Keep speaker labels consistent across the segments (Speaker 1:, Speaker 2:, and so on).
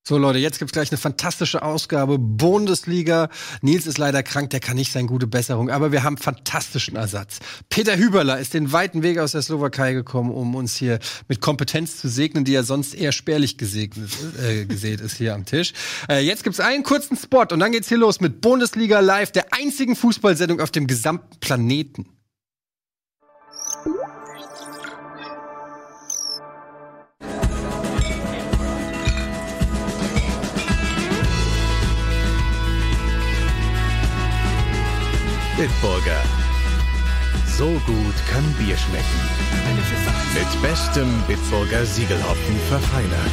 Speaker 1: So Leute, jetzt gibt's gleich eine fantastische Ausgabe Bundesliga. Nils ist leider krank, der kann nicht sein, gute Besserung, aber wir haben fantastischen Ersatz. Peter Hüberler ist den weiten Weg aus der Slowakei gekommen, um uns hier mit Kompetenz zu segnen, die ja sonst eher spärlich gesät ist hier am Tisch. Jetzt gibt's einen kurzen Spot und dann geht's hier los mit Bundesliga Live, der einzigen Fußballsendung auf dem gesamten Planeten.
Speaker 2: Bitburger. So gut kann Bier schmecken. Mit bestem Bitburger Siegelhopfen verfeinert.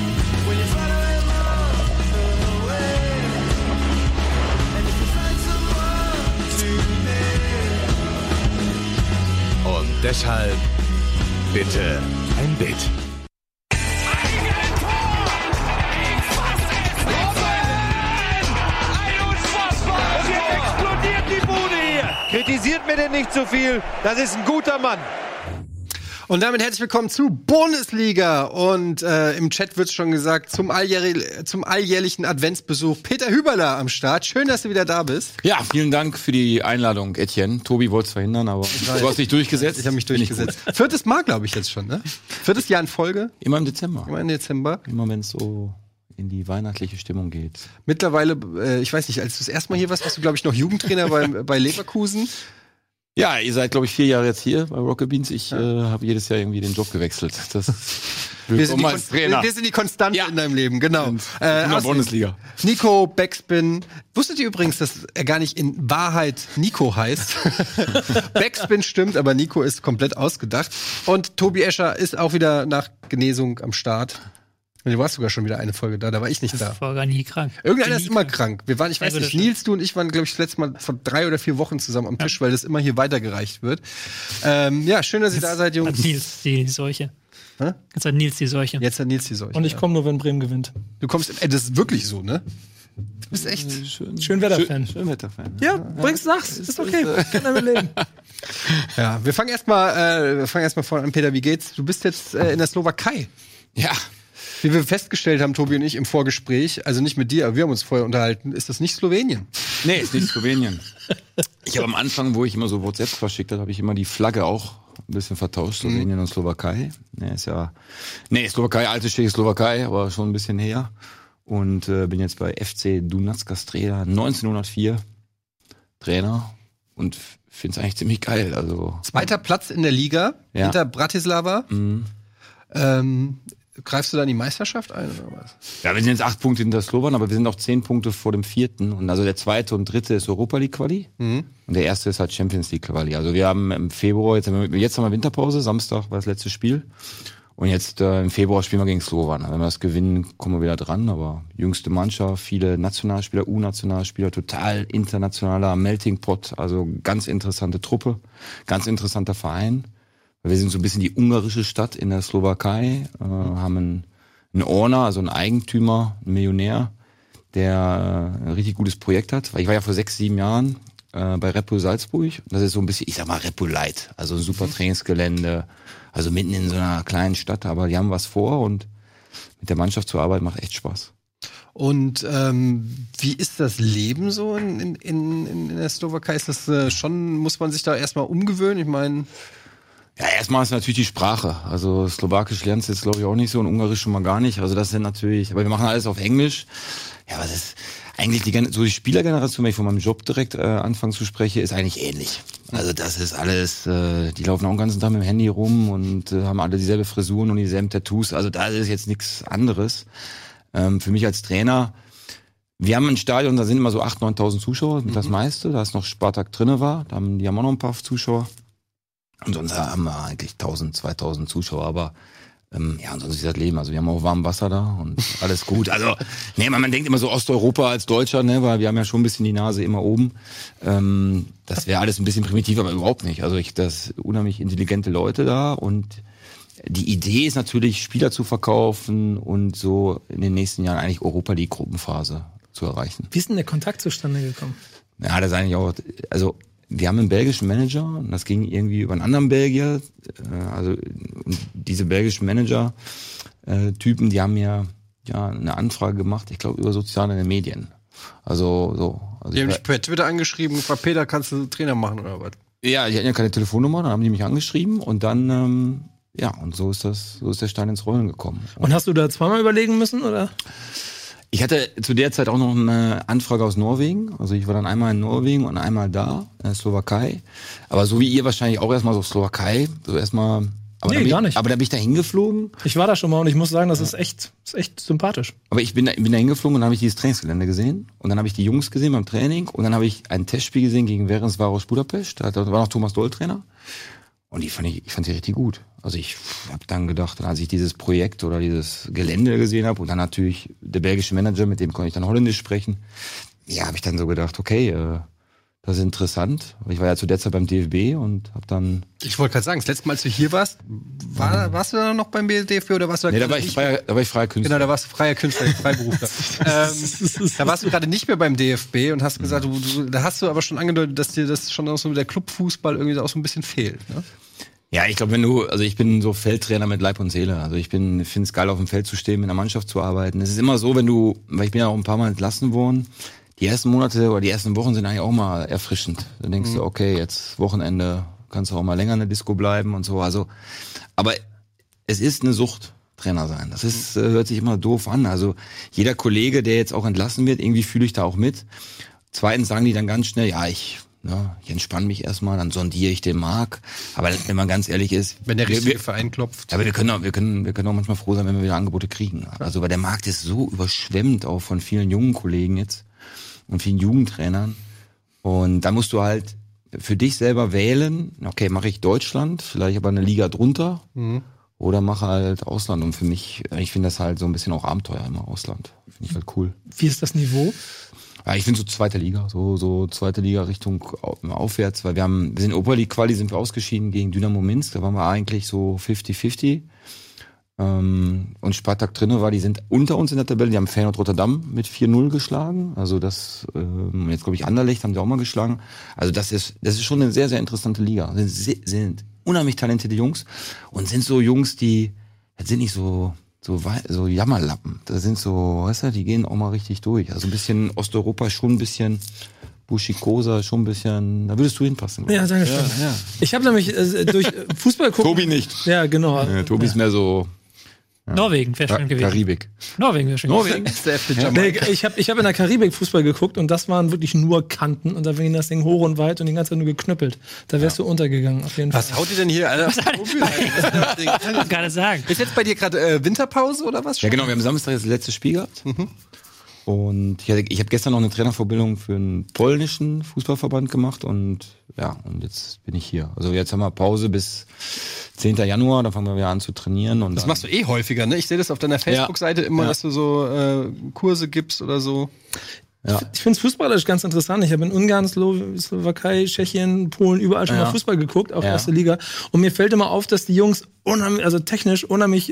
Speaker 2: Und deshalb bitte ein Bit.
Speaker 3: Kritisiert mir denn nicht zu viel, das ist ein guter Mann.
Speaker 1: Und damit herzlich willkommen zu Bundesliga. Und im Chat wird schon gesagt, zum alljährlichen Adventsbesuch Peter Hüberler am Start. Schön, dass du wieder da bist.
Speaker 4: Ja, vielen Dank für die Einladung, Etienne. Tobi wollte es verhindern, aber du hast dich durchgesetzt.
Speaker 1: Ich habe mich durchgesetzt. 4. Mal, glaube ich, jetzt schon, ne? 4. Jahr in Folge.
Speaker 4: Immer im Dezember.
Speaker 1: Immer im Dezember.
Speaker 4: Immer wenn es so in die weihnachtliche Stimmung geht.
Speaker 1: Mittlerweile, ich weiß nicht, als du das erste Mal hier warst du, glaube ich, noch Jugendtrainer bei Leverkusen.
Speaker 4: Ja, ihr seid, glaube ich, 4 Jahre jetzt hier bei Rocket Beans. Ich habe jedes Jahr irgendwie den Job gewechselt.
Speaker 1: Wir sind die Konstante in deinem Leben, genau.
Speaker 4: In der Bundesliga.
Speaker 1: Nico Backspin. Wusstet ihr übrigens, dass er gar nicht in Wahrheit Nico heißt? Backspin stimmt, aber Nico ist komplett ausgedacht. Und Tobi Escher ist auch wieder nach Genesung am Start. Du warst sogar schon wieder eine Folge da war ich nicht da.
Speaker 5: Ich war gar nie krank.
Speaker 1: Irgendeiner ist immer krank. Ich weiß nicht, Nils, du und ich waren, glaube ich, das letzte Mal vor 3 oder 4 Wochen zusammen am Tisch, weil das immer hier weitergereicht wird. Ja, schön, dass ihr da seid, Jungs.
Speaker 5: Hat Nils die Seuche.
Speaker 1: Hä?
Speaker 5: Jetzt hat Nils die Seuche.
Speaker 1: Jetzt hat Nils die Seuche.
Speaker 6: Und ich komme nur, wenn Bremen gewinnt.
Speaker 1: Du kommst, das ist wirklich so, ne? Du bist echt
Speaker 6: schön Wetterfan.
Speaker 4: Schön Wetterfan.
Speaker 6: Ja, bring's nachts. Ist okay. Kann damit leben.
Speaker 1: Ja, wir fangen erstmal vorne an. Peter, wie geht's? Du bist jetzt in der Slowakei.
Speaker 4: Ja.
Speaker 1: Wie wir festgestellt haben, Tobi und ich im Vorgespräch, also nicht mit dir, aber wir haben uns vorher unterhalten, ist das nicht Slowenien?
Speaker 4: Nee, ist nicht Slowenien. Ich habe am Anfang, wo ich immer so WhatsApp verschickt habe, habe ich immer die Flagge auch ein bisschen vertauscht, Slowenien und Slowakei. Slowakei, alte Tschechoslowakei, aber schon ein bisschen her. Und bin jetzt bei FC Dunajská Streda 1904 Trainer und finde es eigentlich ziemlich geil. Also
Speaker 1: 2. Platz in der Liga, hinter Bratislava. Greifst du da in die Meisterschaft ein oder was?
Speaker 4: Ja, wir sind jetzt 8 Punkte hinter Slowan, aber wir sind auch 10 Punkte vor dem 4. Und also der 2. und 3. ist Europa League Quali. Und der 1. ist halt Champions League Quali. Also wir haben im Februar, jetzt haben wir Winterpause, Samstag war das letzte Spiel. Und jetzt im Februar spielen wir gegen Slowan. Wenn wir das gewinnen, kommen wir wieder dran. Aber jüngste Mannschaft, viele Nationalspieler, U-Nationalspieler, total internationaler Melting Pot. Also ganz interessante Truppe, ganz interessanter Verein. Wir sind so ein bisschen die ungarische Stadt in der Slowakei, haben einen Owner, also einen Eigentümer, einen Millionär, der ein richtig gutes Projekt hat. Ich war ja vor 6, 7 Jahren bei Red Bull Salzburg. Das ist so ein bisschen, ich sag mal, Red Bull Light. Also ein super Trainingsgelände, also mitten in so einer kleinen Stadt. Aber die haben was vor und mit der Mannschaft zu arbeiten macht echt Spaß.
Speaker 1: Und wie ist das Leben so in der Slowakei? Ist das schon, muss man sich da erstmal umgewöhnen? Ich meine...
Speaker 4: Ja, erstmal ist natürlich die Sprache. Also Slowakisch lernst du jetzt, glaube ich, auch nicht so und Ungarisch schon mal gar nicht. Also das sind natürlich, aber wir machen alles auf Englisch. Ja, aber das ist eigentlich die Spielergeneration, wenn ich von meinem Job direkt anfangen zu sprechen, ist eigentlich ähnlich. Also das ist alles, die laufen auch den ganzen Tag mit dem Handy rum und haben alle dieselbe Frisuren und dieselben Tattoos. Also da ist jetzt nichts anderes. Für mich als Trainer, wir haben ein Stadion, da sind immer so 8.000, 9.000 Zuschauer, das meiste. Da ist noch Spartak drinne war, die haben auch noch ein paar Zuschauer. Und sonst haben wir eigentlich 1.000, 2.000 Zuschauer, aber und sonst ist das Leben. Also wir haben auch warmes Wasser da und alles gut. Also, man denkt immer so Osteuropa als Deutscher, ne, weil wir haben ja schon ein bisschen die Nase immer oben. Das wäre alles ein bisschen primitiv, aber überhaupt nicht. Also das unheimlich intelligente Leute da und die Idee ist natürlich, Spieler zu verkaufen und so in den nächsten Jahren eigentlich Europa League Gruppenphase zu erreichen.
Speaker 6: Wie ist denn der Kontakt zustande gekommen?
Speaker 4: Ja, das ist eigentlich auch, also wir haben einen belgischen Manager und das ging irgendwie über einen anderen Also und diese belgischen Manager-Typen, die ja eine Anfrage gemacht, ich glaube über soziale Medien. Also so. Also
Speaker 1: Die haben mich per Twitter angeschrieben, gefragt, Peter, kannst du Trainer machen oder was?
Speaker 4: Ja, die hatten ja keine Telefonnummer, dann haben die mich angeschrieben und dann, und so ist der Stein ins Rollen gekommen.
Speaker 6: Und hast du da zweimal überlegen müssen, oder?
Speaker 4: Ich hatte zu der Zeit auch noch eine Anfrage aus Norwegen. Also ich war dann einmal in Norwegen und einmal da, in der Slowakei. Aber so wie ihr wahrscheinlich auch erstmal so Slowakei, so erstmal. Aber
Speaker 6: Nee, gar nicht.
Speaker 4: Aber da bin ich da hingeflogen.
Speaker 6: Ich war da schon mal und ich muss sagen, das ist echt sympathisch.
Speaker 4: Aber ich bin da hingeflogen und dann habe ich dieses Trainingsgelände gesehen. Und dann habe ich die Jungs gesehen beim Training. Und dann habe ich ein Testspiel gesehen gegen Ferencváros Budapest. Da war noch Thomas Doll Trainer. Und ich fand die richtig gut. Also ich habe dann gedacht, als ich dieses Projekt oder dieses Gelände gesehen habe und dann natürlich der belgische Manager, mit dem konnte ich dann Holländisch sprechen, ja, habe ich dann so gedacht, okay, das ist interessant. Ich war ja zu der Zeit beim DFB und habe dann...
Speaker 1: Ich wollte gerade sagen, das letzte Mal, als du hier warst, warst du da noch beim DFB oder warst du da?
Speaker 4: Nee, da war ich freier Künstler.
Speaker 1: Genau, da warst du freier Künstler, Freiberufler. Da warst du gerade nicht mehr beim DFB und hast gesagt, da hast du aber schon angedeutet, dass dir das schon auch so der Clubfußball irgendwie auch so ein bisschen fehlt, ne?
Speaker 4: Ja, ich glaube, ich bin so Feldtrainer mit Leib und Seele. Also ich finde es geil, auf dem Feld zu stehen, mit einer Mannschaft zu arbeiten. Es ist immer so, weil ich bin ja auch ein paar Mal entlassen worden, die ersten Monate oder die ersten Wochen sind eigentlich auch mal erfrischend. Dann denkst du, okay, jetzt Wochenende, kannst du auch mal länger in der Disco bleiben und so. Also, aber es ist eine Sucht, Trainer sein. Das ist, hört sich immer doof an. Also jeder Kollege, der jetzt auch entlassen wird, irgendwie fühle ich da auch mit. Zweitens sagen die dann ganz schnell, ich entspanne mich erstmal, dann sondiere ich den Markt. Aber wenn man ganz ehrlich ist,
Speaker 1: wenn der richtige Verein klopft.
Speaker 4: Aber wir können auch manchmal froh sein, wenn wir wieder Angebote kriegen. Also weil der Markt ist so überschwemmt auch von vielen jungen Kollegen jetzt und vielen Jugendtrainern. Und da musst du halt für dich selber wählen, okay, mache ich Deutschland, vielleicht aber eine Liga drunter oder mache halt Ausland. Und für mich, ich finde das halt so ein bisschen auch Abenteuer immer Ausland. Finde ich halt cool.
Speaker 6: Wie ist das Niveau?
Speaker 4: Ja, ich finde so zweite Liga, so zweite Liga Richtung aufwärts, weil wir sind Europa League Quali, sind wir ausgeschieden gegen Dynamo Minsk, da waren wir eigentlich so 50-50. Und Spartak Trnava, die sind unter uns in der Tabelle, die haben Feyenoord Rotterdam mit 4-0 geschlagen, also das, jetzt glaube ich Anderlecht haben sie auch mal geschlagen, also das ist schon eine sehr, sehr interessante Liga, sind unheimlich talentierte Jungs und sind so Jungs, die sind nicht so Jammerlappen. Das sind so, weißt du, die gehen auch mal richtig durch. Also ein bisschen Osteuropa, schon ein bisschen Buschikosa, schon ein bisschen, da würdest du hinpassen.
Speaker 6: Ja, danke schön.
Speaker 4: Ja.
Speaker 6: Ich habe nämlich durch Fußball gucken.
Speaker 4: Tobi nicht.
Speaker 6: Ja, genau.
Speaker 4: Ja, Tobi ist mehr so
Speaker 5: Norwegen wäre schön gewesen.
Speaker 4: Karibik.
Speaker 5: Norwegen wäre schön gewesen.
Speaker 6: Nee, ich hab in der Karibik Fußball geguckt und das waren wirklich nur Kanten und da ging das Ding hoch und weit und die ganze Zeit nur geknüppelt. Da wärst du untergegangen, auf jeden Fall.
Speaker 1: Was haut ihr denn hier, Alter?
Speaker 5: Ich kann gerade sagen.
Speaker 1: Ist jetzt bei dir gerade Winterpause oder was?
Speaker 4: Ja genau, wir haben Samstag jetzt das letzte Spiel gehabt. Und ich habe gestern noch eine Trainervorbildung für einen polnischen Fußballverband gemacht und jetzt bin ich hier. Also jetzt haben wir Pause bis 10. Januar, dann fangen wir wieder an zu trainieren. Und
Speaker 1: das machst du häufiger, ne? Ich sehe das auf deiner Facebook-Seite immer, dass du so Kurse gibst oder so.
Speaker 4: Ja.
Speaker 6: Ich finde es fußballerisch ganz interessant. Ich habe in Ungarn, Slowakei, Tschechien, Polen, überall schon mal Fußball geguckt, auch erste Liga. Und mir fällt immer auf, dass die Jungs technisch unheimlich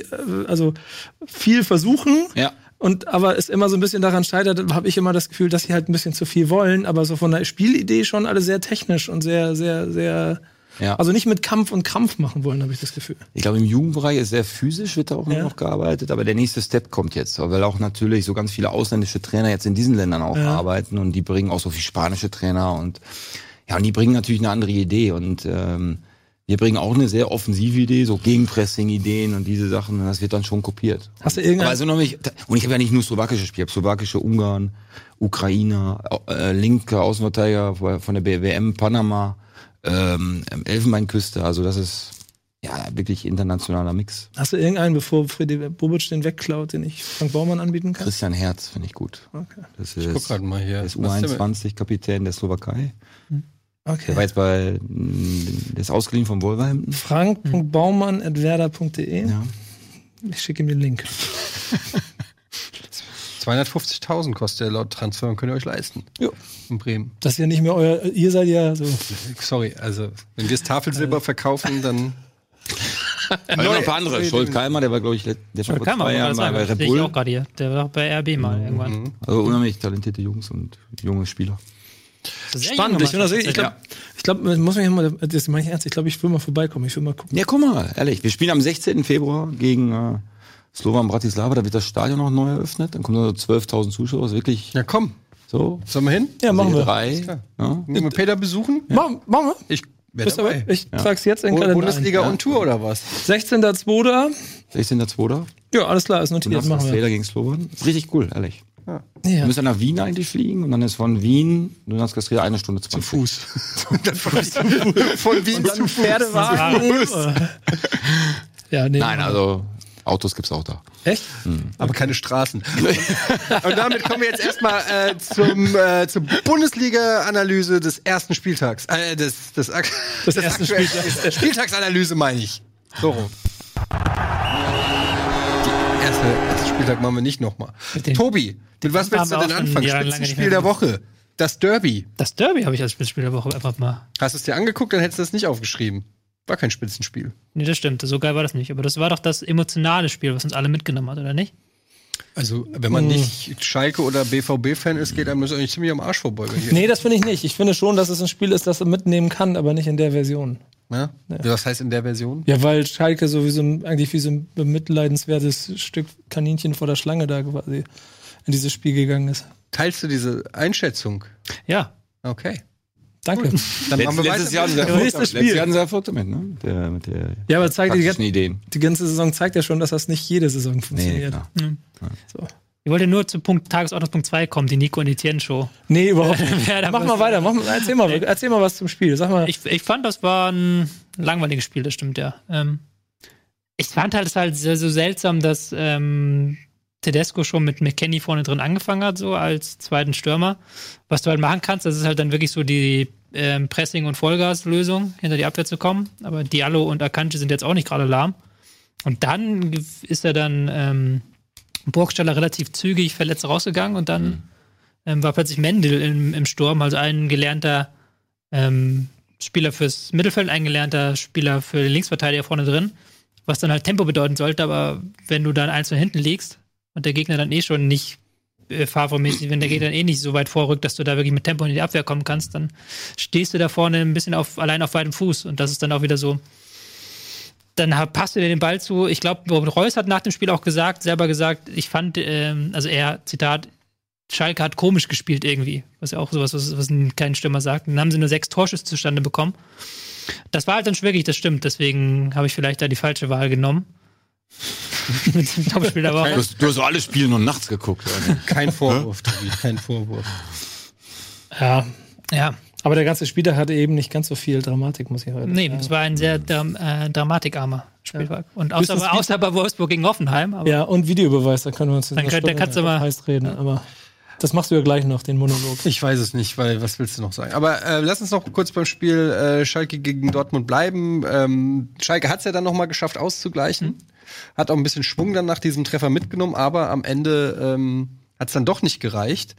Speaker 6: viel versuchen.
Speaker 4: Ja.
Speaker 6: Aber es immer so ein bisschen daran scheitert, habe ich immer das Gefühl, dass sie halt ein bisschen zu viel wollen, aber so von der Spielidee schon alle sehr technisch und sehr, sehr, sehr, also nicht mit Kampf und Krampf machen wollen, habe ich das Gefühl.
Speaker 4: Ich glaube, im Jugendbereich ist sehr physisch, wird da auch noch gearbeitet, aber der nächste Step kommt jetzt, weil auch natürlich so ganz viele ausländische Trainer jetzt in diesen Ländern auch arbeiten und die bringen auch so viel spanische Trainer und die bringen natürlich eine andere Idee und wir bringen auch eine sehr offensive Idee, so Gegenpressing-Ideen und diese Sachen, und das wird dann schon kopiert.
Speaker 6: Hast du irgendein...
Speaker 4: Und ich habe ja nicht nur slowakische Spieler, ich habe slowakische, Ungarn, Ukrainer, linke Außenverteidiger von der WM, Panama, Elfenbeinküste, also das ist wirklich internationaler Mix.
Speaker 6: Hast du irgendeinen, bevor Freddy Bobic den wegklaut, den ich Frank Baumann anbieten kann?
Speaker 4: Christian Herz finde ich gut.
Speaker 6: Okay.
Speaker 1: Ich guck gerade mal hier.
Speaker 4: Der ist U21-Kapitän der Slowakei.
Speaker 6: Okay.
Speaker 4: Der war jetzt der ist ausgeliehen von Wolverhampton.
Speaker 6: frank.baumann@werder.de.
Speaker 4: Ja.
Speaker 6: Ich schicke ihm den Link.
Speaker 1: 250.000 kostet der laut Transfer, könnt ihr euch leisten.
Speaker 6: Ja.
Speaker 1: In Bremen.
Speaker 6: Das ist ja nicht mehr euer, ihr seid ja so.
Speaker 1: Sorry, also wenn wir das Tafelsilber verkaufen, dann...
Speaker 4: Noch ein paar andere. Scholt Keimer, der war, glaube ich, der war vor 2 Jahren bei Red
Speaker 5: Ich
Speaker 4: Bull.
Speaker 5: auch gerade hier. Der war auch bei RB mal irgendwann.
Speaker 4: Also unheimlich talentierte Jungs und junge Spieler.
Speaker 6: Spannend, ich glaube, muss mich mal, das meine ich ernst, ich glaube, ich will mal vorbeikommen, ich will mal gucken.
Speaker 4: Ja, guck mal, ehrlich, wir spielen am 16. Februar gegen Slovan Bratislava, da wird das Stadion noch neu eröffnet. Dann kommen da so 12.000 Zuschauer. Das ist wirklich.
Speaker 1: Ja, komm.
Speaker 4: So.
Speaker 1: Sollen wir hin?
Speaker 6: Ja, machen wir.
Speaker 4: 3. Ja.
Speaker 1: Nehmen wir Peter besuchen?
Speaker 6: Ja. Machen wir.
Speaker 1: Ich dabei.
Speaker 6: Ich trag's jetzt in den Kalender
Speaker 1: Bundesliga
Speaker 6: ein.
Speaker 1: und Tour oder was?
Speaker 6: 16.02.
Speaker 4: 16.02.
Speaker 6: Ja, alles klar, ist notiert.
Speaker 4: Das
Speaker 6: Machen wir.
Speaker 4: Feder gegen Slovan. Ist richtig cool, ehrlich.
Speaker 6: Ja.
Speaker 4: Wir müssen dann nach Wien eigentlich fliegen und dann ist von Wien, du hast Castria 1 Stunde 20.
Speaker 1: Zu Fuß. Von Wien
Speaker 6: Und dann Pferdewagen. Ja, nee.
Speaker 4: Nein, also Autos gibt's auch da.
Speaker 6: Echt?
Speaker 1: Aber keine Straßen. Und damit kommen wir jetzt erstmal zur Bundesliga-Analyse des ersten Spieltags. Des
Speaker 6: ersten Spieltags.
Speaker 1: Spieltagsanalyse meine ich. So rum. Erste Spieltag machen wir nicht nochmal. Tobi, mit was willst du denn anfangen? Spitzenspiel der Woche. Das Derby.
Speaker 5: Das Derby habe ich als Spitzenspiel der Woche einfach mal.
Speaker 1: Hast du es dir angeguckt, dann hättest du das nicht aufgeschrieben. War kein Spitzenspiel.
Speaker 5: Nee, das stimmt. So geil war das nicht. Aber das war doch das emotionale Spiel, was uns alle mitgenommen hat, oder nicht?
Speaker 1: Also, wenn man nicht Schalke- oder BVB-Fan ist, geht einem das eigentlich ziemlich am Arsch vorbei.
Speaker 6: Nee, das finde ich nicht. Ich finde schon, dass es ein Spiel ist, das man mitnehmen kann, aber nicht in der Version.
Speaker 1: Ja? Was heißt in der Version?
Speaker 6: Ja, weil Schalke sowieso eigentlich wie so ein bemitleidenswertes Stück Kaninchen vor der Schlange da quasi in dieses Spiel gegangen ist.
Speaker 1: Teilst du diese Einschätzung?
Speaker 5: Ja.
Speaker 1: Okay.
Speaker 6: Danke.
Speaker 1: Dann machen wir
Speaker 4: Letztes Jahr hatten sie Erfolg damit, ne? Mit der
Speaker 6: ja, aber zeigt
Speaker 4: Ideen.
Speaker 6: Die ganze Saison zeigt ja schon, dass das nicht jede Saison funktioniert.
Speaker 4: Nee,
Speaker 6: So.
Speaker 5: Ich wollte nur zu Tagesordnungspunkt 2 kommen, die Nico und Etienne Show.
Speaker 6: Nee, überhaupt nicht. Mach mal weiter. Erzähl mal was zum Spiel. Sag mal.
Speaker 5: Ich fand, das war ein langweiliges Spiel, das stimmt, ja. Ich fand halt es halt so seltsam, dass Tedesco schon mit McKennie vorne drin angefangen hat, so als zweiten Stürmer. Was du halt machen kannst, das ist halt dann wirklich so die Pressing- und Vollgaslösung, hinter die Abwehr zu kommen. Aber Diallo und Akanji sind jetzt auch nicht gerade lahm. Und dann ist er dann Burgstaller relativ zügig verletzt rausgegangen und dann war plötzlich Mendel im Sturm, also ein gelernter Spieler fürs Mittelfeld, ein gelernter Spieler für den Linksverteidiger vorne drin, was dann halt Tempo bedeuten sollte, aber wenn du dann 1 hinten liegst und der Gegner dann schon nicht fahrvormäßig, wenn der Gegner dann nicht so weit vorrückt, dass du da wirklich mit Tempo in die Abwehr kommen kannst, dann stehst du da vorne ein bisschen allein auf weitem Fuß und das ist dann auch wieder so. Dann passt du dir den Ball zu. Ich glaube, Reus hat nach dem Spiel auch selber gesagt, ich fand, Zitat, Schalke hat komisch gespielt irgendwie. Was ja auch sowas, was kein Stürmer sagt. Dann haben sie nur 6 Torschüsse zustande bekommen. Das war halt dann schwierig, das stimmt. Deswegen habe ich vielleicht da die falsche Wahl genommen. Mit dem Topspiel der Woche.
Speaker 4: Du hast alle Spiele nur nachts geguckt.
Speaker 1: Kein Vorwurf, Tobi, kein Vorwurf.
Speaker 5: Ja.
Speaker 6: Aber der ganze Spieltag hatte eben nicht ganz so viel Dramatik, muss ich heute sagen.
Speaker 5: Es war ein sehr dramatikarmer Spieltag. Ja. Und außer bei Wolfsburg gegen Hoffenheim. Aber
Speaker 6: ja, und Videobeweis, da können wir uns
Speaker 5: heiß
Speaker 6: reden. Ja. Aber das machst du ja gleich noch, den Monolog.
Speaker 1: Ich weiß es nicht, weil was willst du noch sagen? Aber lass uns noch kurz beim Spiel Schalke gegen Dortmund bleiben. Schalke hat es ja dann noch mal geschafft auszugleichen. Hat auch ein bisschen Schwung dann nach diesem Treffer mitgenommen, aber am Ende hat es dann doch nicht gereicht.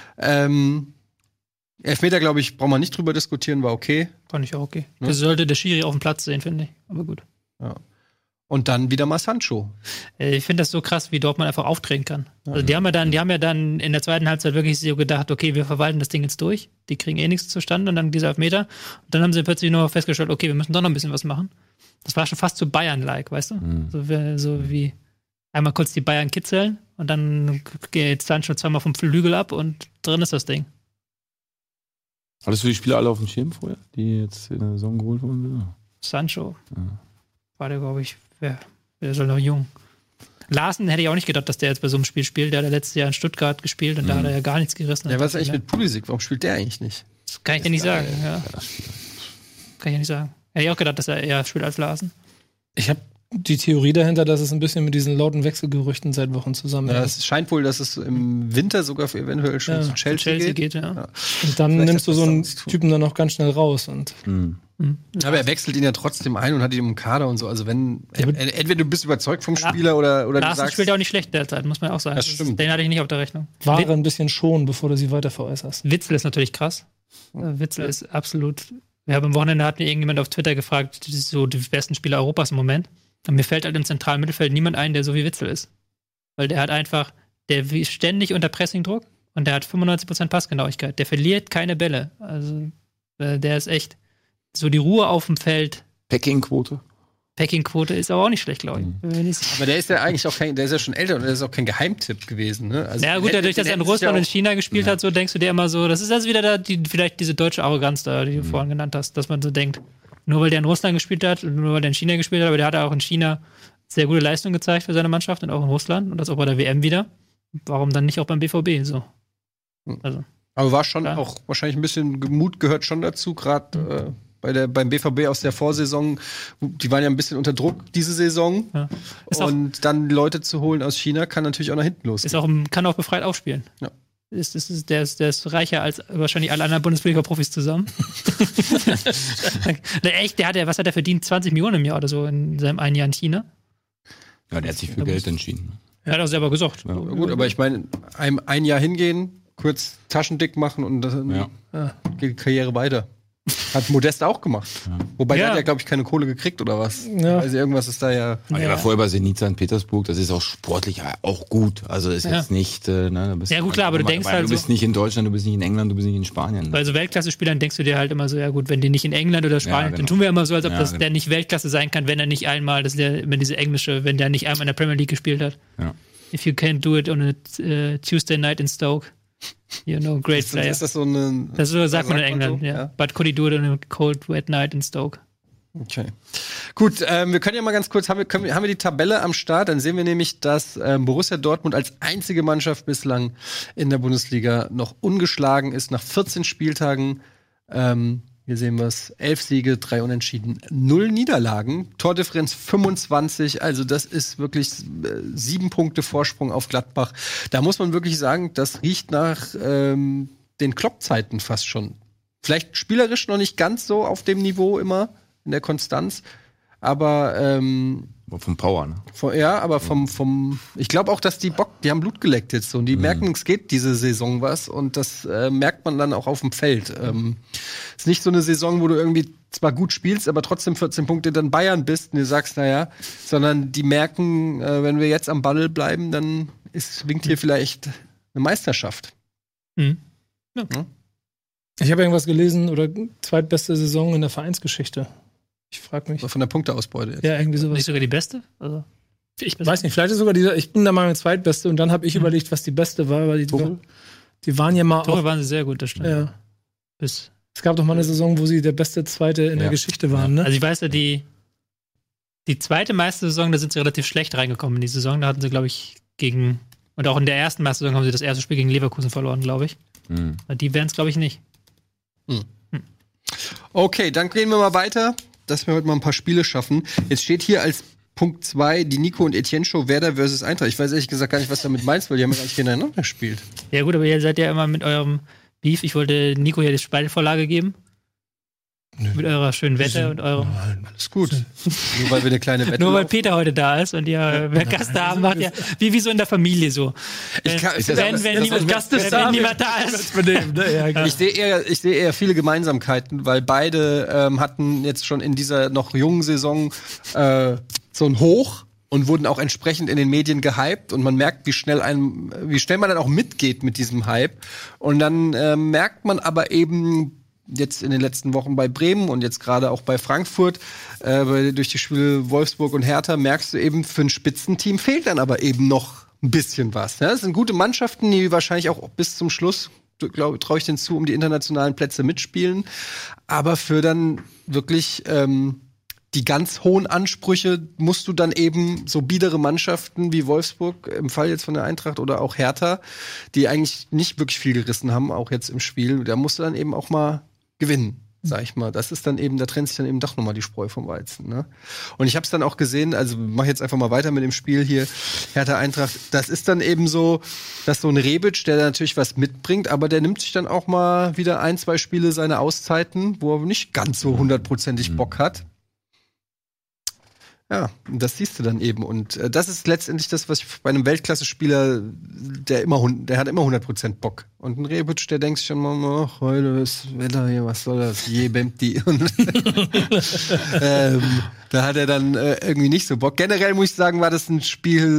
Speaker 1: Elfmeter, glaube ich, braucht man nicht drüber diskutieren, war okay.
Speaker 5: Fand ich auch okay. Ne? Das sollte der Schiri auf dem Platz sehen, finde ich. Aber gut.
Speaker 1: Ja. Und dann wieder mal Sancho.
Speaker 5: Ich finde das so krass, wie Dortmund einfach auftreten kann. Also die haben ja dann in der zweiten Halbzeit wirklich so gedacht, okay, wir verwalten das Ding jetzt durch. Die kriegen eh nichts zustande und dann dieser Elfmeter. Und dann haben sie plötzlich nur festgestellt, okay, wir müssen doch noch ein bisschen was machen. Das war schon fast so Bayern-like, weißt du? So wie einmal kurz die Bayern kitzeln und dann geht Sancho zweimal vom Flügel ab und drin ist das Ding.
Speaker 4: Hattest du die Spieler alle auf dem Schirm vorher, die jetzt in der Saison geholt wurden? Ja.
Speaker 5: Sancho. Ja. War der, glaube ich, der ist halt noch jung. Larsen hätte ich auch nicht gedacht, dass der jetzt bei so einem Spiel spielt. Der hat letztes Jahr in Stuttgart gespielt und da hat er ja gar nichts gerissen.
Speaker 1: Ja, was ist eigentlich mit Pulisic? Warum spielt der eigentlich nicht?
Speaker 5: Das kann ich dir nicht sagen. Ja. Kann ich dir nicht sagen. Hätte ich auch gedacht, dass er eher spielt als Larsen.
Speaker 6: Ich habe die Theorie dahinter, dass es ein bisschen mit diesen lauten Wechselgerüchten seit Wochen zusammenhängt.
Speaker 1: Ja, es scheint wohl, dass es im Winter sogar eventuell schon zu Chelsea geht.
Speaker 5: Ja.
Speaker 6: Und dann nimmst du so einen Typen dann auch ganz schnell raus. Und
Speaker 1: aber er wechselt ihn ja trotzdem ein und hat ihn im Kader und so. Also entweder du bist überzeugt vom Spieler oder du
Speaker 5: sagst... Larsen spielt ja auch nicht schlecht derzeit, muss man auch sagen.
Speaker 1: Das stimmt.
Speaker 5: Den hatte ich nicht auf der Rechnung.
Speaker 6: Wahre ein bisschen schon, bevor du sie weiter veräußerst.
Speaker 5: Witzel ist natürlich krass. Witzel ist absolut... Am Wochenende hat mir irgendjemand auf Twitter gefragt, so die besten Spieler Europas im Moment. Und mir fällt halt im zentralen Mittelfeld niemand ein, der so wie Witzel ist. Weil der hat einfach, der ist ständig unter Pressingdruck und der hat 95% Passgenauigkeit. Der verliert keine Bälle. Also der ist echt so die Ruhe auf dem Feld.
Speaker 4: Packing-Quote?
Speaker 5: Packing-Quote ist aber auch nicht schlecht, glaube ich.
Speaker 1: Aber der ist ja eigentlich auch der ist ja schon älter und der ist auch kein Geheimtipp gewesen, ne? Also
Speaker 5: ja gut, dadurch, dass er in Russland und China gespielt hat, so denkst du dir immer so, das ist also wieder vielleicht diese deutsche Arroganz da, die du vorhin genannt hast, dass man so denkt, nur weil der in Russland gespielt hat und nur weil der in China gespielt hat, aber der hat auch in China sehr gute Leistung gezeigt für seine Mannschaft und auch in Russland und das auch bei der WM wieder. Warum dann nicht auch beim BVB so? Also,
Speaker 1: aber war schon auch wahrscheinlich ein bisschen Mut gehört schon dazu, gerade beim BVB aus der Vorsaison, die waren ja ein bisschen unter Druck diese Saison. Ja. Und dann Leute zu holen aus China kann natürlich auch nach hinten losgehen. Kann
Speaker 5: auch befreit aufspielen.
Speaker 1: Ja.
Speaker 5: Der ist reicher als wahrscheinlich alle anderen Bundesliga-Profis zusammen. Echt, was hat er verdient? 20 Millionen im Jahr oder so in seinem einen Jahr in China?
Speaker 4: Ja, der hat sich für Geld entschieden.
Speaker 5: Er hat auch selber gesagt.
Speaker 1: Ja. Gut, aber ich meine, ein Jahr hingehen, kurz taschendick machen und dann geht die Karriere weiter. Hat Modest auch gemacht. Ja. Wobei der hat ja, glaube ich, keine Kohle gekriegt oder was. Ja. Also irgendwas ist da ja.
Speaker 4: Er war vorher bei Zenit St. Petersburg, das ist auch sportlich auch gut. Also ist jetzt nicht.
Speaker 5: Ja, gut, klar, aber du denkst halt.
Speaker 4: Du bist nicht in Deutschland, du bist nicht in England, du bist nicht in Spanien.
Speaker 5: Bei so Weltklasse-Spielern denkst du dir halt immer so, ja gut, wenn die nicht in England oder Spanien, dann tun wir immer so, als ob der nicht Weltklasse sein kann, wenn er nicht einmal, das ist ja immer diese englische, wenn der nicht einmal in der Premier League gespielt hat.
Speaker 4: Ja.
Speaker 5: If you can't do it on a Tuesday night in Stoke. You know, great player.
Speaker 1: Ist das so eine.
Speaker 5: Das sagt man in England, so? Ja. But could he do it on a cold, wet night in Stoke?
Speaker 1: Okay. Gut, wir können ja mal ganz kurz, haben wir die Tabelle am Start, dann sehen wir nämlich, dass Borussia Dortmund als einzige Mannschaft bislang in der Bundesliga noch ungeschlagen ist, nach 14 Spieltagen. Hier sehen wir es, 11 Siege, 3 Unentschieden, 0 Niederlagen, Tordifferenz 25, also das ist wirklich 7 Punkte Vorsprung auf Gladbach. Da muss man wirklich sagen, das riecht nach den Klopp-Zeiten fast schon. Vielleicht spielerisch noch nicht ganz so auf dem Niveau immer, in der Konstanz, aber
Speaker 4: vom Power, ne?
Speaker 1: Aber vom ich glaube auch, dass die haben Blut geleckt jetzt so und die merken, es geht diese Saison was und das merkt man dann auch auf dem Feld. Ist nicht so eine Saison, wo du irgendwie zwar gut spielst, aber trotzdem 14 Punkte dann Bayern bist und du sagst, sondern die merken, wenn wir jetzt am Ball bleiben, dann winkt hier vielleicht eine Meisterschaft.
Speaker 5: Mhm.
Speaker 6: Ja. Ich habe irgendwas gelesen, oder zweitbeste Saison in der Vereinsgeschichte. Ich frage mich.
Speaker 1: Von der Punkteausbeute jetzt.
Speaker 5: Ja, irgendwie sowas. Nicht sogar die beste? Also,
Speaker 6: ich weiß nicht, vielleicht ist sogar ich bin der Meinung, zweitbeste und dann habe ich überlegt, was die beste war, weil die waren ja mal
Speaker 5: Tore waren sie sehr gut, das stimmt.
Speaker 6: Ja. Es gab doch mal eine Saison, wo sie der beste Zweite in der Geschichte waren, ne?
Speaker 5: Also ich weiß ja, die zweite Meistersaison, da sind sie relativ schlecht reingekommen in die Saison. Da hatten sie, glaube ich, und auch in der ersten Meistersaison haben sie das erste Spiel gegen Leverkusen verloren, glaube ich. Die wären es, glaube ich, nicht.
Speaker 1: Okay, dann gehen wir mal weiter, dass wir heute mal ein paar Spiele schaffen. Jetzt steht hier als Punkt 2 die Nico und Etienne Show Werder versus Eintracht. Ich weiß ehrlich gesagt gar nicht, was du damit meinst, weil die haben ja gar nicht gegeneinander gespielt.
Speaker 5: Ja gut, aber ihr seid ja immer mit eurem Beef. Ich wollte Nico ja die Spielvorlage geben. Nö. Mit eurer schönen Wette und eurem.
Speaker 1: Nein, alles gut. Nur weil wir eine kleine Wette
Speaker 5: Nur weil Peter heute da ist und ihr Gast haben, macht ja wie so in der Familie so. Wenn niemand da ist.
Speaker 1: Ich sehe eher viele Gemeinsamkeiten, weil beide hatten jetzt schon in dieser noch jungen Saison so ein Hoch und wurden auch entsprechend in den Medien gehypt und man merkt, wie schnell man dann auch mitgeht mit diesem Hype. Und dann merkt man aber eben jetzt in den letzten Wochen bei Bremen und jetzt gerade auch bei Frankfurt, durch die Spiele Wolfsburg und Hertha, merkst du eben, für ein Spitzenteam fehlt dann aber eben noch ein bisschen was. Ja? Das sind gute Mannschaften, die wahrscheinlich auch bis zum Schluss, traue ich denen zu, um die internationalen Plätze mitspielen. Aber für dann wirklich die ganz hohen Ansprüche musst du dann eben so biedere Mannschaften wie Wolfsburg, im Fall jetzt von der Eintracht, oder auch Hertha, die eigentlich nicht wirklich viel gerissen haben, auch jetzt im Spiel, da musst du dann eben auch mal gewinnen, sag ich mal. Das ist dann eben, da trennt sich dann eben doch nochmal die Spreu vom Weizen, ne? Und ich habe es dann auch gesehen, also mach jetzt einfach mal weiter mit dem Spiel hier, Hertha Eintracht, das ist dann eben so, dass so ein Rebic, der natürlich was mitbringt, aber der nimmt sich dann auch mal wieder 1-2 Spiele seine Auszeiten, wo er nicht ganz so 100%ig Bock hat. Ja, das siehst du dann eben. Und das ist letztendlich das, was ich bei einem Weltklasse-Spieler, der hat immer 100% Bock. Und ein Rebic, der denkt sich schon mal, heute ist Wetter hier, was soll das? Je bämmt die. Da hat er dann irgendwie nicht so Bock. Generell muss ich sagen, war das ein Spiel,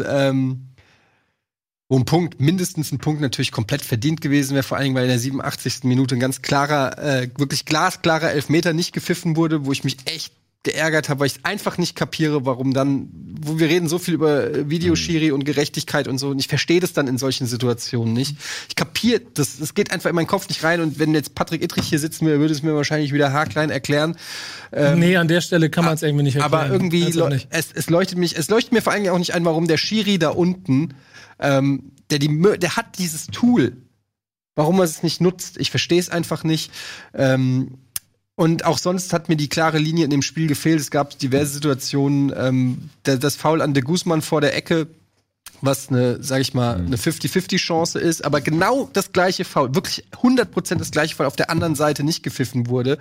Speaker 1: wo mindestens ein Punkt natürlich komplett verdient gewesen wäre, vor allen Dingen, weil in der 87. Minute ein ganz klarer, wirklich glasklarer Elfmeter nicht gepfiffen wurde, wo ich mich echt geärgert habe, weil ich einfach nicht kapiere, warum dann, wo wir reden so viel über Videoschiri und Gerechtigkeit und so, und ich verstehe das dann in solchen Situationen nicht. Ich kapiere das, es geht einfach in meinen Kopf nicht rein, und wenn jetzt Patrick Ittrich hier sitzen würde, würde es mir wahrscheinlich wieder haarklein erklären.
Speaker 6: Nee, an der Stelle kann man es irgendwie nicht erklären.
Speaker 1: Aber irgendwie, es leuchtet mir vor allem auch nicht ein, warum der Schiri da unten, der hat dieses Tool, warum er es nicht nutzt. Ich verstehe es einfach nicht. Und auch sonst hat mir die klare Linie in dem Spiel gefehlt. Es gab diverse Situationen. Das Foul an de Guzman vor der Ecke, was eine 50-50-Chance ist, aber genau das gleiche Foul, wirklich 100% das gleiche Foul auf der anderen Seite nicht gepfiffen wurde.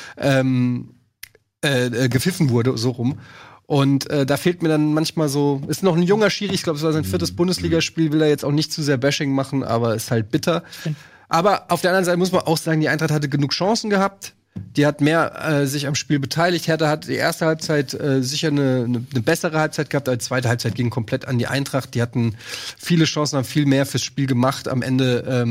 Speaker 1: Gepfiffen wurde, so rum. Und da fehlt mir dann manchmal so, ist noch ein junger Schiri, ich glaube, es war sein 4. Bundesligaspiel, will er jetzt auch nicht zu sehr Bashing machen, aber ist halt bitter. Aber auf der anderen Seite muss man auch sagen, die Eintracht hatte genug Chancen gehabt. Die hat mehr sich am Spiel beteiligt. Hertha hat die erste Halbzeit sicher eine bessere Halbzeit gehabt, als die zweite Halbzeit ging komplett an die Eintracht. Die hatten viele Chancen, haben viel mehr fürs Spiel gemacht. Am Ende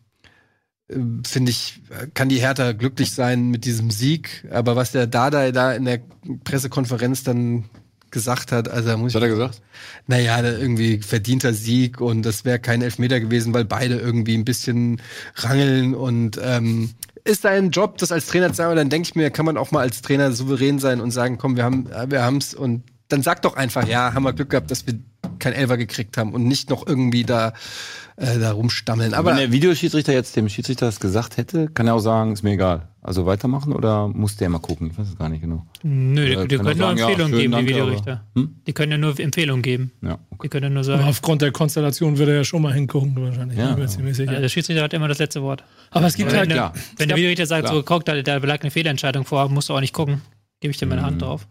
Speaker 1: finde ich, kann die Hertha glücklich sein mit diesem Sieg. Aber was der Dardai da in der Pressekonferenz dann gesagt hat, also muss ich.
Speaker 4: Was hat er gesagt?
Speaker 1: Naja, irgendwie verdienter Sieg, und das wäre kein Elfmeter gewesen, weil beide irgendwie ein bisschen rangeln, und ist dein Job, das als Trainer zu sagen, dann denke ich mir, kann man auch mal als Trainer souverän sein und sagen, komm, wir haben's, und dann sag doch einfach, ja, haben wir Glück gehabt, dass wir kein Elfer gekriegt haben, und nicht noch irgendwie da rumstammeln. Aber
Speaker 4: wenn der Videoschiedsrichter jetzt dem Schiedsrichter das gesagt hätte, kann er auch sagen, ist mir egal. Also weitermachen, oder muss der mal gucken? Ich weiß es gar nicht genau.
Speaker 5: Nö, die können nur Empfehlungen geben,
Speaker 4: Dank,
Speaker 5: die Videorichter. Die können ja nur Empfehlungen geben.
Speaker 4: Ja, okay.
Speaker 5: Die können ja nur sagen.
Speaker 6: Aber aufgrund der Konstellation würde er ja schon mal hingucken, wahrscheinlich.
Speaker 4: Ja,
Speaker 5: Ja, der Schiedsrichter hat immer das letzte Wort.
Speaker 6: Aber es gibt
Speaker 5: Wenn
Speaker 6: halt.
Speaker 5: wenn der Videorichter sagt, so, guck, da lag eine Fehlentscheidung vor, musst du auch nicht gucken, gebe ich dir meine Hand drauf.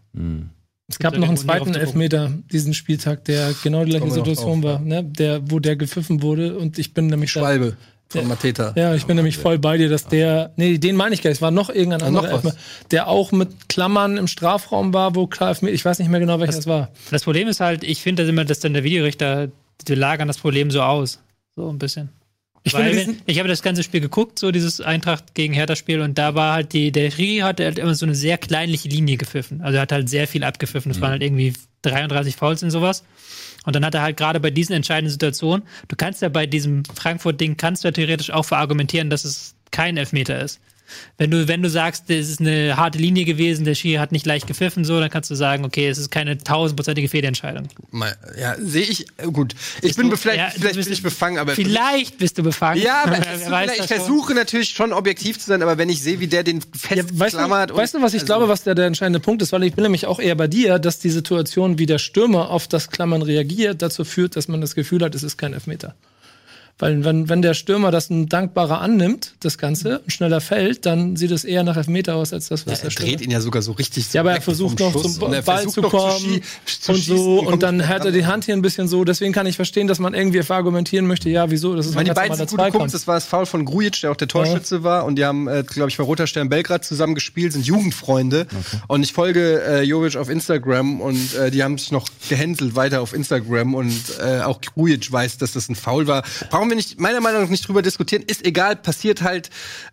Speaker 6: Es gab noch einen zweiten Elfmeter diesen Spieltag, der genau die gleiche Situation war, ne? Wo der gepfiffen wurde, und ich bin nämlich
Speaker 1: Schwalbe von Mateta.
Speaker 6: Ja, ich bin nämlich voll bei dir, dass den meine ich gar nicht, es war noch irgendein anderer Elfmeter, der auch mit Klammern im Strafraum war, wo klar, ich weiß nicht mehr genau, welcher das war.
Speaker 5: Das Problem ist halt, ich finde das immer, dass dann der Videorichter, die lagern das Problem so aus. So ein bisschen. Ich habe das ganze Spiel geguckt, so dieses Eintracht gegen Hertha-Spiel, und da war halt der Schiri hat halt immer so eine sehr kleinliche Linie gepfiffen. Also er hat halt sehr viel abgepfiffen. Das waren halt irgendwie 33 Fouls und sowas. Und dann hat er halt gerade bei diesen entscheidenden Situationen, du kannst ja bei diesem Frankfurt-Ding, kannst du ja theoretisch auch verargumentieren, dass es kein Elfmeter ist. Wenn du sagst, es ist eine harte Linie gewesen, der Schiri hat nicht leicht gepfiffen, so, dann kannst du sagen, okay, es ist keine 1000%ige Fehlentscheidung.
Speaker 1: Ja, sehe ich, gut. Vielleicht bin ich befangen, aber.
Speaker 5: Vielleicht bist du befangen.
Speaker 1: Ja, aber ich versuche natürlich schon objektiv zu sein, aber wenn ich sehe, wie der den festklammert.
Speaker 6: Weißt du, was ich glaube, was der entscheidende Punkt ist? Weil ich bin nämlich auch eher bei dir, dass die Situation, wie der Stürmer auf das Klammern reagiert, dazu führt, dass man das Gefühl hat, es ist kein Elfmeter. Weil wenn der Stürmer das ein Dankbarer annimmt, das Ganze, und schneller fällt, dann sieht es eher nach Elfmeter aus, als das, was der Stürmer.
Speaker 1: Er dreht ihn ja sogar so richtig.
Speaker 6: Ja, aber er versucht noch zum Ball zu kommen und so, und dann hat er die Hand hier ein bisschen so. Deswegen kann ich verstehen, dass man irgendwie argumentieren möchte, ja, wieso, das ist
Speaker 1: die beiden sind gute Kumpels, das war das Foul von Grujic, der auch der Torschütze war, und die haben, glaube ich, bei Roter Stern Belgrad zusammen gespielt, sind Jugendfreunde, und ich folge Jovic auf Instagram, und die haben sich noch gehänselt weiter auf Instagram, und auch Grujic weiß, dass das ein Foul war. Brauchen wir meiner Meinung nach nicht drüber diskutieren, ist egal, passiert halt,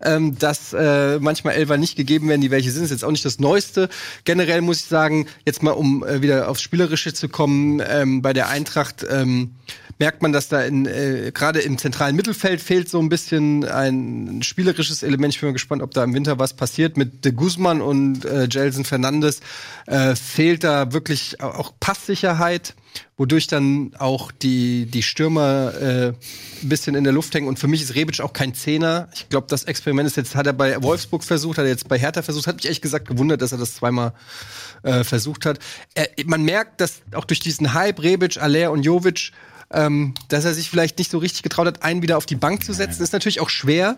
Speaker 1: dass manchmal Elfer nicht gegeben werden, die welche sind, ist jetzt auch nicht das Neueste. Generell muss ich sagen, jetzt mal um wieder aufs Spielerische zu kommen, bei der Eintracht merkt man, dass da gerade im zentralen Mittelfeld fehlt so ein bisschen ein spielerisches Element. Ich bin mal gespannt, ob da im Winter was passiert. Mit de Guzman und Gelson Fernandes fehlt da wirklich auch Passsicherheit, wodurch dann auch die Stürmer ein bisschen in der Luft hängen. Und für mich ist Rebic auch kein Zehner. Ich glaube, das Experiment hat er bei Wolfsburg versucht, hat er jetzt bei Hertha versucht. Hat mich ehrlich gesagt gewundert, dass er das zweimal versucht hat. Man merkt, dass auch durch diesen Hype Rebic, Aller und Jovic, dass er sich vielleicht nicht so richtig getraut hat, einen wieder auf die Bank zu setzen. Ist natürlich auch schwer,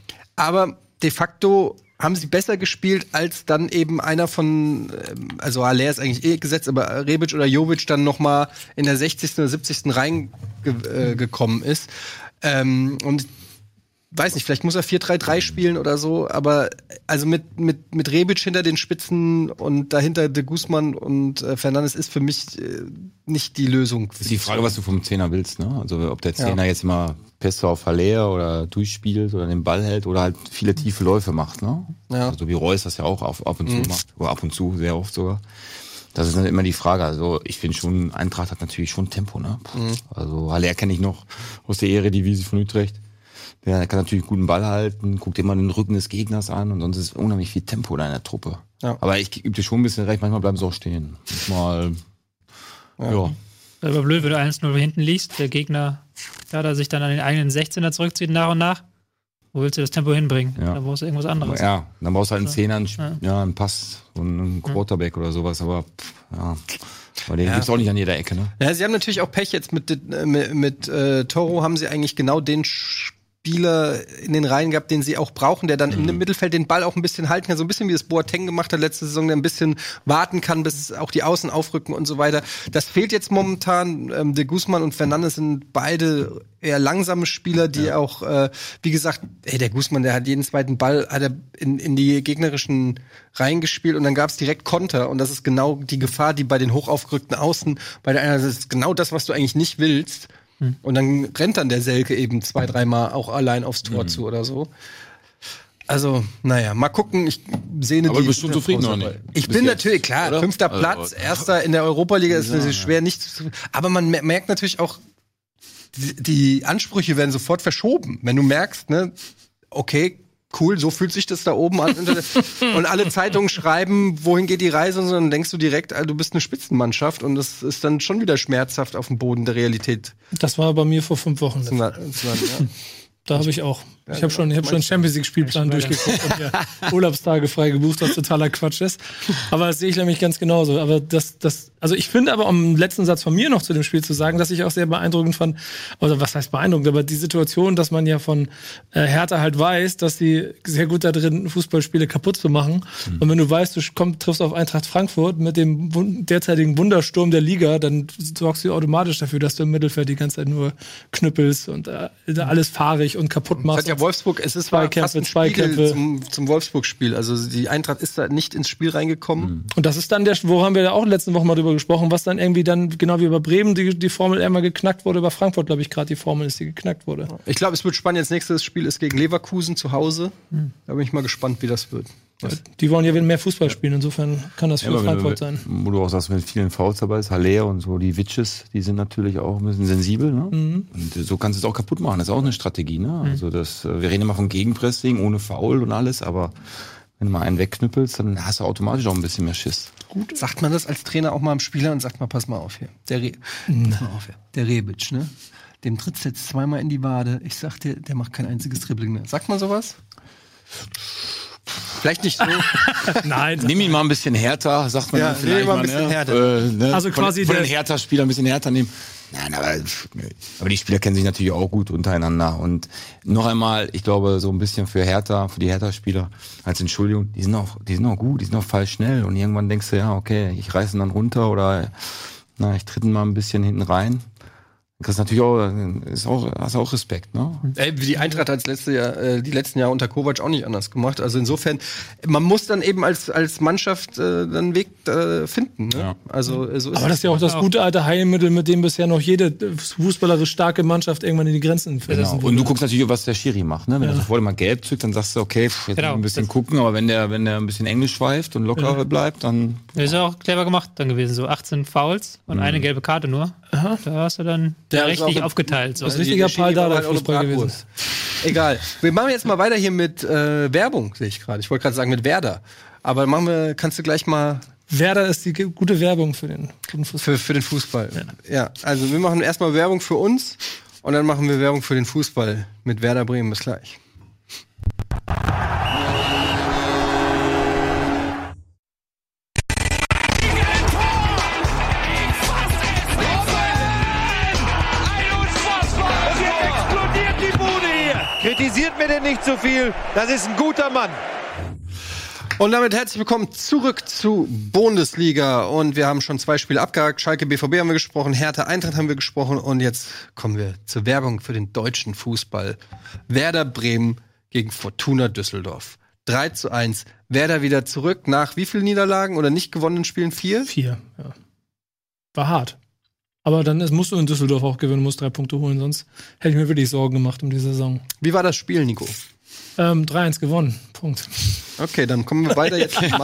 Speaker 1: aber de facto haben sie besser gespielt, als dann eben einer von, also Aller ist eigentlich gesetzt, aber Rebic oder Jovic dann noch mal in der 60. oder 70. reingekommen ist. Und weiß nicht, vielleicht muss er 4-3-3 spielen oder so, aber also mit Rebic hinter den Spitzen und dahinter de Guzman und Fernandes ist für mich nicht die Lösung.
Speaker 4: Das ist die Frage, was du vom Zehner willst, ne? Also ob der Zehner jetzt immer Pässe auf Haller oder durchspielt oder den Ball hält oder halt viele tiefe Läufe macht, ne? Ja. Also wie Reus das ja auch ab und zu macht, oder ab und zu, sehr oft sogar. Das ist dann immer die Frage. Also ich finde schon, Eintracht hat natürlich schon Tempo, ne? Also Haller kenne ich noch aus der Eredivisie von Utrecht. Der kann natürlich guten Ball halten, guckt immer den Rücken des Gegners an und sonst ist unheimlich viel Tempo da in der Truppe. Ja. Aber ich gebe dir schon ein bisschen recht, manchmal bleiben sie auch stehen. Mal, ja.
Speaker 5: Das ist aber blöd, wenn du 1-0 hinten liegst, der Gegner da sich dann an den eigenen 16er zurückzieht nach und nach. Wo willst du das Tempo hinbringen?
Speaker 4: Ja.
Speaker 5: Da brauchst du irgendwas anderes.
Speaker 4: Ja, dann brauchst du halt einen Zehner, einen Pass und einen Quarterback oder sowas, aber aber den gibt's auch nicht an jeder Ecke, ne?
Speaker 1: Ja, sie haben natürlich auch Pech jetzt mit Toro haben sie eigentlich genau den Spieler in den Reihen gehabt, den sie auch brauchen, der dann im Mittelfeld den Ball auch ein bisschen halten kann, so ein bisschen wie das Boateng gemacht hat letzte Saison, der ein bisschen warten kann, bis auch die Außen aufrücken und so weiter. Das fehlt jetzt momentan. De Guzman und Fernandes sind beide eher langsame Spieler, die auch, wie gesagt, der Guzman, der hat jeden zweiten Ball hat er in die gegnerischen Reihen gespielt und dann gab's direkt Konter und das ist genau die Gefahr, die bei den hochaufgerückten Außen, das ist genau das, was du eigentlich nicht willst. Und dann rennt dann der Selke eben 2-3 Mal auch allein aufs Tor zu oder so. Also, naja, mal gucken. Ich sehne
Speaker 4: aber du bist schon zufrieden noch nicht?
Speaker 1: Ich bin natürlich, klar, oder? 5. Platz, Erster in der Europa-Liga ist natürlich schwer, nicht zu. Aber man merkt natürlich auch, die Ansprüche werden sofort verschoben. Wenn du merkst, ne, okay, cool, so fühlt sich das da oben an. Und alle Zeitungen schreiben, wohin geht die Reise, und dann denkst du direkt, du bist eine Spitzenmannschaft und das ist dann schon wieder schmerzhaft auf dem Boden der Realität.
Speaker 6: Das war bei mir vor 5 Wochen. Da habe ich auch. Ich habe schon Champions League Spielplan durchgeguckt und mir Urlaubstage frei gebucht, was totaler Quatsch ist. Aber das sehe ich nämlich ganz genauso. Aber also ich finde aber, um den letzten Satz von mir noch zu dem Spiel zu sagen, dass ich auch sehr beeindruckend fand, oder was heißt beeindruckend, aber die Situation, dass man ja von Hertha halt weiß, dass die sehr gut da drin Fußballspiele kaputt zu machen. Und wenn du weißt, du triffst auf Eintracht Frankfurt mit dem derzeitigen Wundersturm der Liga, dann sorgst du automatisch dafür, dass du im Mittelfeld die ganze Zeit nur knüppelst und alles fahrig und kaputt machst.
Speaker 1: Wolfsburg, es ist fast ein Spiegel zum Wolfsburg-Spiel. Also die Eintracht ist da nicht ins Spiel reingekommen. Und das ist dann wo haben wir ja auch letzte Woche mal drüber gesprochen, was dann irgendwie dann, genau wie über Bremen, die Formel einmal geknackt wurde, über Frankfurt, glaube ich, gerade die Formel ist, die geknackt wurde. Ich glaube, es wird spannend. Jetzt nächstes Spiel ist gegen Leverkusen zu Hause. Da bin ich mal gespannt, wie das wird.
Speaker 6: Ja, die wollen ja wieder mehr Fußball spielen, insofern kann das für Frankfurt sein.
Speaker 4: Wo du auch sagst, mit vielen Fouls dabei ist, Haller und so, die Witsches, die sind natürlich auch ein bisschen sensibel, ne? Und so kannst du es auch kaputt machen, das ist auch eine Strategie, ne? Also wir reden immer von Gegenpressing, ohne Foul und alles, aber wenn du mal einen wegknüppelst, dann hast du automatisch auch ein bisschen mehr Schiss.
Speaker 1: Gut. Sagt man das als Trainer auch mal am Spieler und sagt mal, pass mal auf hier. Der Rebic, ne? Dem tritt's jetzt zweimal in die Wade. Ich sag dir, der macht kein einziges Dribbling mehr. Sagt man sowas? Vielleicht nicht so.
Speaker 4: Nein. Nimm ihn mal ein bisschen härter, sagt man vielleicht mal ein bisschen härter.
Speaker 6: Also quasi
Speaker 4: von den Hertha-Spielern ein bisschen härter nehmen. Nein, aber die Spieler kennen sich natürlich auch gut untereinander. Und noch einmal, ich glaube, so ein bisschen für die Hertha-Spieler als Entschuldigung, die sind auch gut, die sind auch falsch schnell. Und irgendwann denkst du, ja, okay, ich reiße ihn dann runter oder ich tritt ihn mal ein bisschen hinten rein. Das ist natürlich hast auch Respekt, ne?
Speaker 1: Die Eintracht hat die letzten Jahre unter Kovac auch nicht anders gemacht. Also insofern, man muss dann eben als Mannschaft einen Weg finden. Ne? Ja. Also so ist
Speaker 6: aber das ist ja auch das gute alte Heilmittel, mit dem bisher noch jede fußballerisch starke Mannschaft irgendwann in die Grenzen verlassen wurde.
Speaker 4: Und du guckst natürlich, was der Schiri macht. Ne? Wenn er sofort mal gelb zückt, dann sagst du, okay, jetzt ein bisschen gucken. Aber wenn der ein bisschen Englisch schweift und locker bleibt, dann...
Speaker 5: Das ist ja auch clever gemacht dann gewesen. So 18 Fouls und eine gelbe Karte nur. Aha. Da hast du dann richtig aufgeteilt. So.
Speaker 6: Das ist richtiger Pal da Fußball gewesen.
Speaker 1: Egal. Wir machen jetzt mal weiter hier mit Werbung, sehe ich gerade. Ich wollte gerade sagen mit Werder. Aber kannst du gleich mal...
Speaker 6: Werder ist die gute Werbung für den Fußball.
Speaker 1: Für den Fußball. Ja, also wir machen erstmal Werbung für uns und dann machen wir Werbung für den Fußball mit Werder Bremen. Bis gleich.
Speaker 3: Kritisiert mir denn nicht so viel, das ist ein guter Mann.
Speaker 1: Und damit herzlich willkommen zurück zu Bundesliga. Und wir haben schon 2 Spiele abgehakt. Schalke, BVB haben wir gesprochen, Hertha, Eintracht haben wir gesprochen. Und jetzt kommen wir zur Werbung für den deutschen Fußball. Werder Bremen gegen Fortuna Düsseldorf. 3:1. Werder wieder zurück nach wie vielen Niederlagen oder nicht gewonnenen Spielen? 4?
Speaker 6: 4, ja. War hart. Aber dann musst du in Düsseldorf auch gewinnen, musst 3 Punkte holen, sonst hätte ich mir wirklich Sorgen gemacht um die Saison.
Speaker 1: Wie war das Spiel, Nico?
Speaker 6: 3:1 gewonnen. Punkt.
Speaker 1: Okay, dann kommen wir weiter jetzt mit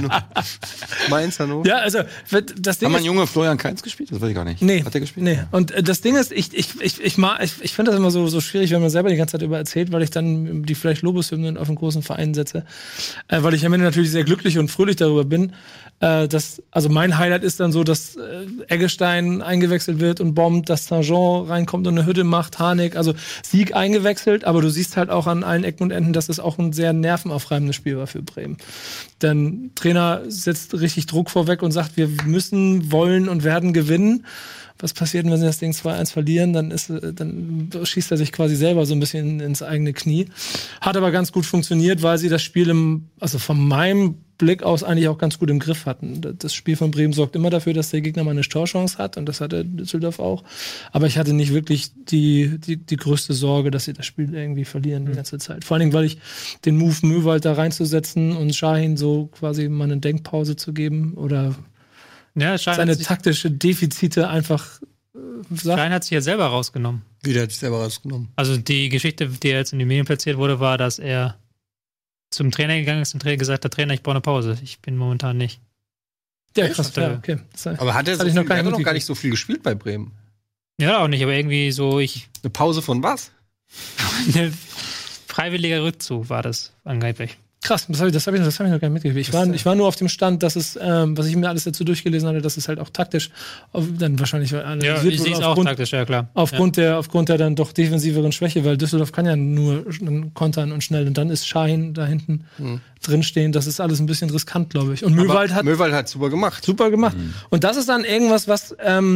Speaker 1: Mainz Hannover.
Speaker 6: Ja, also das Ding
Speaker 4: Haben
Speaker 6: ist,
Speaker 4: ein Junge Florian Kainz gespielt? Das weiß ich gar nicht.
Speaker 6: Nee.
Speaker 4: Hat der gespielt?
Speaker 6: Nee. Und das Ding ist, ich finde das immer so schwierig, wenn man selber die ganze Zeit über erzählt, weil ich dann die vielleicht Lobeshymnen auf einen großen Verein setze. Weil ich am Ende natürlich sehr glücklich und fröhlich darüber bin. Also mein Highlight ist dann so, dass Eggestein eingewechselt wird und bombt, dass Saint-Jean reinkommt und eine Hütte macht, Harnik, also Sieg eingewechselt, aber du siehst halt auch an allen Ecken und Enden, dass es auch ein sehr nervenaufreibendes Spiel war für Bremen. Denn Trainer setzt richtig Druck vorweg und sagt, wir müssen, wollen und werden gewinnen. Was passiert, wenn sie das Ding 2:1 verlieren? Dann schießt er sich quasi selber so ein bisschen ins eigene Knie. Hat aber ganz gut funktioniert, weil sie das Spiel also von meinem Blick aus eigentlich auch ganz gut im Griff hatten. Das Spiel von Bremen sorgt immer dafür, dass der Gegner mal eine Torchance hat und das hatte Düsseldorf auch. Aber ich hatte nicht wirklich die größte Sorge, dass sie das Spiel irgendwie verlieren die ganze Zeit. Vor allen Dingen, weil ich den Move Möwald da reinzusetzen und Şahin so quasi mal eine Denkpause zu geben oder seine taktische Defizite einfach
Speaker 5: Schein hat sich ja selber rausgenommen.
Speaker 1: Wie, der hat sich selber rausgenommen?
Speaker 5: Also die Geschichte, die jetzt in den Medien platziert wurde, war, dass er zum Trainer gegangen ist und Trainer gesagt hat, Trainer, ich brauche eine Pause. Ich bin momentan nicht.
Speaker 6: Ja, krass. Ja, okay.
Speaker 1: Aber hat er noch gar nicht so viel gespielt bei Bremen?
Speaker 5: Ja, auch nicht, aber irgendwie so
Speaker 1: Eine Pause von was?
Speaker 5: Ein freiwilliger Rückzug war das angeblich.
Speaker 6: Krass, das hab ich noch gar nicht mitgekriegt. Ich war nur auf dem Stand, dass es, was ich mir alles dazu durchgelesen hatte, dass es halt auch taktisch, dann wahrscheinlich
Speaker 5: analysiert ich sehe es auch taktisch, ja klar.
Speaker 6: Aufgrund der dann doch defensiveren Schwäche, weil Düsseldorf kann ja nur kontern und schnell und dann ist Şahin da hinten drinstehen. Das ist alles ein bisschen riskant, glaube ich. Und Möwald hat
Speaker 1: super gemacht.
Speaker 6: Super gemacht. Und das ist dann irgendwas, was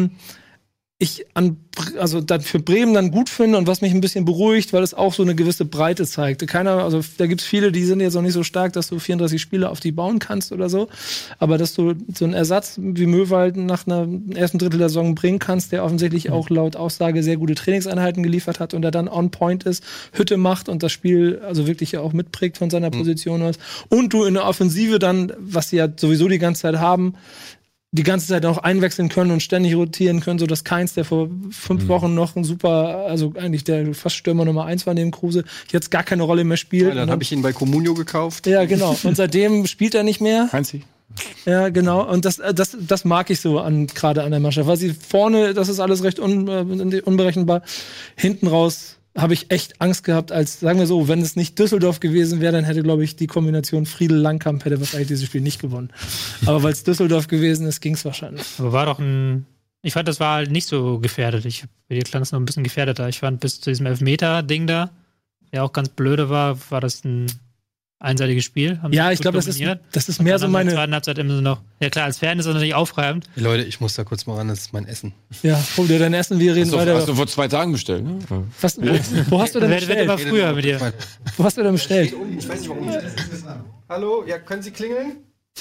Speaker 6: ich dann für Bremen dann gut finde und was mich ein bisschen beruhigt, weil es auch so eine gewisse Breite zeigt. Da gibt's viele, die sind jetzt auch nicht so stark, dass du 34 Spiele auf die bauen kannst oder so. Aber dass du so einen Ersatz wie Möwald nach einer ersten Drittel der Saison bringen kannst, der offensichtlich auch laut Aussage sehr gute Trainingseinheiten geliefert hat und der dann on point ist, Hütte macht und das Spiel also wirklich ja auch mitprägt von seiner Position aus. Und du in der Offensive dann, was sie ja sowieso die ganze Zeit haben, die ganze Zeit auch einwechseln können und ständig rotieren können, so dass Kainz, der vor 5 Wochen noch ein super, also eigentlich der fast Stürmer Nummer 1 war neben Kruse, jetzt gar keine Rolle mehr spielt.
Speaker 1: Ja, dann habe ich ihn bei Comunio gekauft.
Speaker 6: Ja, genau. Und seitdem spielt er nicht mehr.
Speaker 4: Heinzi.
Speaker 6: Ja, genau. Und das mag ich so gerade an der Mannschaft. Weil sie vorne, das ist alles recht unberechenbar. Hinten raus habe ich echt Angst gehabt, als, sagen wir so, wenn es nicht Düsseldorf gewesen wäre, dann hätte, glaube ich, die Kombination Friedel-Langkamp hätte wahrscheinlich dieses Spiel nicht gewonnen. Aber weil es Düsseldorf gewesen ist, ging es wahrscheinlich.
Speaker 5: Aber ich fand, das war halt nicht so gefährdet. Bei dir klang es noch ein bisschen gefährdeter. Ich fand, bis zu diesem Elfmeter-Ding da, der auch ganz blöde war das ein einseitiges Spiel.
Speaker 6: Ja, ich glaube, das ist mehr so meine...
Speaker 5: In der zweiten Halbzeit immer so noch. Ja klar, als Fan ist das natürlich aufreibend.
Speaker 1: Leute, ich muss da kurz mal ran, das ist mein Essen.
Speaker 6: Ja, hol dir dein Essen, wir reden weiter.
Speaker 4: Hast du vor 2 Tagen bestellt, ne?
Speaker 6: Wo hast du denn bestellt?
Speaker 5: Wer immer früher mit dir?
Speaker 6: Wo hast du denn bestellt?
Speaker 1: Ich weiß nicht, warum ich das Essen habe. Hallo, ja, können Sie klingeln?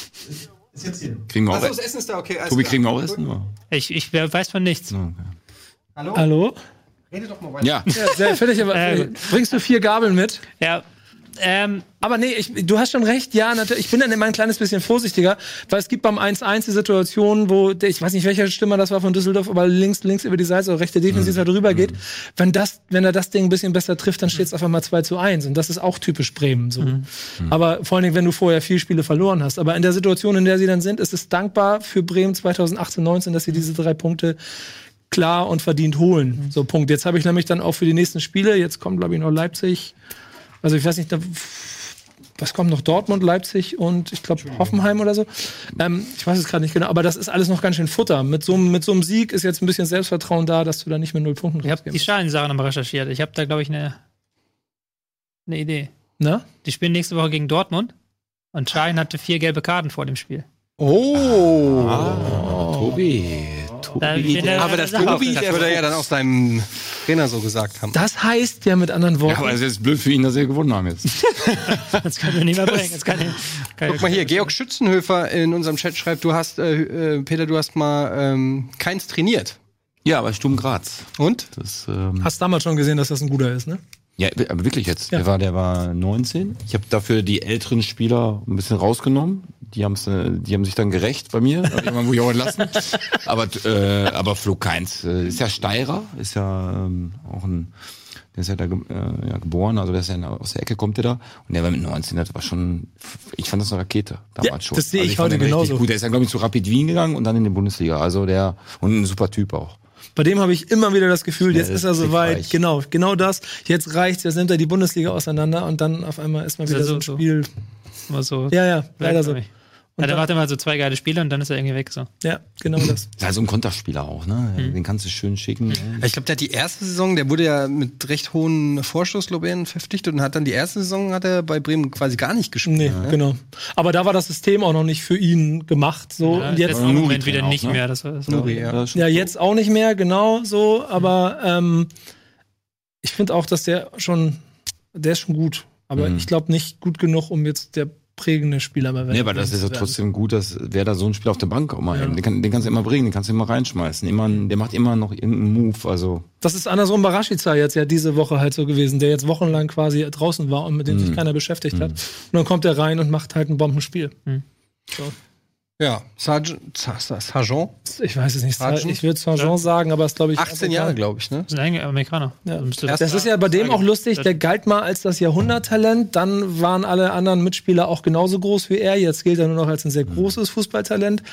Speaker 7: Ist jetzt hier.
Speaker 4: Kriegen wir auch
Speaker 1: das Essen ist da, okay.
Speaker 4: Tobi, kriegen wir auch Essen? Oder?
Speaker 5: Ich weiß von nichts.
Speaker 4: Okay.
Speaker 6: Hallo?
Speaker 1: Rede doch mal weiter.
Speaker 4: Ja.
Speaker 6: Sehr fertig, aber bringst du 4 Gabeln mit?
Speaker 5: Ja.
Speaker 6: Aber nee, du hast schon recht, ja, natürlich. Ich bin dann immer ein kleines bisschen vorsichtiger, weil es gibt beim 1:1 die Situation, wo, ich weiß nicht, welcher Stürmer das war von Düsseldorf, aber links über die Seite, oder rechte Defensive drüber geht. Wenn er das Ding ein bisschen besser trifft, dann steht es auf einmal 2:1. Und das ist auch typisch Bremen, so. Aber vor allen Dingen, wenn du vorher 4 Spiele verloren hast. Aber in der Situation, in der sie dann sind, ist es dankbar für Bremen 2018/19, dass sie diese 3 Punkte klar und verdient holen. So, Punkt. Jetzt habe ich nämlich dann auch für die nächsten Spiele, jetzt kommt, glaube ich, noch Leipzig. Also ich weiß nicht, was kommt noch? Dortmund, Leipzig und ich glaube Hoffenheim oder so. Ich weiß es gerade nicht genau, aber das ist alles noch ganz schön Futter. Mit so einem Sieg ist jetzt ein bisschen Selbstvertrauen da, dass du da nicht mit 0 Punkten
Speaker 5: rausgehst. Ich habe die Schalensachen nochmal recherchiert. Ich habe da, glaube ich, eine Idee.
Speaker 6: Na?
Speaker 5: Die spielen nächste Woche gegen Dortmund und Schein hatte 4 gelbe Karten vor dem Spiel.
Speaker 1: Oh!
Speaker 4: Tobi.
Speaker 1: Aber das würde er ja dann auch seinem Trainer so gesagt haben.
Speaker 6: Das heißt ja mit anderen Worten.
Speaker 4: Ja, aber es ist blöd für ihn, dass sie gewonnen haben jetzt.
Speaker 5: Das können wir nicht mehr bringen.
Speaker 1: Guck mal hier, Georg Schützenhöfer in unserem Chat schreibt, Peter, du hast mal keins trainiert.
Speaker 4: Ja, bei Sturm Graz.
Speaker 1: Und?
Speaker 6: Hast damals schon gesehen, dass das ein guter ist, ne?
Speaker 4: Ja, aber wirklich jetzt.
Speaker 6: Ja.
Speaker 4: Der war 19. Ich habe dafür die älteren Spieler ein bisschen rausgenommen. Die haben sich dann gerecht bei mir. Hab ich irgendwo auch entlassen. Aber Flo Kainz ist ja Steirer, ist ja auch der ist ja da geboren, also der ist ja aus der Ecke, kommt der da. Und der war mit 19, das war schon, ich fand das eine Rakete damals schon.
Speaker 6: Das sehe ich
Speaker 4: fand
Speaker 6: heute
Speaker 4: den richtig
Speaker 6: genauso.
Speaker 4: gut. Der ist ja, glaube ich, zu Rapid Wien gegangen und dann in die Bundesliga. Also und ein super Typ auch.
Speaker 6: Bei dem habe ich immer wieder das Gefühl, jetzt ist er soweit.
Speaker 4: reich.
Speaker 6: Genau das. Jetzt reicht's, jetzt nimmt er die Bundesliga auseinander und dann auf einmal ist mal wieder so ein Spiel.
Speaker 5: Immer so.
Speaker 6: Ja, leider so.
Speaker 5: Ja, der macht immer so 2 geile Spiele und dann ist er irgendwie weg. So.
Speaker 6: Ja, genau das.
Speaker 4: Ja, so ein Konterspieler auch, ne? Den kannst du schön schicken.
Speaker 1: Ich glaube, der hat die erste Saison, der wurde ja mit recht hohen Vorschusslorbeeren verpflichtet und hat dann die erste Saison hat er bei Bremen quasi gar nicht gespielt.
Speaker 6: Nee,
Speaker 1: ne?
Speaker 6: genau. Aber da war das System auch noch nicht für ihn gemacht. So.
Speaker 5: Ja,
Speaker 6: Und jetzt
Speaker 5: im Moment
Speaker 4: Nuri
Speaker 5: wieder
Speaker 4: auch,
Speaker 5: nicht
Speaker 4: ne?
Speaker 5: mehr. Das war das
Speaker 1: Nuri, ja.
Speaker 6: Ja, jetzt auch nicht mehr, genau so. Aber ich finde auch, dass der ist schon gut. Aber ich glaube nicht gut genug, um jetzt der prägende Spieler bei
Speaker 4: Nee, aber das ist ja trotzdem gut, dass wer da so ein Spiel auf der Bank auch mal den kannst du immer bringen, den kannst du immer reinschmeißen. Der macht immer noch irgendeinen Move. Also
Speaker 6: Das ist andersrum bei Rashica jetzt ja diese Woche halt so gewesen, der jetzt wochenlang quasi draußen war und mit dem sich keiner beschäftigt hat. Und dann kommt er rein und macht halt ein Bombenspiel. So.
Speaker 1: Ja, Sargent.
Speaker 6: Ich weiß es nicht.
Speaker 1: Sargent?
Speaker 6: Ich würde Sargent sagen, aber es glaube ich
Speaker 1: 18 Jahre, glaube ich, ne?
Speaker 5: Das sind eigentlich Amerikaner.
Speaker 6: Ja.
Speaker 5: Also
Speaker 6: Das ist ja bei dem auch lustig, der galt mal als das Jahrhunderttalent, dann waren alle anderen Mitspieler auch genauso groß wie er, jetzt gilt er nur noch als ein sehr großes Fußballtalent.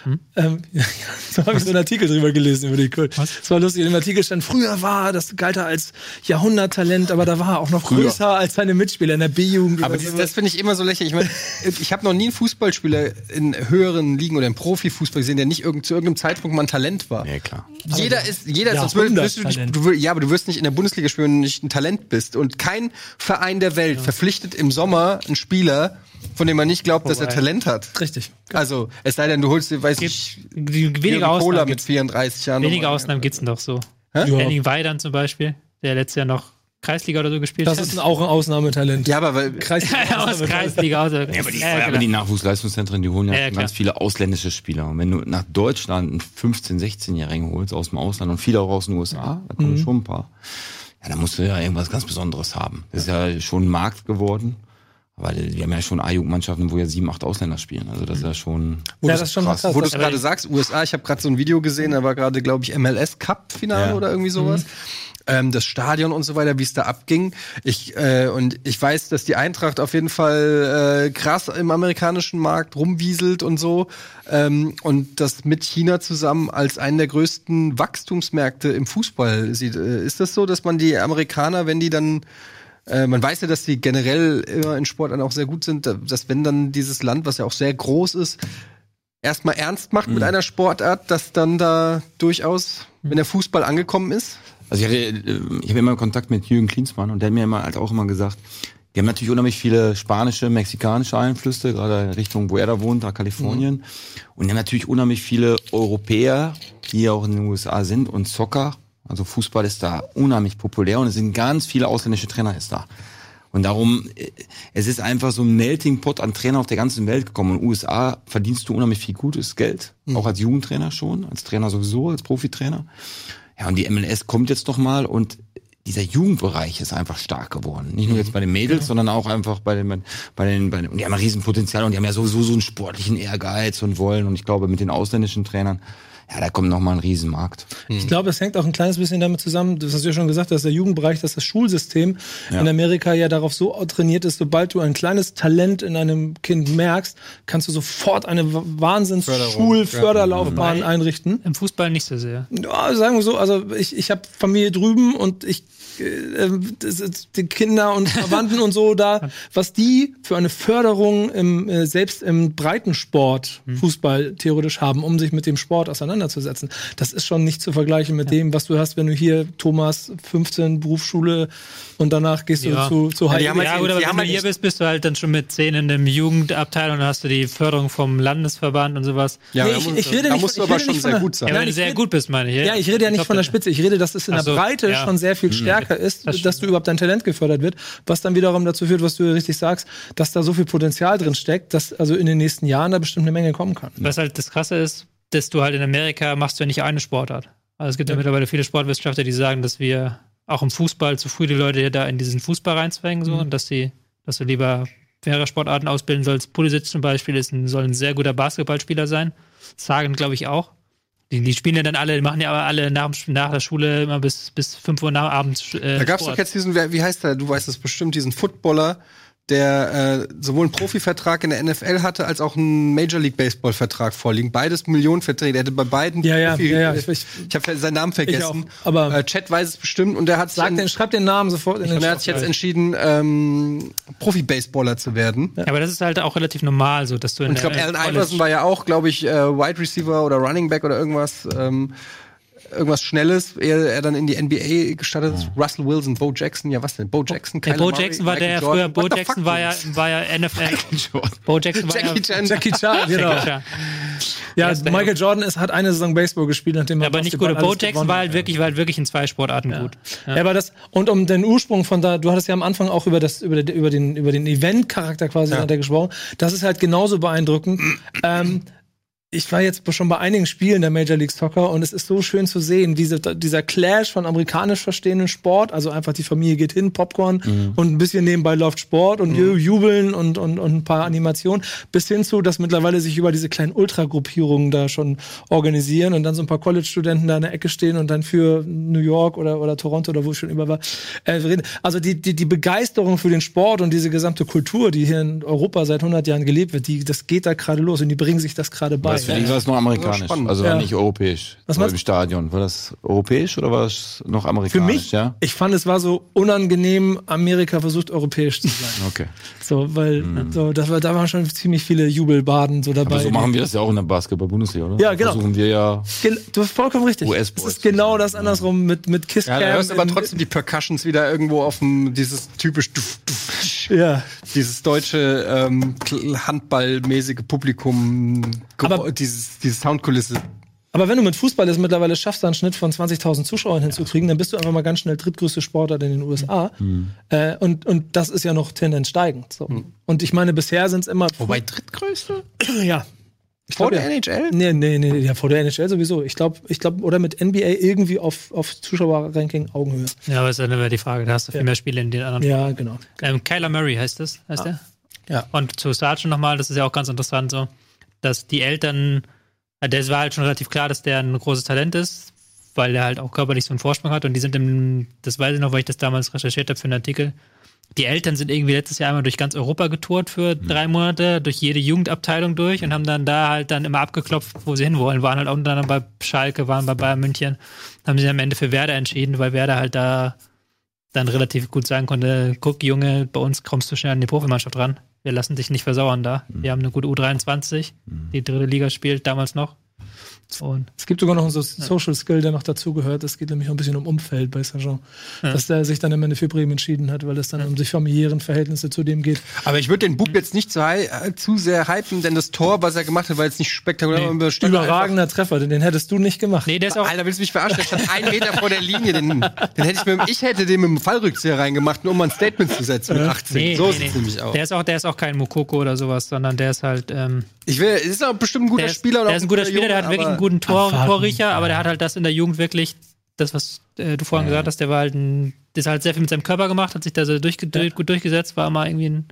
Speaker 6: So habe ich so einen Artikel drüber gelesen über die Kult. Das war lustig, in dem Artikel stand, früher galt er als Jahrhunderttalent, aber da war er auch noch größer als seine Mitspieler in der B-Jugend.
Speaker 1: Aber das finde ich immer so lächerlich. Ich meine, ich habe noch nie einen Fußballspieler in höheren Ligen oder im Profifußball gesehen, der nicht zu irgendeinem Zeitpunkt mal ein Talent war.
Speaker 4: ja, klar.
Speaker 1: Jeder ist, sonst wirst aber du wirst nicht in der Bundesliga spielen, wenn du nicht ein Talent bist. Und kein Verein der Welt verpflichtet im Sommer einen Spieler, von dem man nicht glaubt, dass er Talent hat.
Speaker 6: Richtig.
Speaker 1: Also, es sei denn, du holst dir, weiß ich,
Speaker 5: Weniger
Speaker 1: Cola
Speaker 5: Ausnahmen
Speaker 1: mit 34 Jahren.
Speaker 5: Weniger Ausnahmen gibt's denn doch so. Henning Weidand zum Beispiel, der letztes Jahr noch Kreisliga oder so gespielt
Speaker 6: Das
Speaker 5: hat.
Speaker 6: ist auch ein Ausnahmetalent.
Speaker 1: Ja, aber
Speaker 5: Aus Kreisliga.
Speaker 4: Aber die Nachwuchsleistungszentren, die holen ja ganz viele ausländische Spieler. Und wenn du nach Deutschland einen 15-, 16-Jährigen holst aus dem Ausland und viele auch aus den USA, da kommen schon ein paar, ja, dann musst du ja irgendwas ganz Besonderes haben. Das ist ja schon ein Markt geworden. Aber wir haben ja schon A-Jugendmannschaften, wo ja 7, 8 Ausländer spielen. Also das ist ja schon
Speaker 6: das ist schon krass.
Speaker 1: Wo du es gerade sagst, USA, ich habe gerade so ein Video gesehen, da war gerade, glaube ich, MLS-Cup-Finale oder irgendwie sowas. Das Stadion und so weiter, wie es da abging. Und ich weiß, dass die Eintracht auf jeden Fall krass im amerikanischen Markt rumwieselt und so. Und das mit China zusammen als einen der größten Wachstumsmärkte im Fußball sieht. Ist das so, dass man die Amerikaner, wenn die dann man weiß ja, dass die generell immer in Sportarten auch sehr gut sind, dass wenn dann dieses Land, was ja auch sehr groß ist, erstmal ernst macht mit einer Sportart, dass dann da durchaus, wenn der Fußball angekommen ist?
Speaker 4: Also ich habe immer Kontakt mit Jürgen Klinsmann und der hat mir auch immer gesagt, wir haben natürlich unheimlich viele spanische, mexikanische Einflüsse, gerade in Richtung, wo er da wohnt, da Kalifornien. Und wir haben natürlich unheimlich viele Europäer, die auch in den USA sind und Soccer. Also Fußball ist da unheimlich populär und es sind ganz viele ausländische Trainer ist da. Und darum, es ist einfach so ein Melting Pot an Trainern auf der ganzen Welt gekommen. Und in den USA verdienst du unheimlich viel gutes Geld, auch als Jugendtrainer schon, als Trainer sowieso, als Profitrainer. Ja, und die MLS kommt jetzt noch mal und dieser Jugendbereich ist einfach stark geworden. Nicht nur jetzt bei den Mädels, sondern auch einfach bei den, und die haben ein Riesenpotenzial und die haben ja sowieso so einen sportlichen Ehrgeiz und wollen. Und ich glaube, mit den ausländischen Trainern, ja, da kommt noch mal ein Riesenmarkt.
Speaker 6: Ich glaube, es hängt auch ein kleines bisschen damit zusammen, das hast du ja schon gesagt, dass der Jugendbereich, dass das Schulsystem in Amerika ja darauf so trainiert ist, sobald du ein kleines Talent in einem Kind merkst, kannst du sofort eine Wahnsinns-Schulförderlaufbahn einrichten.
Speaker 5: Im Fußball nicht so sehr.
Speaker 6: Ja, sagen wir so, also ich habe Familie drüben und ich die Kinder und Verwandten und so da, was die für eine Förderung selbst im Breitensport, Fußball theoretisch haben, um sich mit dem Sport auseinanderzusetzen. Das ist schon nicht zu vergleichen mit dem, was du hast, wenn du hier, Thomas, 15, Berufsschule und danach gehst du zu Heidi.
Speaker 5: Ja, gut, aber wenn du hier bist du halt dann schon mit 10 in dem Jugendabteil und dann hast du die Förderung vom Landesverband und sowas.
Speaker 1: Ja,
Speaker 6: nee, ich rede
Speaker 1: da
Speaker 6: nicht,
Speaker 1: musst du aber schon sehr gut sein.
Speaker 5: Ja, wenn du sehr gut bist, meine ich.
Speaker 6: Ja, ich rede ja nicht von der Spitze. Ich rede, dass es in der Breite schon sehr viel stärker ist, dass du überhaupt dein Talent gefördert wird, was dann wiederum dazu führt, was du richtig sagst, dass da so viel Potenzial drin steckt, dass also in den nächsten Jahren da bestimmt eine Menge kommen kann.
Speaker 5: Was halt das Krasse ist, dass du halt in Amerika machst du ja nicht eine Sportart. Also es gibt ja mittlerweile viele Sportwissenschaftler, die sagen, dass wir auch im Fußball zu früh die Leute da in diesen Fußball reinzwängen, so, und dass du lieber mehrere Sportarten ausbilden sollst. Pulisic zum Beispiel soll ein sehr guter Basketballspieler sein. Sagen, glaube ich, auch. Die spielen ja dann alle, machen ja aber alle nach der Schule immer bis 5 Uhr nach abends.
Speaker 1: Da gab es doch jetzt diesen, wie heißt der? Du weißt das bestimmt, diesen Footballer, der sowohl einen Profivertrag in der NFL hatte, als auch einen Major League Baseball Vertrag vorliegen. Beides Millionenverträge. Der hatte bei beiden.
Speaker 6: Ich
Speaker 1: habe seinen Namen vergessen.
Speaker 6: Aber
Speaker 1: Chat weiß es bestimmt und der hat
Speaker 6: schreibt den Namen sofort in den
Speaker 1: er hat sich jetzt entschieden, Profi-Baseballer zu werden.
Speaker 5: Ja, aber das ist halt auch relativ normal, so dass du.
Speaker 1: Und ich glaube, Allen Iverson war ja auch, glaube ich, Wide Receiver oder Running Back oder irgendwas. Irgendwas Schnelles, ehe er dann in die NBA gestartet ist. Russell Wilson, Bo Jackson, ja was denn? Bo Jackson,
Speaker 5: Kyler Murray, Jackson war der früher, Bo Jackson war ja NFL. Bo Jackson war
Speaker 6: Jackie Chan, genau. Ja, Michael Jordan hat eine Saison Baseball gespielt, nachdem er
Speaker 5: aber nicht gut. Bo Jackson war halt wirklich in 2 Sportarten gut.
Speaker 6: Ja, aber und um den Ursprung von da, du hattest ja am Anfang auch über den Event-Charakter quasi gesprochen. Das ist halt genauso beeindruckend. Ich war jetzt schon bei einigen Spielen der Major League Soccer und es ist so schön zu sehen, dieser Clash von amerikanisch verstehenden Sport, also einfach die Familie geht hin, Popcorn und ein bisschen nebenbei läuft Sport und jubeln und ein paar Animationen, bis hin zu, dass mittlerweile sich über diese kleinen Ultragruppierungen da schon organisieren und dann so ein paar College-Studenten da in der Ecke stehen und dann für New York oder Toronto oder wo ich schon über war, reden. Also die Begeisterung für den Sport und diese gesamte Kultur, die hier in Europa seit 100 Jahren gelebt wird, das geht da gerade los und die bringen sich das gerade bei.
Speaker 4: Für dich war es noch amerikanisch, also war nicht europäisch.
Speaker 6: Was
Speaker 4: im Stadion. War das europäisch oder war es noch amerikanisch?
Speaker 6: Für mich, ich fand, es war so unangenehm, Amerika versucht europäisch zu sein.
Speaker 4: Okay.
Speaker 6: So, weil da waren schon ziemlich viele Jubelbaden so dabei.
Speaker 4: Aber so machen wir das ja auch in der Basketball-Bundesliga, oder?
Speaker 6: Ja, genau.
Speaker 4: Versuchen wir ja.
Speaker 6: Du hast vollkommen richtig. Es ist genau das andersrum mit Kiss Cam.
Speaker 1: Ja, da hörst aber trotzdem die Percussions wieder irgendwo auf dieses typisch dieses deutsche Handballmäßige Publikum, diese Soundkulisse.
Speaker 6: Aber wenn du mit Fußball es mittlerweile schaffst, da einen Schnitt von 20.000 Zuschauern hinzukriegen, dann bist du einfach mal ganz schnell drittgrößte Sportart in den USA. Und das ist ja noch Tendenz steigend. So. Und ich meine, bisher sind es immer...
Speaker 1: Wobei drittgrößte?
Speaker 6: Ja.
Speaker 1: Vor der NHL?
Speaker 6: Nee, ja, vor der NHL sowieso. Ich glaube, oder mit NBA irgendwie auf Zuschauerranking Augenhöhe.
Speaker 5: Ja, aber ist ja immer die Frage. Da hast du viel mehr Spiele in den anderen.
Speaker 6: Ja, genau.
Speaker 5: Kyler Murray heißt der?
Speaker 6: Ja.
Speaker 5: Und zu Sargent nochmal, das ist ja auch ganz interessant so, dass die Eltern, das war halt schon relativ klar, dass der ein großes Talent ist, weil der halt auch körperlich so einen Vorsprung hat und die sind das weiß ich noch, weil ich das damals recherchiert habe für einen Artikel, die Eltern sind irgendwie letztes Jahr einmal durch ganz Europa getourt für 3 Monate, durch jede Jugendabteilung durch und haben dann da halt dann immer abgeklopft, wo sie hinwollen, waren halt unter anderem bei Schalke, waren bei Bayern München, haben sich am Ende für Werder entschieden, weil Werder halt da dann relativ gut sagen konnte, guck Junge, bei uns kommst du schnell an die Profimannschaft ran. Wir lassen dich nicht versauern da. Wir haben eine gute U23, die 3. Liga spielt, damals noch. Und
Speaker 6: es gibt sogar noch einen Social Skill, der noch dazugehört. Es geht nämlich auch ein bisschen um Umfeld bei Saint-Jean. Dass der sich dann am Ende für Bremen entschieden hat, weil es dann um die familiären Verhältnisse zu dem geht.
Speaker 1: Aber ich würde den Bub jetzt nicht zu sehr hypen, denn das Tor, was er gemacht hat, war jetzt nicht spektakulär.
Speaker 6: Nee. Überragender Treffer, den hättest du nicht gemacht.
Speaker 5: Nee, der ist auch
Speaker 1: Alter, willst du mich verarschen? Der stand 1 Meter vor der Linie. Ich hätte den mit dem Fallrückzieher reingemacht, nur um mal ein Statement zu setzen mit 18.
Speaker 5: Nee,
Speaker 1: so sieht es nämlich aus.
Speaker 5: Der ist auch kein Mukoko oder sowas, sondern der ist halt
Speaker 1: ist auch bestimmt ein guter Spieler.
Speaker 5: Der ist ein guter Spieler, der hat wirklich einen guten Torriecher, aber der hat halt das in der Jugend wirklich, das, was du vorhin gesagt hast, der war halt das hat halt sehr viel mit seinem Körper gemacht, hat sich da so gut durchgesetzt, war mal irgendwie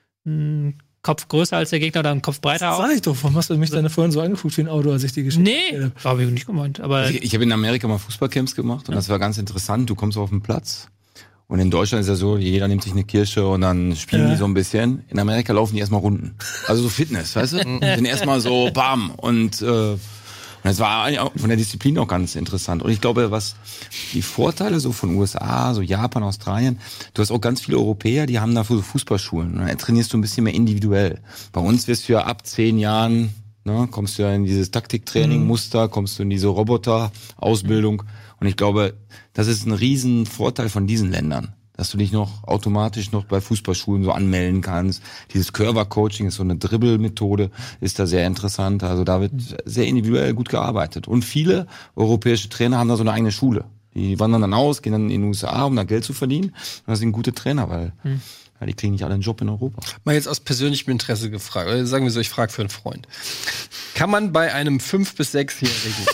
Speaker 5: ein Kopf größer als der Gegner oder ein Kopf breiter auch.
Speaker 6: Sag ich doch, warum hast du mich dann vorhin so angeguckt wie ein Auto, als ich die Geschichte
Speaker 5: erzählt habe? Habe ich nicht gemeint. Aber
Speaker 4: ich habe in Amerika mal Fußballcamps gemacht und das war ganz interessant. Du kommst auf den Platz und in Deutschland ist ja so, jeder nimmt sich eine Kirsche und dann spielen die so ein bisschen. In Amerika laufen die erstmal Runden. Also so Fitness, weißt du? Sind erstmal so bam und Und das war eigentlich auch von der Disziplin auch ganz interessant. Und ich glaube, was die Vorteile so von USA, so Japan, Australien, du hast auch ganz viele Europäer, die haben da so Fußballschulen. Und da trainierst du ein bisschen mehr individuell. Bei uns wirst du ja ab 10 Jahren, ne, kommst du ja in dieses Taktiktraining, Muster, kommst du in diese Roboter-Ausbildung. Und ich glaube, das ist ein riesen Vorteil von diesen Ländern, dass du dich noch automatisch noch bei Fußballschulen so anmelden kannst. Dieses Curver-Coaching ist so eine Dribbel-Methode, ist da sehr interessant. Also da wird sehr individuell gut gearbeitet. Und viele europäische Trainer haben da so eine eigene Schule. Die wandern dann aus, gehen dann in die USA, um da Geld zu verdienen. Und das sind gute Trainer, weil die kriegen nicht alle einen Job in Europa.
Speaker 1: Mal jetzt aus persönlichem Interesse gefragt. Oder sagen wir so, ich frage für einen Freund. Kann man bei einem 5- bis 6-Jährigen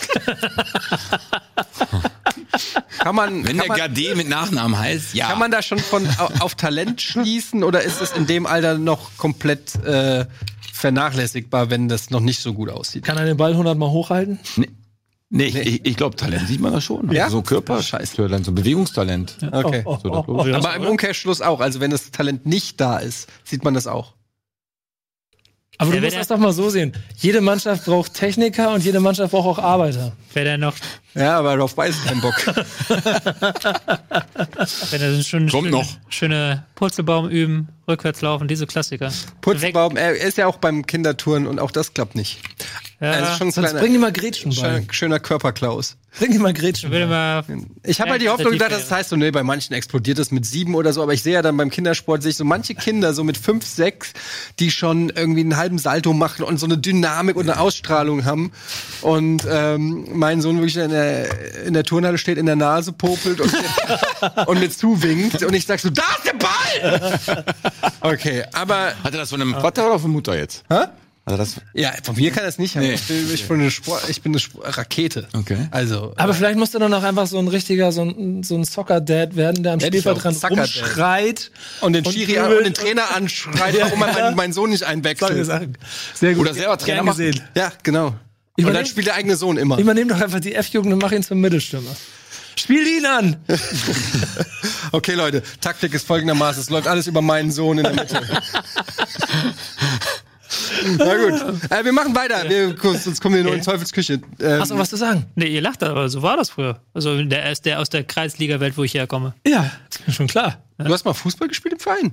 Speaker 4: Wenn der Gade mit Nachnamen heißt, ja.
Speaker 1: Kann man da schon auf Talent schließen oder ist es in dem Alter noch komplett vernachlässigbar, wenn das noch nicht so gut aussieht?
Speaker 6: Kann er den Ball 100 Mal hochhalten?
Speaker 4: Nee, ich glaube, Talent sieht man da schon.
Speaker 1: Ja?
Speaker 4: Also so Körpertalent, so Bewegungstalent.
Speaker 1: Okay.
Speaker 4: So,
Speaker 1: aber im Umkehrschluss auch. Also wenn das Talent nicht da ist, sieht man das auch.
Speaker 6: Aber du musst das doch mal so sehen. Jede Mannschaft braucht Techniker und jede Mannschaft braucht auch Arbeiter.
Speaker 5: Wer denn noch?
Speaker 1: Ja, aber darauf weiß ich keinen Bock.
Speaker 5: Wenn er schöne Purzelbaum üben, rückwärts laufen, diese Klassiker.
Speaker 1: Purzelbaum, er ist ja auch beim Kindertouren und auch das klappt nicht.
Speaker 5: Ja,
Speaker 1: also schon
Speaker 6: sonst bring ihm mal Gretchen bei.
Speaker 1: Schöner Körperklaus.
Speaker 6: Bring ihm mal Gretchen bei.
Speaker 1: Ich habe halt die Hoffnung gedacht, das heißt so, nee, bei manchen explodiert das mit 7 oder so, aber ich sehe ja dann beim Kindersport, sehe ich so manche Kinder so mit 5, 6, die schon irgendwie einen halben Salto machen und so eine Dynamik und eine Ausstrahlung haben. Und mein Sohn wirklich in der Turnhalle steht, in der Nase popelt und mir zuwinkt. Und ich sag so, da ist der Ball! Okay, aber...
Speaker 4: Hat er das von einem Vater oder von Mutter jetzt?
Speaker 1: Hä?
Speaker 4: Also
Speaker 1: ja, von mir kann das nicht haben.
Speaker 4: Nee.
Speaker 1: Ich bin eine Rakete.
Speaker 4: Okay.
Speaker 1: Also,
Speaker 6: aber vielleicht musst du dann auch einfach so ein richtiger, so ein Soccer-Dad werden, der am Spielfeldrand rumschreit.
Speaker 1: Und den Schiri und den Trainer anschreit, warum man meinen Sohn nicht einwechselt.
Speaker 6: Sehr gut.
Speaker 4: Oder selber Trainer
Speaker 6: gesehen.
Speaker 1: Ja, genau. Und dann spielt der eigene Sohn immer.
Speaker 6: Übernehm doch einfach die F-Jugend und mach ihn zum Mittelstürmer. Spiel ihn an!
Speaker 1: Okay, Leute, Taktik ist folgendermaßen. Es läuft alles über meinen Sohn in der Mitte. Na gut, wir machen weiter. Sonst kommen wir nur in Teufelsküche.
Speaker 6: Hast du was zu sagen?
Speaker 5: Nee, ihr lacht, aber so war das früher. Also der ist der aus der Kreisliga-Welt, wo ich herkomme.
Speaker 6: Ja, ist mir schon klar.
Speaker 1: Du hast mal Fußball gespielt im Verein?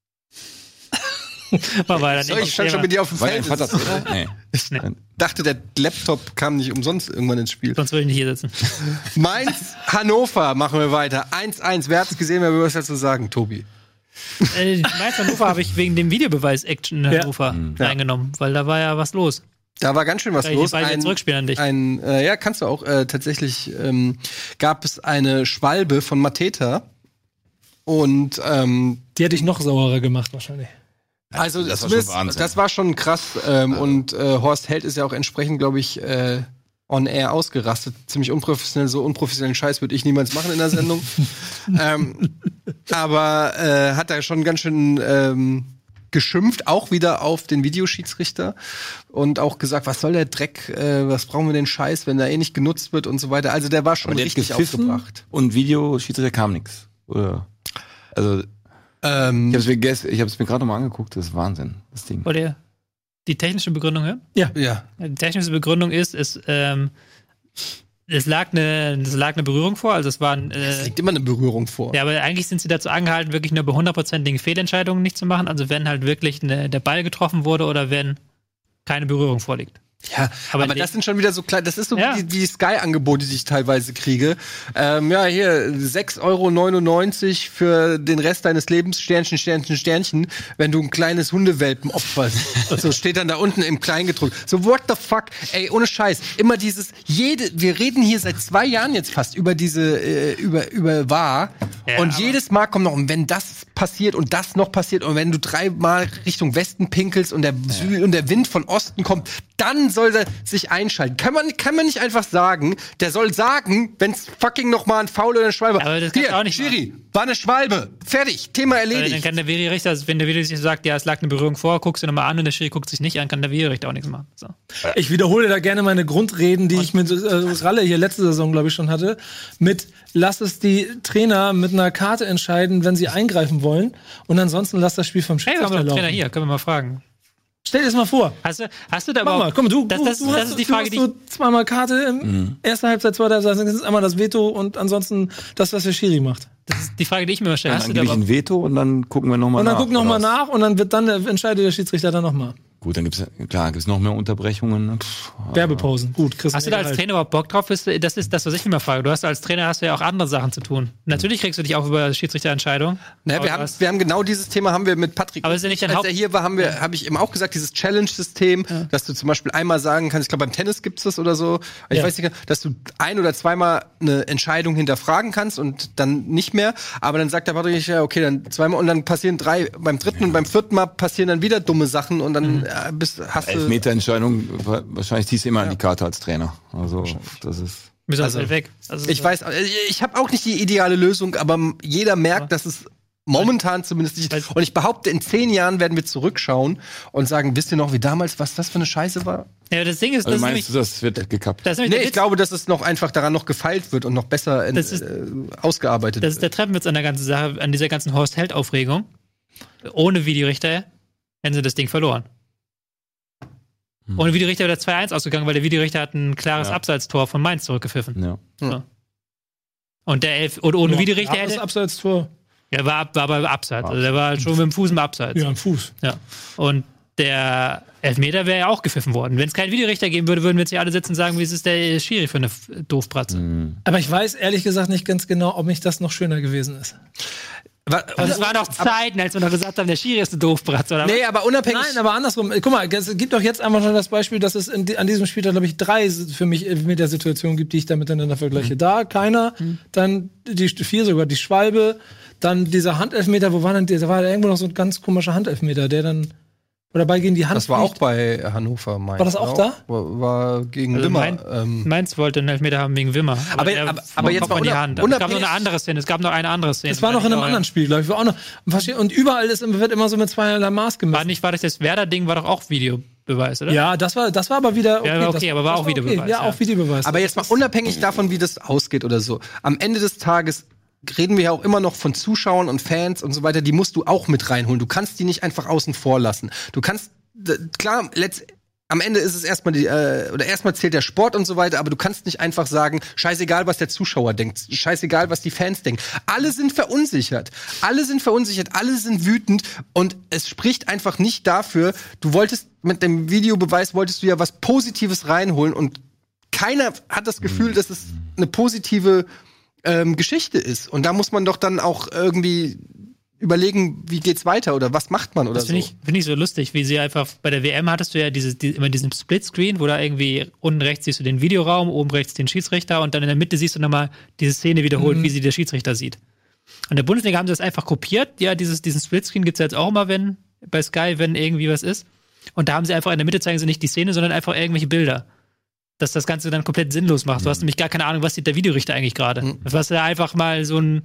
Speaker 5: Ich
Speaker 1: stand schon mit dir auf dem Feld.
Speaker 4: Nee.
Speaker 1: Ich dachte, der Laptop kam nicht umsonst irgendwann ins Spiel.
Speaker 5: Sonst würde ich nicht hier sitzen.
Speaker 1: Mainz, Hannover machen wir weiter. 1-1. Wer hat es gesehen? Wer will was dazu sagen? Tobi.
Speaker 5: Mainz Hannover habe ich wegen dem Videobeweis-Action in Hannover reingenommen, weil da war ja was los.
Speaker 1: Da war ganz schön was los.
Speaker 5: Zurückspielen an dich.
Speaker 1: Ja, kannst du auch. Tatsächlich gab es eine Schwalbe von Mateta. Und
Speaker 6: die hätte ich noch saurer gemacht wahrscheinlich.
Speaker 1: Also das war schon krass. Und Horst Held ist ja auch entsprechend, glaube ich, on air ausgerastet. Ziemlich unprofessionell. So unprofessionellen Scheiß würde ich niemals machen in der Sendung. Aber hat da schon ganz schön geschimpft, auch wieder auf den Videoschiedsrichter und auch gesagt, was soll der Dreck, was brauchen wir denn Scheiß, wenn der eh nicht genutzt wird und so weiter. Also der war schon richtig aufgebracht.
Speaker 4: Und Videoschiedsrichter kam nichts. Oder? Also ich hab's mir gerade nochmal angeguckt, das ist Wahnsinn, das Ding.
Speaker 5: Wollt ihr die technische Begründung hören?
Speaker 1: Ja.
Speaker 5: Die technische Begründung ist, es lag eine Berührung vor, also es
Speaker 1: liegt immer eine Berührung vor.
Speaker 5: Ja, aber eigentlich sind sie dazu angehalten, wirklich nur bei 100%igen Fehlentscheidungen nicht zu machen, also wenn halt wirklich der Ball getroffen wurde oder wenn keine Berührung vorliegt.
Speaker 1: Ja, aber das sind schon wieder so klein, das ist so wie die Sky-Angebote, die ich teilweise kriege. Hier 6,99 € für den Rest deines Lebens, Sternchen, Sternchen, Sternchen, wenn du ein kleines Hundewelpen opferst. So steht dann da unten im Kleingedruckt. So, what the fuck? Ey, ohne Scheiß. Immer wir reden hier seit 2 Jahren jetzt fast über diese, über VAR. Ja, und jedes Mal kommt noch, und wenn das passiert und das noch passiert und wenn du 3-mal Richtung Westen pinkelst und der Wind von Osten kommt, dann soll er sich einschalten. Kann man nicht einfach sagen, der soll sagen, wenn's fucking noch mal ein Foul oder eine Schwalbe.
Speaker 5: Aber das kannst du auch nicht
Speaker 1: Schiri, war eine Schwalbe. Fertig, Thema erledigt.
Speaker 5: Dann kann der Videorichter, also wenn der Videorichter sagt, ja, es lag eine Berührung vor, guckst du nochmal an und der Schiri guckt sich nicht an, kann der Videorichter auch nichts machen. So.
Speaker 6: Ich wiederhole da gerne meine Grundreden, die ich mit Ralle hier letzte Saison, glaube ich, schon hatte. Lass es die Trainer mit einer Karte entscheiden, wenn sie eingreifen wollen. Und ansonsten lass das Spiel vom Schiedsrichter laufen.
Speaker 5: Trainer hier, können wir mal fragen.
Speaker 6: Stell dir das mal vor.
Speaker 5: Hast du da
Speaker 6: Mach mal, komm,
Speaker 5: das ist die Frage, die
Speaker 6: du zweimal Karte in erster Halbzeit, zweiter Halbzeit, das ist einmal das Veto und ansonsten das, was der Schiri macht.
Speaker 5: Das ist die Frage, die ich mir stelle.
Speaker 4: Dann gebe ich ein Veto und dann gucken wir nochmal nach.
Speaker 6: Und dann gucken nochmal nach und dann entscheidet der Schiedsrichter dann nochmal.
Speaker 4: Gut, dann gibt's noch mehr Unterbrechungen.
Speaker 6: Werbepausen. Gut, Chris.
Speaker 5: Hast du da als Trainer überhaupt Bock drauf? Das ist das, was ich mich mal frage. Als Trainer hast du ja auch andere Sachen zu tun. Natürlich kriegst du dich auch über Schiedsrichterentscheidungen.
Speaker 1: Naja, wir haben genau dieses Thema haben wir mit Patrick.
Speaker 5: Aber ist ja nicht
Speaker 1: als er hier war, habe ich ihm auch gesagt, dieses Challenge-System, dass du zum Beispiel einmal sagen kannst, ich glaube beim Tennis gibt's das oder so, ich weiß nicht, dass du ein- oder zweimal eine Entscheidung hinterfragen kannst und dann nicht mehr. Aber dann sagt der Patrick, ja, okay, dann zweimal und dann passieren beim dritten und beim vierten Mal passieren dann wieder dumme Sachen und dann hast du...
Speaker 4: Elfmeterentscheidung, wahrscheinlich ziehst du immer an die Karte als Trainer. Also, das ist...
Speaker 5: weg. Also,
Speaker 1: ich weiß, ich habe auch nicht die ideale Lösung, aber jeder merkt, dass es momentan zumindest nicht. Und ich behaupte, in 10 Jahren werden wir zurückschauen und sagen, wisst ihr noch, wie damals, was das für eine Scheiße war?
Speaker 5: Ja, das Ding ist,
Speaker 4: also meinst du, das wird gekappt?
Speaker 1: Nee, ich glaube, dass es noch einfach daran noch gefeilt wird und noch besser ausgearbeitet wird.
Speaker 5: Das ist der Treppenwitz an der ganzen Sache, an dieser ganzen Horst-Held-Aufregung. Ohne Videorichter hätten sie das Ding verloren. Ohne Videorichter wäre der 2-1 ausgegangen, weil der Videorichter hat ein klares Abseitstor von Mainz zurückgepfiffen.
Speaker 4: Ja.
Speaker 5: So. Und ohne Videorichter hätte...
Speaker 6: Das Abseitstor.
Speaker 5: Ja, war aber Abseits. Also der war schon mit dem Fuß im Abseits.
Speaker 6: Ja, im Fuß.
Speaker 5: Ja. Und der Elfmeter wäre ja auch gepfiffen worden. Wenn es keinen Videorichter geben würde, würden wir jetzt hier alle sitzen und sagen, wie ist es der Schiri für eine Doofbratze.
Speaker 6: Aber ich weiß ehrlich gesagt nicht ganz genau, ob nicht das noch schöner gewesen ist.
Speaker 5: Das waren doch Zeiten, als wir noch gesagt haben, der Schiri ist eine Doofbratze, oder?
Speaker 1: Nee, aber unabhängig...
Speaker 6: Nein, aber andersrum. Guck mal, es gibt doch jetzt einfach schon das Beispiel, dass es an diesem Spieltag, glaube ich, 3 für mich Elfmeter-Situationen gibt, die ich da miteinander vergleiche. Da keiner, dann die 4 sogar, die Schwalbe, dann dieser Handelfmeter, wo war denn der? Da war irgendwo noch so ein ganz komischer Handelfmeter, der dann... Oder bei gegen die Hand.
Speaker 1: Das war auch bei Hannover, Mainz.
Speaker 6: War das auch da?
Speaker 1: War gegen
Speaker 5: Also
Speaker 1: Wimmer.
Speaker 5: Mainz wollte einen Elfmeter haben wegen Wimmer.
Speaker 1: Aber jetzt mal
Speaker 5: in die Hand. Es gab noch eine andere Szene. Es gab noch eine andere Szene.
Speaker 6: Das war noch in einem anderen Spiel, glaube ich. War auch noch, und überall wird immer so mit zweierlei Maß gemessen.
Speaker 5: War das Werder-Ding, war doch auch Videobeweis, oder?
Speaker 6: Ja, das war aber wieder okay.
Speaker 5: Ja, okay, aber war auch Videobeweis.
Speaker 6: Okay. Ja, auch Videobeweis.
Speaker 1: Aber jetzt mal unabhängig davon, wie das ausgeht oder so. Am Ende des Tages reden wir ja auch immer noch von Zuschauern und Fans und so weiter. Die musst du auch mit reinholen. Du kannst die nicht einfach außen vor lassen. Du kannst klar, am Ende ist es erstmal erstmal zählt der Sport und so weiter, aber du kannst nicht einfach sagen, scheißegal, was der Zuschauer denkt, scheißegal, was die Fans denken. Alle sind verunsichert, alle sind wütend und es spricht einfach nicht dafür, mit dem Videobeweis wolltest du ja was Positives reinholen und keiner hat das Gefühl, dass es eine positive Geschichte ist. Und da muss man doch dann auch irgendwie überlegen, wie geht's weiter oder was macht man oder
Speaker 5: das finde ich so lustig, wie sie einfach, bei der WM hattest du ja immer diesen Splitscreen, wo da irgendwie unten rechts siehst du den Videoraum, oben rechts den Schiedsrichter und dann in der Mitte siehst du nochmal diese Szene wiederholt, wie sie der Schiedsrichter sieht. Und in der Bundesliga haben sie das einfach kopiert, ja, diesen Splitscreen gibt's ja jetzt auch immer, bei Sky, wenn irgendwie was ist. Und da haben sie einfach, in der Mitte zeigen sie nicht die Szene, sondern einfach irgendwelche Bilder. Dass das Ganze dann komplett sinnlos macht. Du hast nämlich gar keine Ahnung, was sieht der Videorichter eigentlich gerade. Was ja einfach mal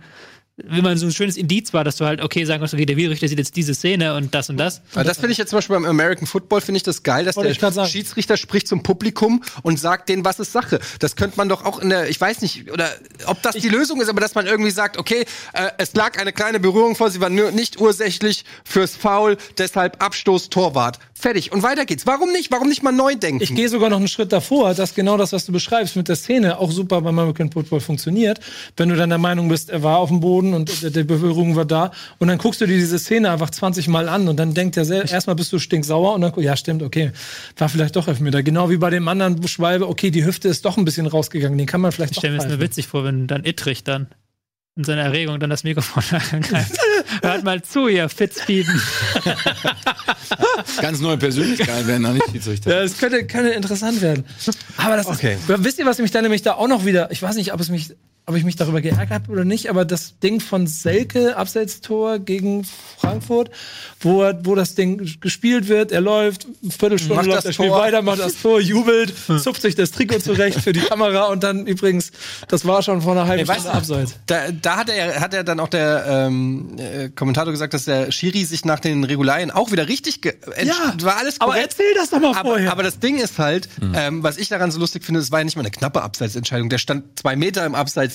Speaker 5: wenn man so ein schönes Indiz war, dass du halt, okay, sagen kannst, okay, der Videorichter sieht jetzt diese Szene und das und das.
Speaker 1: Aber das finde ich jetzt zum Beispiel beim American Football, finde ich das geil, dass der Schiedsrichter spricht zum Publikum und sagt denen, was ist Sache. Das könnte man doch auch ich weiß nicht, oder ob das die Lösung ist, aber dass man irgendwie sagt, okay, es lag eine kleine Berührung vor, sie war nicht ursächlich fürs Foul, deshalb Abstoß, Torwart. Fertig. Und weiter geht's. Warum nicht? Warum nicht mal neu denken?
Speaker 6: Ich gehe sogar noch einen Schritt davor, dass genau das, was du beschreibst mit der Szene, auch super beim American Football funktioniert. Wenn du dann der Meinung bist, er war auf dem Boden und die Berührung war da und dann guckst du dir diese Szene einfach 20 Mal an und dann denkt er erstmal bist du stinksauer und dann, ja stimmt, okay, war vielleicht doch Elfmeter. Genau wie bei dem anderen Schwalbe, okay, die Hüfte ist doch ein bisschen rausgegangen, den kann man vielleicht doch
Speaker 5: pfeifen. Ich stelle mir das nur witzig vor, wenn dann Ittrich dann in seiner Erregung dann das Mikrofon angreift. Hört mal zu, ihr Fitzbieben.
Speaker 4: Ganz neue Persönlichkeit werden da nicht Schiedsrichter.
Speaker 6: Ja, das könnte interessant werden. Aber das ist, wisst ihr, was mich dann nämlich da auch noch wieder, ich weiß nicht, ob ich mich darüber geärgert habe oder nicht, aber das Ding von Selke, Abseitstor gegen Frankfurt, wo das Ding gespielt wird, er läuft, Viertelstunde läuft, er spielt weiter, macht das Tor, jubelt, zupft sich das Trikot zurecht für die Kamera und dann übrigens, das war schon vor einer halben Stunde Abseits.
Speaker 1: Da hat er dann auch der Kommentator gesagt, dass der Schiri sich nach den Regularien auch wieder richtig war alles korrekt.
Speaker 6: Aber erzähl das doch mal vorher.
Speaker 1: Aber das Ding ist halt, was ich daran so lustig finde, es war ja nicht mal eine knappe Abseitsentscheidung. Der stand 2 Meter im Abseits.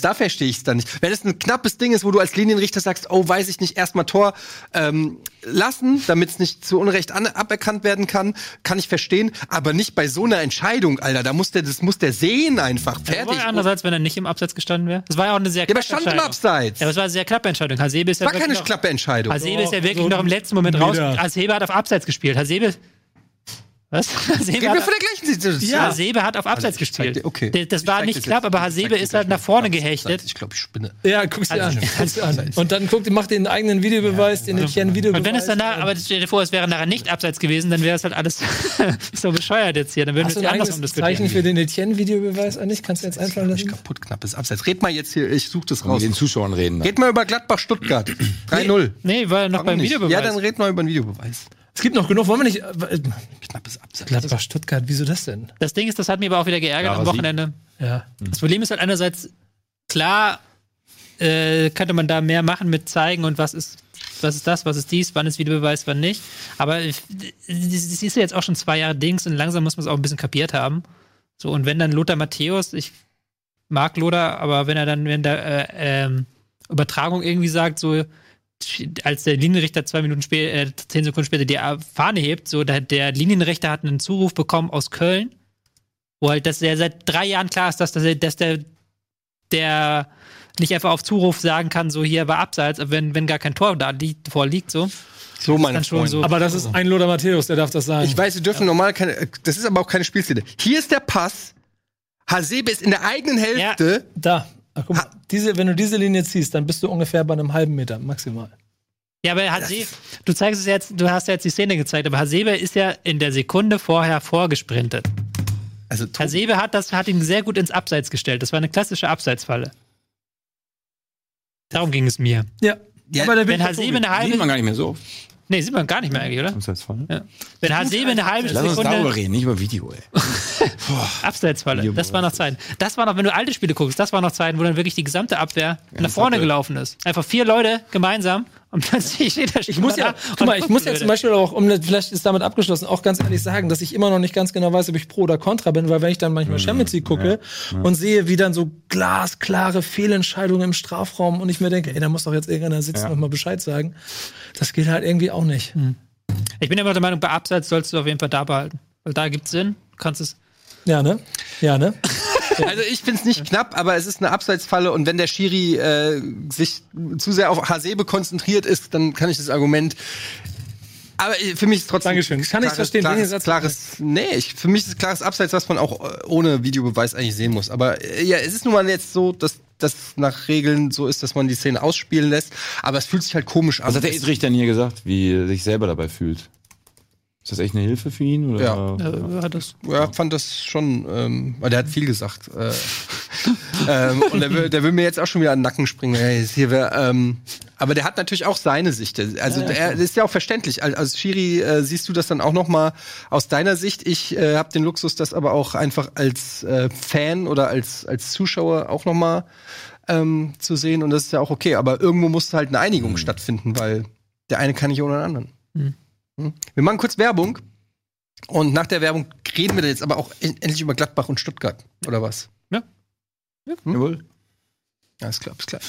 Speaker 1: da verstehe ich es dann nicht. Wenn es ein knappes Ding ist, wo du als Linienrichter sagst, oh, weiß ich nicht, erstmal Tor lassen, damit es nicht zu Unrecht aberkannt werden kann ich verstehen, aber nicht bei so einer Entscheidung, Alter. Das muss der sehen einfach. Fertig.
Speaker 5: Das war ja andererseits, wenn er nicht im Abseits gestanden wäre. Das war ja auch eine sehr knappe Entscheidung.
Speaker 1: Ja, aber stand im Abseits.
Speaker 5: Ja, aber es war eine sehr knappe Entscheidung. Hasebe ist ja
Speaker 1: war keine knappe Entscheidung.
Speaker 5: Hasebe ist ja wirklich noch im letzten Moment raus. Hasebe hat auf Abseits gespielt. Was?
Speaker 1: Gehen wir von der gleichen Situation.
Speaker 5: Ja, Hasebe hat auf Abseits gespielt.
Speaker 1: Okay.
Speaker 5: Das war nicht knapp, aber Hasebe ist halt nach vorne gehechtet.
Speaker 1: Ich glaube, ich spinne.
Speaker 6: Ja, guck's dir an. Und dann macht den eigenen Videobeweis, den Etienne-Videobeweis.
Speaker 5: Und wenn es danach, aber stell dir vor, es wäre nachher nicht Abseits gewesen, dann wäre es halt alles so bescheuert jetzt hier. Dann würden wir es andersrum diskutieren.
Speaker 6: Zeichen für den Etienne-Videobeweis eigentlich? Kannst du jetzt einfallen lassen?
Speaker 1: Kaputt knappes Abseits. Red mal jetzt hier, ich suche das raus.
Speaker 4: Mit den Zuschauern reden.
Speaker 1: Red mal über Gladbach-Stuttgart. 3-0.
Speaker 5: Nee, war noch beim Videobeweis.
Speaker 1: Ja, dann red mal über den Videobeweis.
Speaker 6: Es gibt noch genug, wollen wir nicht.
Speaker 1: Knappes Abseits.
Speaker 6: Gladbach-Stuttgart, wieso das denn?
Speaker 5: Das Ding ist, das hat mich aber auch wieder geärgert am Wochenende.
Speaker 6: Ja.
Speaker 5: Das Problem ist halt einerseits, klar, könnte man da mehr machen mit zeigen und was ist das, was ist dies, wann ist Videobeweis, wann nicht. Aber das ist ja jetzt auch schon 2 Jahre Dings und langsam muss man es auch ein bisschen kapiert haben. So, und wenn dann Lothar Matthäus, ich mag Lothar, aber wenn der Übertragung irgendwie sagt, so, als der Linienrichter 10 Sekunden später die Fahne hebt, so, der Linienrichter hat einen Zuruf bekommen aus Köln, wo halt, dass der seit 3 Jahren klar ist, dass der nicht einfach auf Zuruf sagen kann, so, hier war Abseits, wenn gar kein Tor da vorliegt, so.
Speaker 1: So, meine Freunde.
Speaker 5: So.
Speaker 6: Aber das ist ein Lothar Matthäus, der darf das sagen.
Speaker 1: Ich weiß, sie dürfen normal das ist aber auch keine Spielszene. Hier ist der Pass. Hasebe ist in der eigenen Hälfte.
Speaker 6: Ja, da. Ach, guck mal, wenn du diese Linie ziehst, dann bist du ungefähr bei einem halben Meter maximal.
Speaker 5: Ja, aber Hasebe, du hast ja jetzt die Szene gezeigt, aber Hasebe ist ja in der Sekunde vorher vorgesprintet.
Speaker 1: Also
Speaker 5: Hasebe hat ihn sehr gut ins Abseits gestellt. Das war eine klassische Abseitsfalle. Darum ging es mir.
Speaker 6: Ja.
Speaker 1: Aber
Speaker 5: wenn Hasebe eine halbe...
Speaker 4: Sieht man gar nicht mehr so.
Speaker 5: Nee, sieht man gar nicht mehr eigentlich, oder?
Speaker 4: Abseitsfalle.
Speaker 5: Ja. Wenn Hasebe eine halbe
Speaker 4: Lass uns
Speaker 5: Sekunde...
Speaker 4: darüber reden, nicht über Video, ey.
Speaker 5: Abseitsfalle, das war noch Zeiten. Das war noch, wenn du alte Spiele guckst, das war noch Zeiten, wo dann wirklich die gesamte Abwehr nach vorne gelaufen ist. Einfach 4 Leute gemeinsam und plötzlich steht der
Speaker 6: Ich muss ja zum Beispiel auch, vielleicht ist damit abgeschlossen, auch ganz ehrlich sagen, dass ich immer noch nicht ganz genau weiß, ob ich pro oder contra bin, weil wenn ich dann manchmal Champions League gucke und sehe, wie dann so glasklare Fehlentscheidungen im Strafraum und ich mir denke, ey, da muss doch jetzt irgendeiner sitzen und mal Bescheid sagen. Das geht halt irgendwie auch nicht.
Speaker 5: Ich bin immer der Meinung, bei Abseits sollst du auf jeden Fall da behalten. Weil da gibt's Sinn, du kannst es...
Speaker 6: Ja, ne?
Speaker 1: Also ich finde es nicht knapp, aber es ist eine Abseitsfalle und wenn der Schiri sich zu sehr auf Hasebe konzentriert ist, dann kann ich das Argument. Aber für mich ist trotzdem.
Speaker 6: Dankeschön. Kann ich verstehen.
Speaker 1: Für mich ist es klares Abseits, was man auch ohne Videobeweis eigentlich sehen muss. Aber ja, es ist nun mal jetzt so, dass das nach Regeln so ist, dass man die Szene ausspielen lässt. Aber es fühlt sich halt komisch an.
Speaker 4: Was hat der Edrich denn hier gesagt, wie er sich selber dabei fühlt? Ist das echt eine Hilfe für ihn? Oder?
Speaker 1: Ja, fand das schon, weil der hat viel gesagt. Und der will mir jetzt auch schon wieder an den Nacken springen. Aber der hat natürlich auch seine Sicht. Also das ist ja auch verständlich. Als Schiri siehst du das dann auch noch mal aus deiner Sicht. Ich habe den Luxus, das aber auch einfach als Fan oder als Zuschauer auch noch mal zu sehen. Und das ist ja auch okay. Aber irgendwo muss halt eine Einigung stattfinden, weil der eine kann nicht ohne den anderen. Wir machen kurz Werbung und nach der Werbung reden wir dann jetzt aber auch endlich über Gladbach und Stuttgart, oder was?
Speaker 5: Ja.
Speaker 1: Jawohl. Ja, ist klar, ist klar.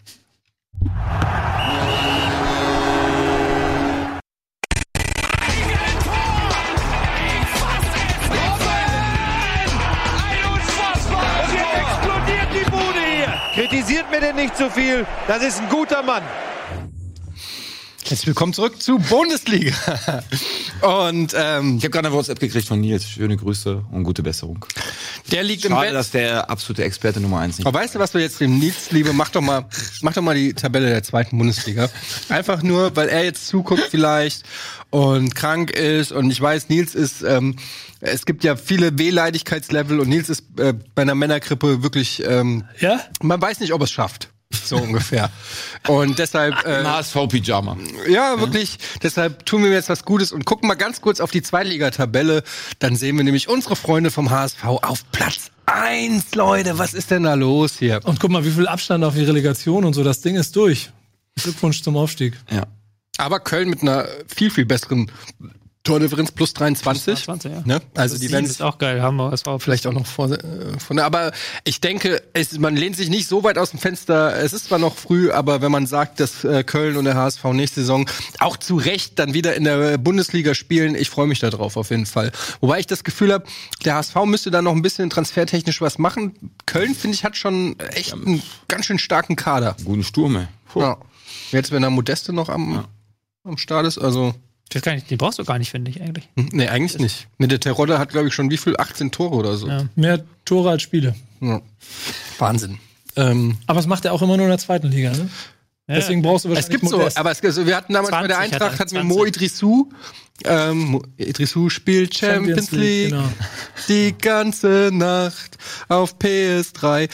Speaker 3: Und jetzt explodiert die Bude hier. Kritisiert mir denn nicht zu viel, das ist ein guter Mann.
Speaker 1: Herzlich willkommen zurück zu Bundesliga. Und
Speaker 4: ich habe gerade eine WhatsApp gekriegt von Nils. Schöne Grüße und gute Besserung.
Speaker 1: Der liegt
Speaker 4: Schade,
Speaker 1: im Bett.
Speaker 4: dass der absolute Experte Nummer 1 nicht.
Speaker 1: Aber weißt du, was wir jetzt dem Nils liebe? Mach doch mal die Tabelle der 2. Bundesliga. Einfach nur, weil er jetzt zuguckt vielleicht und krank ist. Und ich weiß, Nils ist, es gibt ja viele Wehleidigkeitslevel und Nils ist bei einer Männergrippe wirklich, man weiß nicht, ob er es schafft. So ungefähr. Und deshalb.
Speaker 4: HSV-Pyjama.
Speaker 1: Ja, wirklich. Deshalb tun wir jetzt was Gutes und gucken mal ganz kurz auf die Zweitligatabelle. Dann sehen wir nämlich unsere Freunde vom HSV auf Platz 1, Leute. Was ist denn da los hier?
Speaker 6: Und guck mal, wie viel Abstand auf die Relegation und so. Das Ding ist durch. Glückwunsch zum Aufstieg.
Speaker 4: Ja.
Speaker 1: Aber Köln mit einer viel, viel besseren Tordifferenz plus 23.
Speaker 5: 20, ja.
Speaker 1: Ne? Also die werden
Speaker 5: ist auch geil, haben wir.
Speaker 1: vielleicht auch noch von aber ich denke, man lehnt sich nicht so weit aus dem Fenster. Es ist zwar noch früh, aber wenn man sagt, dass Köln und der HSV nächste Saison auch zu Recht dann wieder in der Bundesliga spielen, ich freue mich da drauf auf jeden Fall. Wobei ich das Gefühl habe, der HSV müsste da noch ein bisschen transfertechnisch was machen. Köln, finde ich, hat schon echt einen ganz schön starken Kader.
Speaker 4: Guten Sturm, ey.
Speaker 1: Ja. Jetzt, wenn da Modeste noch am Start ist, also
Speaker 5: Ich weiß gar nicht, den brauchst du gar nicht, finde ich eigentlich.
Speaker 1: nee, eigentlich nicht. Mit der Terodde hat, glaube ich, schon wie viel? 18 Tore oder so.
Speaker 5: Ja.
Speaker 6: Mehr Tore als Spiele.
Speaker 1: Ja. Wahnsinn.
Speaker 6: Aber das macht er auch immer nur in der zweiten Liga, ne?
Speaker 5: Ja.
Speaker 6: Deswegen brauchst du
Speaker 1: Es
Speaker 6: wahrscheinlich
Speaker 1: gibt so,
Speaker 6: Modest.
Speaker 1: aber wir hatten damals bei der
Speaker 5: 20
Speaker 1: Eintracht
Speaker 5: hat er,
Speaker 1: hatten wir
Speaker 5: 20.
Speaker 1: Mo Idrissou. Idrissou spielt Champions League
Speaker 6: genau.
Speaker 1: die ganze Nacht auf PS3.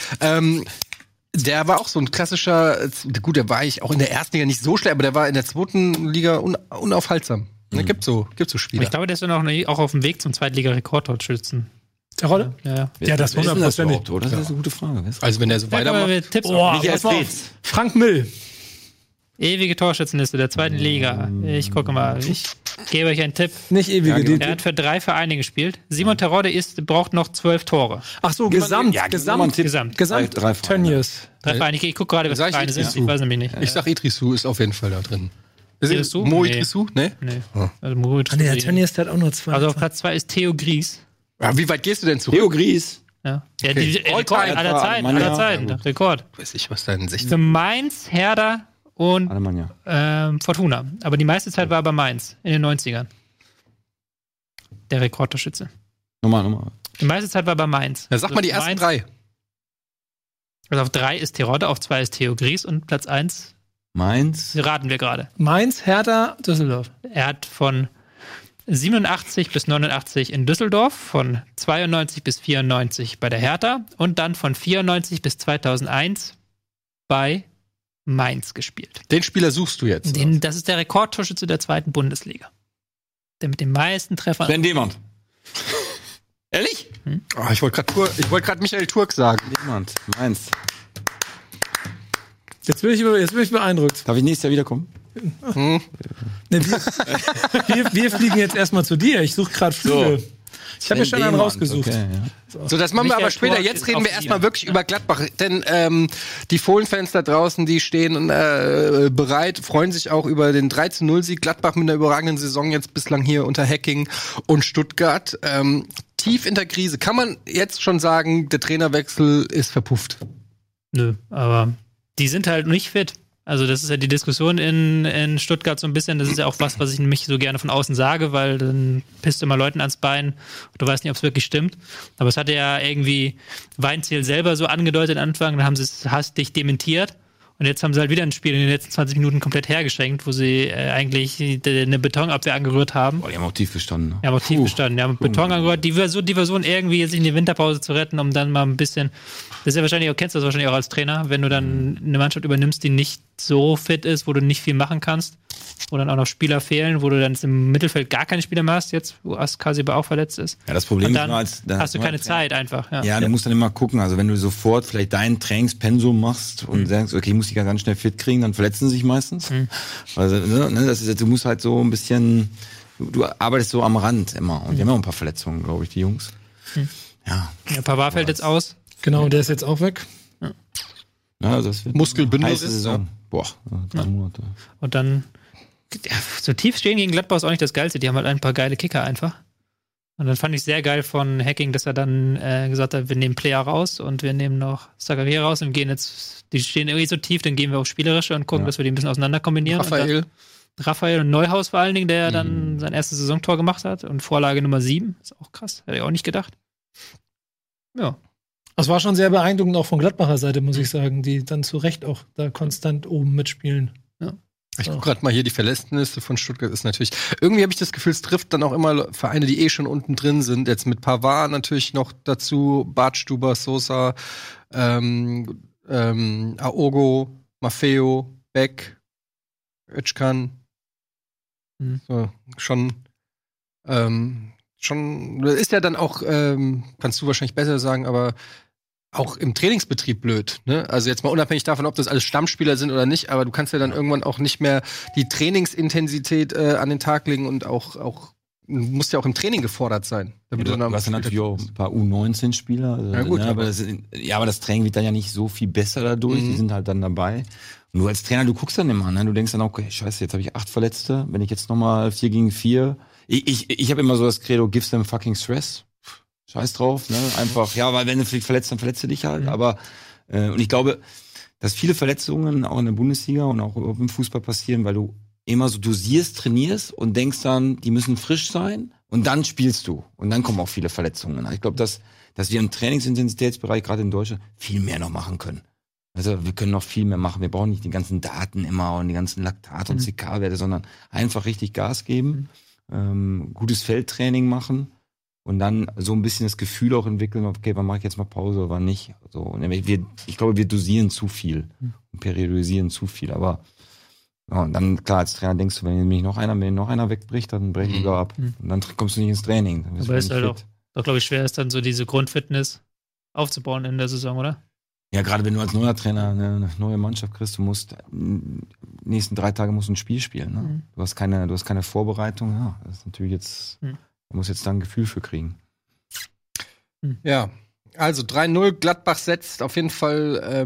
Speaker 1: Der war auch so ein klassischer, gut, der war eigentlich auch in der ersten Liga nicht so schlecht, aber der war in der zweiten Liga unaufhaltsam. Gibt so Spieler.
Speaker 5: Ich glaube, der ist dann auch auf dem Weg zum Zweitliga-Rekordtorschützen.
Speaker 6: Der Rolle?
Speaker 5: Ja.
Speaker 6: Ja, das
Speaker 4: Wer ist denn das
Speaker 6: 100%.
Speaker 4: überhaupt, oder? Das ist eine gute Frage. Wer ist das?
Speaker 1: Also wenn er so weitermacht.
Speaker 5: Tipps
Speaker 6: Boah,
Speaker 5: auf.
Speaker 6: pass mal auf. Frank Mill.
Speaker 5: Ewige Torschützenliste der zweiten Liga. Ich gucke mal. Ich gebe euch einen Tipp.
Speaker 6: Nicht ewige.
Speaker 4: genau.
Speaker 5: Er hat für 3 Vereine gespielt. Simon Terodde braucht noch 12 Tore.
Speaker 6: Ach so,
Speaker 4: gib mal einen Tipp.
Speaker 5: Gesamt.
Speaker 4: Drei Vereine.
Speaker 6: Tönnies.
Speaker 5: 3 Vereine. Ich gucke gerade, was
Speaker 1: Sag
Speaker 5: die
Speaker 1: ich
Speaker 5: Vereine sind.
Speaker 1: Idrissou.
Speaker 5: Ich weiß nämlich nicht.
Speaker 1: Ich sag Idrissou ist auf jeden Fall da drin.
Speaker 5: Idrissou?
Speaker 1: Mo
Speaker 5: Nee.
Speaker 1: Idrissou? Ne?
Speaker 5: Nee.
Speaker 1: Ah.
Speaker 5: Also Moritz.
Speaker 6: Nee, der Tönnies, der hat auch nur 2.
Speaker 5: Also auf Platz 2 ist Theo Gries.
Speaker 1: Ja, wie weit gehst du denn zurück?
Speaker 4: Theo Gries.
Speaker 5: Ja. Ja,
Speaker 1: Okay.
Speaker 5: Rekord
Speaker 1: All-time.
Speaker 5: aller Zeiten.
Speaker 4: Mann, ja.
Speaker 5: Aller Zeiten. Rekord.
Speaker 1: Weiß ich, was dein 16.
Speaker 5: Für Mainz, Hertha und
Speaker 4: Alemannia.
Speaker 5: Fortuna. Aber die meiste Zeit war er bei Mainz in den 90ern. Der Rekordtorschütze.
Speaker 4: Nochmal.
Speaker 5: Die meiste Zeit war er bei Mainz.
Speaker 1: Ja, sag mal die ersten
Speaker 5: Mainz,
Speaker 1: 3.
Speaker 5: Also auf 3 ist Terodde, auf 2 ist Theo Gries und Platz 1
Speaker 4: Mainz.
Speaker 5: raten wir gerade.
Speaker 6: Mainz, Hertha, Düsseldorf.
Speaker 5: Er hat von 87 bis 89 in Düsseldorf, von 92 bis 94 bei der Hertha und dann von 94 bis 2001 bei Mainz gespielt.
Speaker 1: Den Spieler suchst du jetzt.
Speaker 5: Das ist der Rekordtorschütze der zweiten Bundesliga. Der mit den meisten Treffern.
Speaker 4: Sven Demand. Ehrlich?
Speaker 1: Ich wollte gerade Michael Turk sagen.
Speaker 4: Demand. Mainz.
Speaker 6: Jetzt bin ich beeindruckt.
Speaker 4: Darf ich nächstes Jahr wiederkommen?
Speaker 6: Nee, wir fliegen jetzt erstmal zu dir. Ich suche gerade Flüge. Ich habe mir schon einen rausgesucht.
Speaker 4: Okay, ja.
Speaker 1: So, das machen wir
Speaker 5: Michael
Speaker 1: aber später.
Speaker 5: Turk
Speaker 1: Jetzt
Speaker 5: ist
Speaker 1: reden wir
Speaker 5: auf
Speaker 1: erstmal
Speaker 5: 4.
Speaker 1: wirklich über Gladbach. Denn die Fohlen-Fans da draußen, die stehen bereit, freuen sich auch über den 3-0-Sieg. Gladbach mit einer überragenden Saison jetzt bislang hier unter Hacking und Stuttgart. Tief in der Krise. Kann man jetzt schon sagen, der Trainerwechsel ist verpufft?
Speaker 5: Nö, aber die sind halt nicht fit. Also das ist ja die Diskussion in Stuttgart so ein bisschen. Das ist ja auch was ich nämlich so gerne von außen sage, weil dann pisst immer Leuten ans Bein und du weißt nicht, ob es wirklich stimmt. Aber es hatte ja irgendwie Weinziel selber so angedeutet am Anfang, dann haben sie es hastig dementiert. Und jetzt haben sie halt wieder ein Spiel in den letzten 20 Minuten komplett hergeschenkt, wo sie eigentlich eine Betonabwehr angerührt haben.
Speaker 4: Boah, die haben auch tief gestanden. Ne?
Speaker 5: Ja, aber tief gestanden. Die haben Beton angerührt. Die Version irgendwie sich in die Winterpause zu retten, um dann mal ein bisschen. Das ist ja wahrscheinlich auch, kennst du das wahrscheinlich auch als Trainer, wenn du dann eine Mannschaft übernimmst, die nicht so fit ist, wo du nicht viel machen kannst, wo dann auch noch Spieler fehlen, wo du dann im Mittelfeld gar keine Spieler mehr hast, jetzt, wo Askasiba auch verletzt ist.
Speaker 4: Ja, das Problem
Speaker 5: Und dann
Speaker 4: ist nur,
Speaker 5: hast du keine Zeit einfach.
Speaker 4: Ja, du musst dann immer gucken, also wenn du sofort vielleicht dein Trainingspensum machst und sagst, okay, ich muss dich ja ganz schnell fit kriegen, dann verletzen sie sich meistens. Also, ne, das ist, du musst halt so ein bisschen, du arbeitest so am Rand immer. Und die haben auch ein paar Verletzungen, glaube ich, die Jungs. Ja.
Speaker 5: Pavard fällt jetzt aus.
Speaker 6: Genau, der ist jetzt auch weg.
Speaker 4: Ja, also das wird
Speaker 1: Muskelbündel
Speaker 4: heiße Saison. Boah, 3 Monate.
Speaker 5: Und dann so tief stehen gegen Gladbach ist auch nicht das Geilste. Die haben halt ein paar geile Kicker einfach. Und dann fand ich sehr geil von Hacking, dass er dann gesagt hat, wir nehmen Player raus und wir nehmen noch Zakaria raus und gehen jetzt, die stehen irgendwie so tief, dann gehen wir auf Spielerische und gucken, dass wir die ein bisschen auseinander kombinieren. Raphael und Neuhaus vor allen Dingen, der dann sein erstes Saisontor gemacht hat und Vorlage Nummer 7. Ist auch krass. Hätte ich auch nicht gedacht. Ja.
Speaker 6: Das war schon sehr beeindruckend, auch von Gladbacher Seite, muss ich sagen, die dann zu Recht auch da konstant oben mitspielen.
Speaker 5: Ja.
Speaker 1: Ich gucke gerade mal hier, die Verletztenliste von Stuttgart ist natürlich, irgendwie habe ich das Gefühl, es trifft dann auch immer Vereine, die schon unten drin sind. Jetzt mit Pavard natürlich noch dazu, Bartstuber, Sosa, Aogo, Maffeo, Beck, Özcan. So, schon ist ja dann auch, kannst du wahrscheinlich besser sagen, aber auch im Trainingsbetrieb blöd, ne? Also jetzt mal unabhängig davon, ob das alles Stammspieler sind oder nicht, aber du kannst ja dann irgendwann auch nicht mehr die Trainingsintensität an den Tag legen und auch musst ja auch im Training gefordert sein.
Speaker 4: Ja, du hast ja natürlich auch ein paar U19-Spieler. Also,
Speaker 1: ja, gut,
Speaker 4: aber das Training wird dann ja nicht so viel besser dadurch. Die sind halt dann dabei. Und du als Trainer, du guckst dann immer, ne? Du denkst dann, okay, scheiße, jetzt habe ich 8 Verletzte. Wenn ich jetzt nochmal 4 gegen 4. Ich habe immer so das Credo, give them fucking stress. Scheiß drauf, ne? Einfach, ja, weil wenn du verletzt, dann verletzt du dich halt. Aber und ich glaube, dass viele Verletzungen auch in der Bundesliga und auch im Fußball passieren, weil du immer so dosierst, trainierst und denkst dann, die müssen frisch sein und dann spielst du. Und dann kommen auch viele Verletzungen. Ich glaube, dass wir im Trainingsintensitätsbereich, gerade in Deutschland, viel mehr noch machen können. Also wir können noch viel mehr machen. Wir brauchen nicht die ganzen Daten immer und die ganzen Laktat- und CK-Werte, sondern einfach richtig Gas geben, gutes Feldtraining machen und dann so ein bisschen das Gefühl auch entwickeln, okay, wann mache ich jetzt mal Pause oder wann nicht. So, und ich glaube, wir dosieren zu viel und periodisieren zu viel. Aber ja, und dann, klar, als Trainer denkst du, wenn mich noch einer wegbricht, dann breche ich wieder ab. Und dann kommst du nicht ins Training.
Speaker 5: Aber es ist halt auch, glaube ich, schwer ist dann so diese Grundfitness aufzubauen in der Saison, oder?
Speaker 4: Ja, gerade wenn du als neuer Trainer eine neue Mannschaft kriegst, du musst nächsten 3 Tage musst du ein Spiel spielen. Ne? Du hast keine Vorbereitung. Ja, das ist natürlich jetzt, du musst jetzt da ein Gefühl für kriegen.
Speaker 1: Ja, also 3-0, Gladbach setzt auf jeden Fall,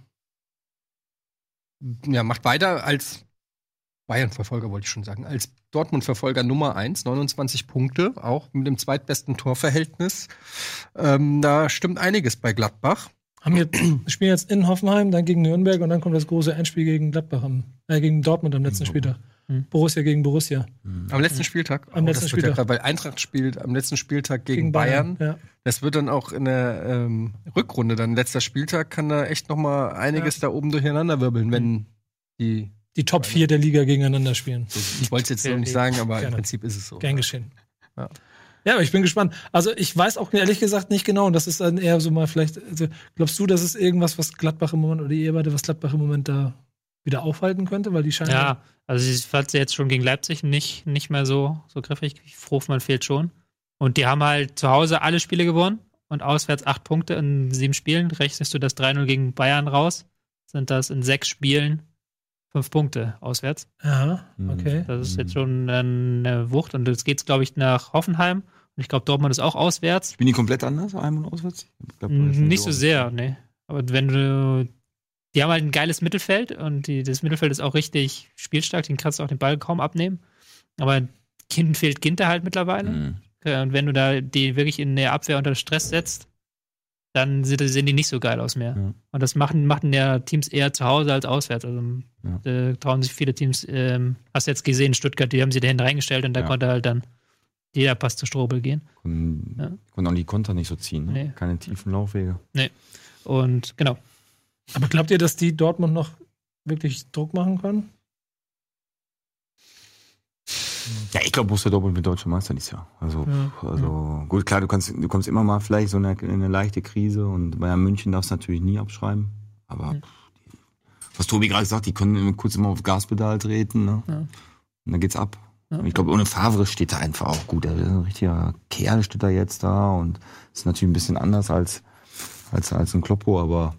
Speaker 1: macht weiter als Bayern-Verfolger, wollte ich schon sagen, als Dortmund-Verfolger Nummer 1, 29 Punkte, auch mit dem zweitbesten Torverhältnis. Da stimmt einiges bei Gladbach.
Speaker 6: Spielen jetzt in Hoffenheim, dann gegen Nürnberg und dann kommt das große Endspiel gegen gegen Dortmund am letzten Spieltag. Borussia gegen Borussia.
Speaker 1: Am letzten Spieltag?
Speaker 6: Am letzten Spieltag.
Speaker 1: Weil Eintracht spielt am letzten Spieltag gegen Bayern.
Speaker 6: Ja.
Speaker 1: Das wird dann auch in der Rückrunde, dann letzter Spieltag, kann da echt noch mal einiges da oben durcheinander wirbeln, wenn die
Speaker 6: Top 4 der Liga gegeneinander spielen.
Speaker 1: Ich wollte es jetzt so nicht sagen, aber im Prinzip ist es so.
Speaker 6: Gern geschehen. Ja, aber ich bin gespannt. Also ich weiß auch ehrlich gesagt nicht genau. Und das ist dann eher so mal vielleicht, also glaubst du, das ist irgendwas, was Gladbach im Moment, oder ihr beide, was Gladbach im Moment da wieder aufhalten könnte? Weil die scheinen.
Speaker 5: Ja, also ich fand sie jetzt schon gegen Leipzig nicht mehr so griffig. Hofmann fehlt schon. Und die haben halt zu Hause alle Spiele gewonnen und auswärts 8 Punkte in 7 Spielen. Rechnest du das 3-0 gegen Bayern raus, sind das in 6 Spielen 5 Punkte auswärts.
Speaker 6: Ja, okay.
Speaker 5: Das ist jetzt schon eine Wucht. Und jetzt geht's, glaube ich, nach Hoffenheim. Und ich glaube, Dortmund ist auch auswärts.
Speaker 4: Spielen die komplett anders, Heim- und auswärts?
Speaker 5: Nicht so sehr, nee. Aber die haben halt ein geiles Mittelfeld und das Mittelfeld ist auch richtig spielstark, den kannst du auch den Ball kaum abnehmen. Aber hinten fehlt Ginter halt mittlerweile. Und wenn du da die wirklich in der Abwehr unter Stress setzt, dann sehen die nicht so geil aus mehr. Ja. Und das machen ja Teams eher zu Hause als auswärts. Also trauen sich viele Teams, hast du jetzt gesehen, Stuttgart, die haben sie dahin reingestellt und da konnte halt dann jeder Pass zu Strobel gehen.
Speaker 4: Konnten auch die Konter nicht so ziehen, ne? Nee. Keine tiefen Laufwege.
Speaker 5: Nee. Und genau.
Speaker 6: Aber glaubt ihr, dass die Dortmund noch wirklich Druck machen können?
Speaker 4: Ja, ich glaube, Borussia Dortmund wird deutscher Meister dieses Jahr. Also gut, klar, du kommst immer mal vielleicht so in eine leichte Krise und Bayern München darfst du natürlich nie abschreiben. Aber was Tobi gerade sagt, die können kurz immer auf Gaspedal treten, ne? Ja. Und dann geht's ab. Ja. Ich glaube, ohne Favre steht er einfach auch gut. Er ist ein richtiger Kerl, steht da jetzt da und ist natürlich ein bisschen anders als ein Kloppo, aber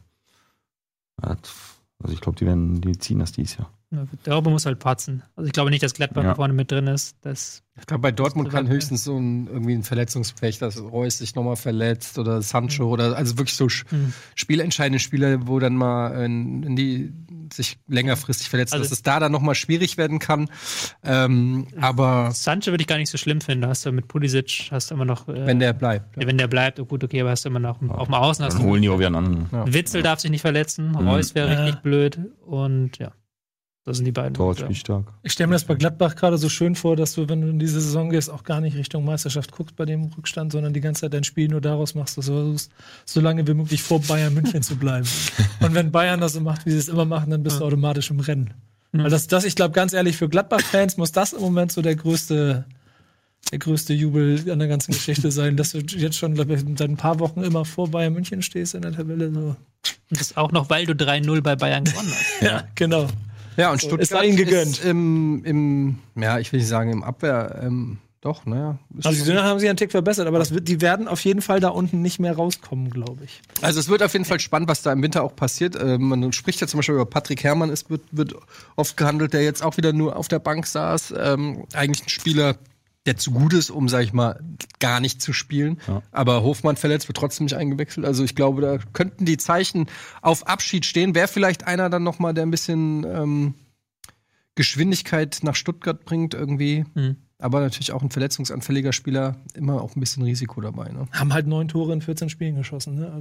Speaker 4: also ich glaube, die ziehen das dieses Jahr.
Speaker 5: Ja, der Robbe muss halt patzen. Also ich glaube nicht, dass Gladbach da vorne mit drin ist.
Speaker 1: Ich glaube, bei Dortmund kann höchstens so irgendwie ein Verletzungspech, dass Reus sich nochmal verletzt oder Sancho oder also wirklich so spielentscheidende Spieler, wo dann mal in die sich längerfristig verletzt, also dass es da dann nochmal schwierig werden kann. Aber
Speaker 5: Sancho würde ich gar nicht so schlimm finden. Da hast du mit Pulisic, hast du immer noch
Speaker 1: wenn der bleibt.
Speaker 5: Ja. Wenn der bleibt, gut, okay, aber hast du immer noch auf dem Außen.
Speaker 4: Dann holen die auch wieder an.
Speaker 5: Ja. Witzel darf sich nicht verletzen, Reus wäre richtig blöd und ja. Das sind die beiden.
Speaker 4: Torspielstark.
Speaker 6: Ich stelle mir das bei Gladbach gerade so schön vor, dass du, wenn du in diese Saison gehst, auch gar nicht Richtung Meisterschaft guckst bei dem Rückstand, sondern die ganze Zeit dein Spiel nur daraus machst, dass du versuchst, so lange wie möglich vor Bayern München zu bleiben. Und wenn Bayern das so macht, wie sie es immer machen, dann bist du automatisch im Rennen. Weil ich glaube, ganz ehrlich, für Gladbach-Fans muss das im Moment so der größte Jubel an der ganzen Geschichte sein, dass du jetzt schon, glaube ich, seit ein paar Wochen immer vor Bayern München stehst in der Tabelle. So.
Speaker 5: Das ist auch noch, weil du 3-0 bei Bayern gewonnen hast.
Speaker 6: Ja, genau.
Speaker 1: Ja, und Stuttgart
Speaker 6: ist ihnen gegönnt.
Speaker 1: Ist ich will nicht sagen im Abwehr, doch, naja.
Speaker 6: Also die haben sich einen Tick verbessert, aber die werden auf jeden Fall da unten nicht mehr rauskommen, glaube ich.
Speaker 1: Also es wird auf jeden Fall spannend, was da im Winter auch passiert. Man spricht ja zum Beispiel über Patrick Herrmann, es wird oft gehandelt, der jetzt auch wieder nur auf der Bank saß. Eigentlich ein Spieler, der zu gut ist, um, sag ich mal, gar nicht zu spielen. Ja. Aber Hofmann verletzt, wird trotzdem nicht eingewechselt. Also ich glaube, da könnten die Zeichen auf Abschied stehen. Wäre vielleicht einer dann noch mal, der ein bisschen Geschwindigkeit nach Stuttgart bringt irgendwie. Aber natürlich auch ein verletzungsanfälliger Spieler, immer auch ein bisschen Risiko dabei. Ne?
Speaker 6: Haben halt 9 Tore in 14 Spielen geschossen. Ne?